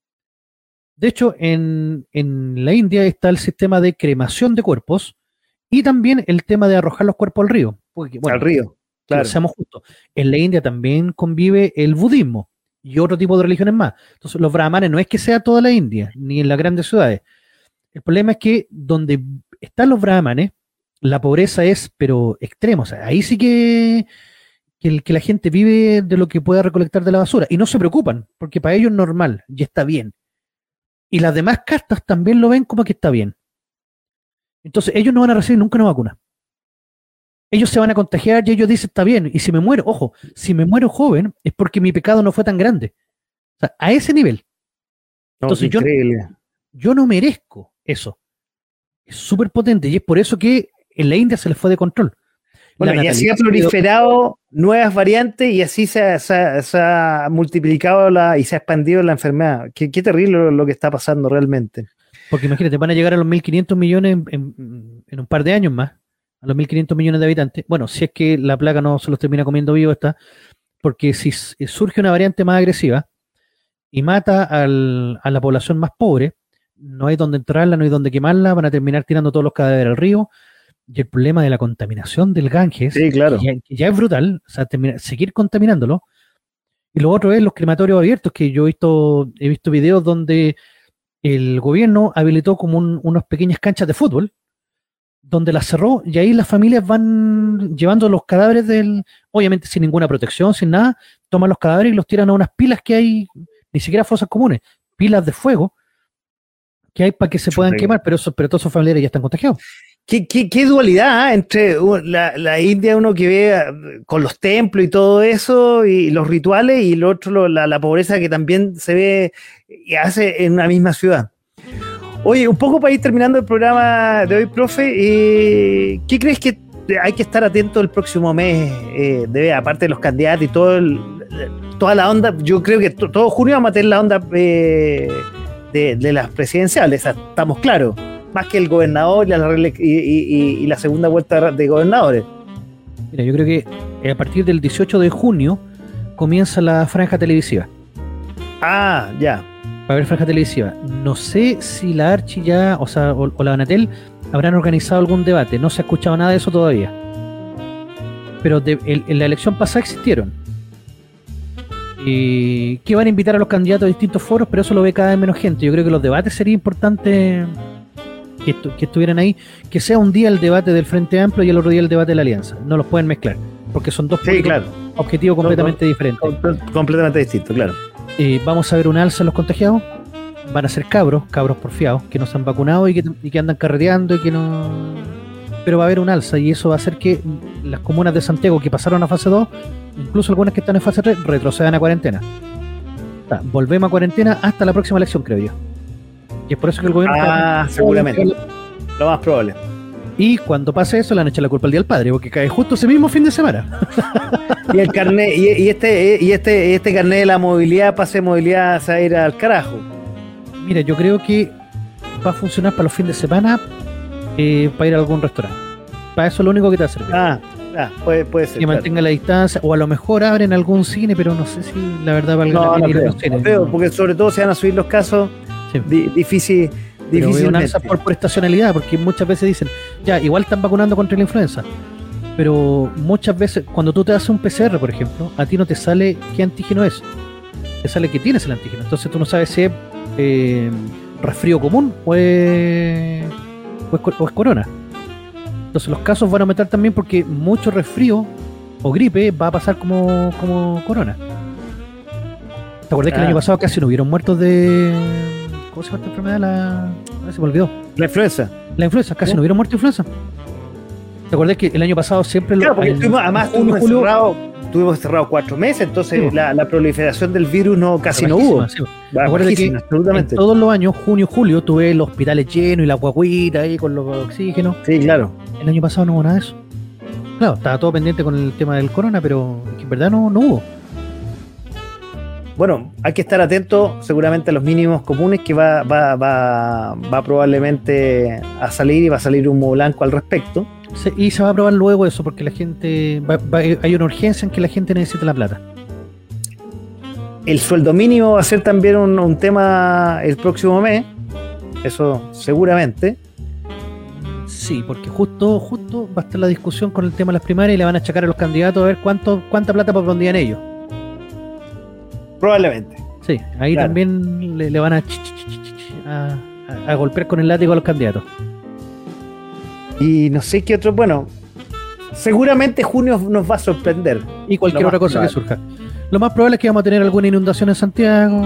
De hecho, en, en la India está el sistema de cremación de cuerpos y también el tema de arrojar los cuerpos al río. Porque, bueno, al río. Claro. Sí, seamos justos. En la India también convive el budismo y otro tipo de religiones más. Entonces, los brahmanes no es que sea toda la India, ni en las grandes ciudades. El problema es que donde están los brahmanes, la pobreza es, pero extrema. O sea, ahí sí que, que, el- que la gente vive de lo que pueda recolectar de la basura. Y no se preocupan, porque para ellos es normal y está bien. Y las demás castas también lo ven como que está bien. Entonces, ellos no van a recibir nunca una vacuna. Ellos se van a contagiar y ellos dicen, está bien. Y si me muero, ojo, si me muero joven, es porque mi pecado no fue tan grande. O sea, a ese nivel. No, Entonces, yo, increíble. yo no merezco eso. Es súper potente y es por eso que en la India se les fue de control. La Bueno, y así natalidad ha se quedó- proliferado nuevas variantes y así se, ha- se ha se ha multiplicado la, y se ha expandido la enfermedad. Qué, qué terrible lo, lo que está pasando realmente. Porque imagínate, van a llegar a los mil quinientos millones en, en- en un par de años más, a los mil quinientos millones de habitantes. Bueno, si es que la plaga no se los termina comiendo vivo esta, porque si s- surge una variante más agresiva y mata al- a la población más pobre, no hay donde entrarla, no hay donde quemarla, van a terminar tirando todos los cadáveres al río. Y el problema de la contaminación del Ganges, Sí, claro. que ya, que ya es brutal, o sea, termina- seguir contaminándolo. Y lo otro es los crematorios abiertos, que yo he visto, he visto videos donde el gobierno habilitó como un- unas pequeñas canchas de fútbol, donde las cerró y ahí las familias van llevando los cadáveres del, obviamente sin ninguna protección, sin nada, toman los cadáveres y los tiran a unas pilas que hay, ni siquiera fosas comunes, pilas de fuego que hay para que se puedan Chuta, quemar, pero, esos, pero todos esos familiares ya están contagiados. Qué, qué- qué dualidad, ¿eh? Entre uh, la, la India, uno que ve uh, con los templos y todo eso, y los rituales, y lo otro, lo- la, la pobreza que también se ve y hace en una misma ciudad. Oye, un poco para ir terminando el programa de hoy, profe, eh, ¿qué crees que hay que estar atento el próximo mes? Eh, de, aparte de los candidatos y todo el- toda la onda, yo creo que to- todo junio vamos a tener la onda eh, de, de las presidenciales, estamos claros, más que el gobernador y la, reele- y, y- y la segunda vuelta de gobernadores. Mira, yo creo que eh, a partir del dieciocho de junio comienza la franja televisiva. Ah, ya. Va a haber franja televisiva. No sé si la Archi ya, o sea, o, o la Anatel habrán organizado algún debate. No se ha escuchado nada de eso todavía. Pero de- el- en la elección pasada existieron. Y que van a invitar a los candidatos a distintos foros, pero eso lo ve cada vez menos gente. Yo creo que los debates sería importante que, estu- que estuvieran ahí. Que sea un día el debate del Frente Amplio y el otro día el debate de la Alianza. No los pueden mezclar, porque son dos Sí, públicos- claro. objetivos completamente diferentes. Com- completamente distinto, claro. Eh, vamos a ver un alza en los contagiados. Van a ser cabros, cabros porfiados, que no se han vacunado y que, y que andan carreteando y que no. Pero va a haber un alza y eso va a hacer que las comunas de Santiago que pasaron a fase dos, incluso algunas que están en fase tres, retrocedan a cuarentena. O sea, volvemos a cuarentena hasta la próxima elección, creo yo. Y es por eso que el gobierno. Ah, está- seguramente. Lo más probable. Y cuando pase eso, le han hecho la culpa al Día del Padre, porque cae justo ese mismo fin de semana. Y el carnet, y, y este, y este, este carnet de la movilidad, pase de movilidad, se va a ir al carajo. Mira, yo creo que va a funcionar para los fines de semana, eh, para ir a algún restaurante. Para eso es lo único que te va a servir. Ah, ah, puede, puede ser. Que claro. mantenga la distancia, o a lo mejor abren algún cine, pero no sé si la verdad valga la No, pena no ir a creo, los cines. no creo, No. porque sobre todo se van a subir los casos, Sí. di- difícil, Pero veo una difícilmente. alza por, por estacionalidad, porque muchas veces dicen, ya, igual están vacunando contra la influenza, pero muchas veces, cuando tú te haces un P C R, por ejemplo, a ti no te sale qué antígeno es, te sale que tienes el antígeno, entonces tú no sabes si es eh, resfrío común o es, o es co- o es corona. Entonces los casos van a aumentar también porque mucho resfrío o gripe va a pasar como, como corona. ¿Te acuerdas que el Ah. año pasado casi no hubieron muertos de... ¿Cómo se llama esta enfermedad? La... Ay, se me olvidó. La influenza. La influenza, casi ¿Sí? no hubieron muertos de influenza. ¿Te acuerdas que el año pasado siempre... lo- Claro, porque en- estuvimos, además en junio, estuvimos julio, encerrados, estuvimos encerrados cuatro meses, entonces Sí. la, la proliferación del virus no casi no hubo. bajísima, sí. Va, Acuérdate bajísima, que absolutamente. En todos los años, junio, julio, tuve los hospitales llenos y la guaguita ahí con los oxígenos. Sí, claro. El año pasado no hubo nada de eso. Claro, estaba todo pendiente con el tema del corona, pero es que en verdad no, no hubo. Bueno, hay que estar atento seguramente a los mínimos comunes que va, va, va, va probablemente a salir y va a salir humo blanco al respecto. Se- y se va a aprobar luego eso, porque la gente... va- va- hay una urgencia en que la gente necesita la plata. El sueldo mínimo va a ser también un, un tema el próximo mes, eso seguramente. sí, porque justo justo va a estar la discusión con el tema de las primarias y le van a achacar a los candidatos a ver cuánto cuánta plata pondrían ellos. Probablemente. Sí, ahí claro. También le, le van a, a, a, a golpear con el látigo a los candidatos. Y no sé qué otro, bueno, seguramente junio nos va a sorprender. Y cualquier otra cosa probable. que surja. Lo más probable es que vamos a tener alguna inundación en Santiago.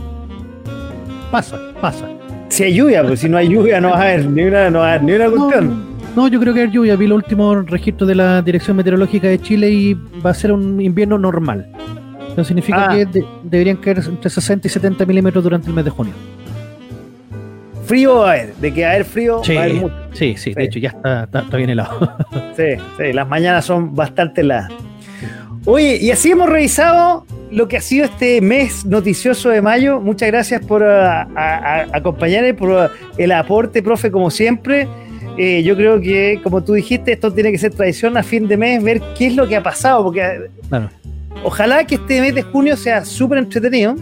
Pasa, pasa. Si hay lluvia, pues si no hay lluvia no va a haber ni una, no va a haber ni una cuestión. No, no, yo creo que hay lluvia. Vi el último registro de la Dirección Meteorológica de Chile y va a ser un invierno normal. Eso significa ah. que de, deberían caer entre sesenta y setenta milímetros durante el mes de junio. Frío va a haber, de que va a haber frío sí, va a haber mucho. Sí, sí, sí, de hecho ya está, está, está bien helado. Sí, sí, las mañanas son bastante heladas. Oye, y así hemos revisado lo que ha sido este mes noticioso de mayo. Muchas gracias por uh, a, a, acompañarme, por uh, el aporte, profe, como siempre. Eh, yo creo que, como tú dijiste, esto tiene que ser tradición a fin de mes, ver qué es lo que ha pasado, porque claro. Ojalá que este mes de junio sea súper entretenido.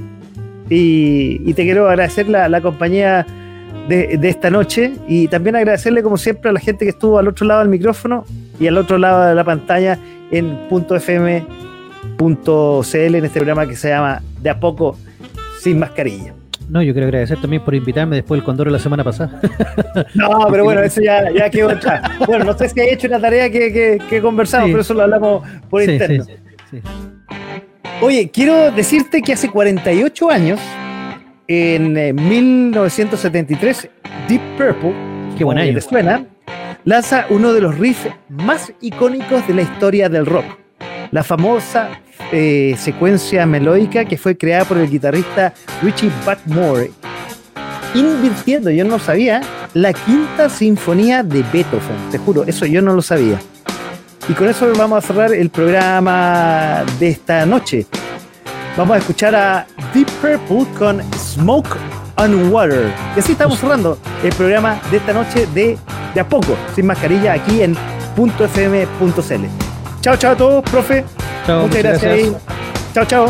Y, y te quiero agradecer la, la compañía de, de esta noche y también agradecerle, como siempre, a la gente que estuvo al otro lado del micrófono y al otro lado de la pantalla en punto f m punto c l en este programa que se llama De a poco sin mascarilla. No, yo quiero agradecer también por invitarme después del Condoro la semana pasada. No, pero bueno, eso ya, ya quedó atrás. Bueno, no sé si hay hecho una tarea que, que, que conversamos, sí. Pero eso lo hablamos por sí, interno. Sí, sí, sí. Oye, quiero decirte que hace cuarenta y ocho años, en eh, mil novecientos setenta y tres, Deep Purple, qué buen año, les suena, lanza uno de los riffs más icónicos de la historia del rock. La famosa eh, secuencia melódica que fue creada por el guitarrista Richie Blackmore, invirtiendo, yo no lo sabía, la quinta sinfonía de Beethoven. Te juro, eso yo no lo sabía. Y con eso vamos a cerrar el programa de esta noche. Vamos a escuchar a Deep Purple con Smoke on Water. Y así estamos cerrando el programa de esta noche de De a poco, sin mascarilla, aquí en punto f m punto c l. Chao, chao a todos, profe. Chao, muchas, muchas gracias. gracias. Chao, chao.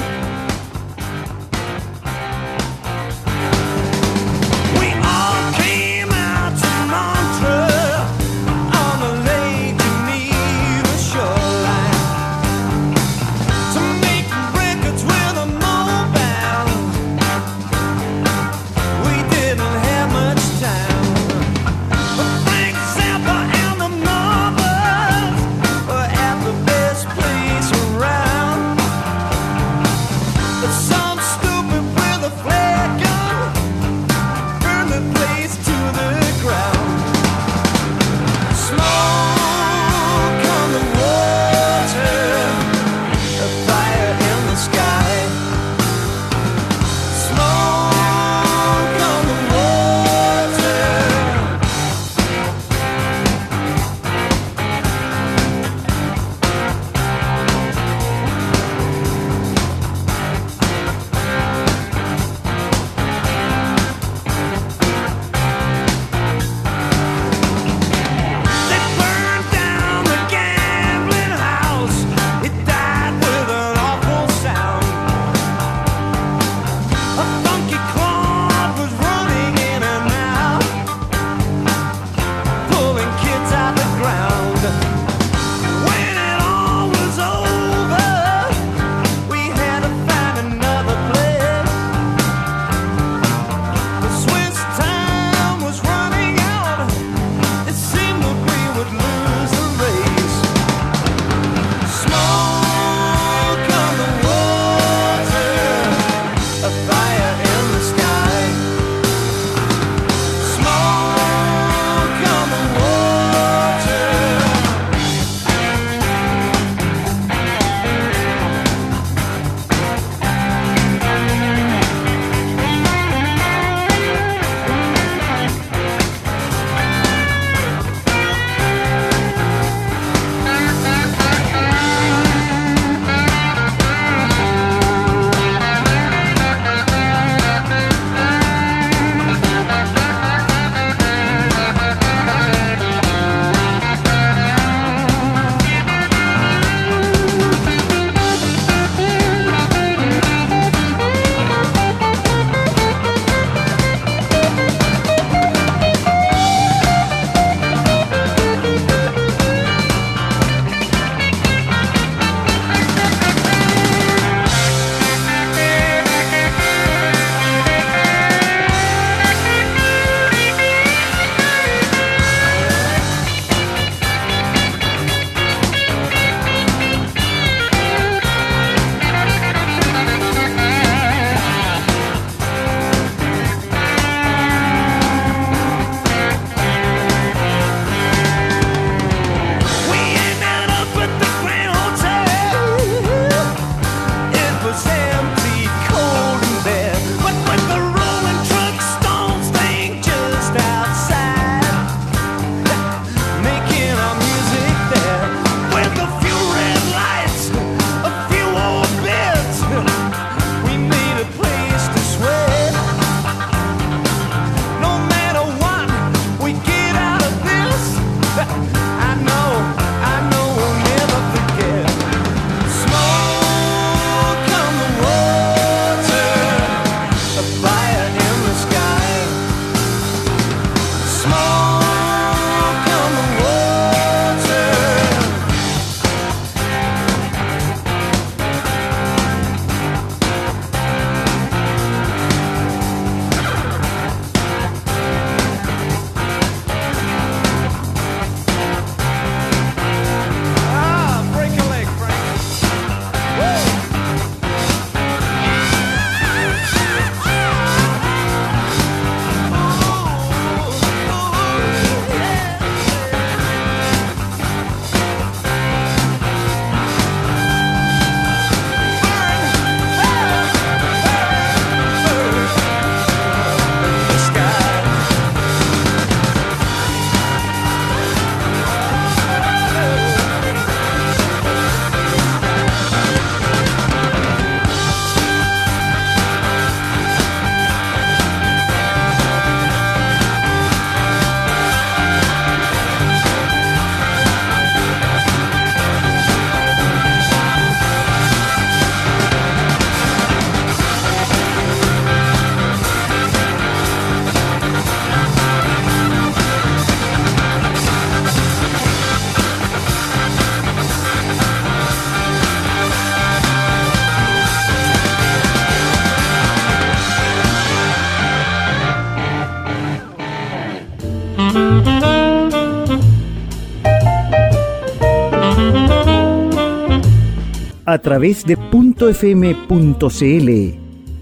a través de punto f m punto c l.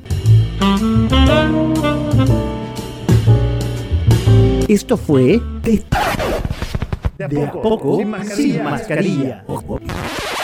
Esto fue de, de a poco, sin mascarilla. Sin mascarilla.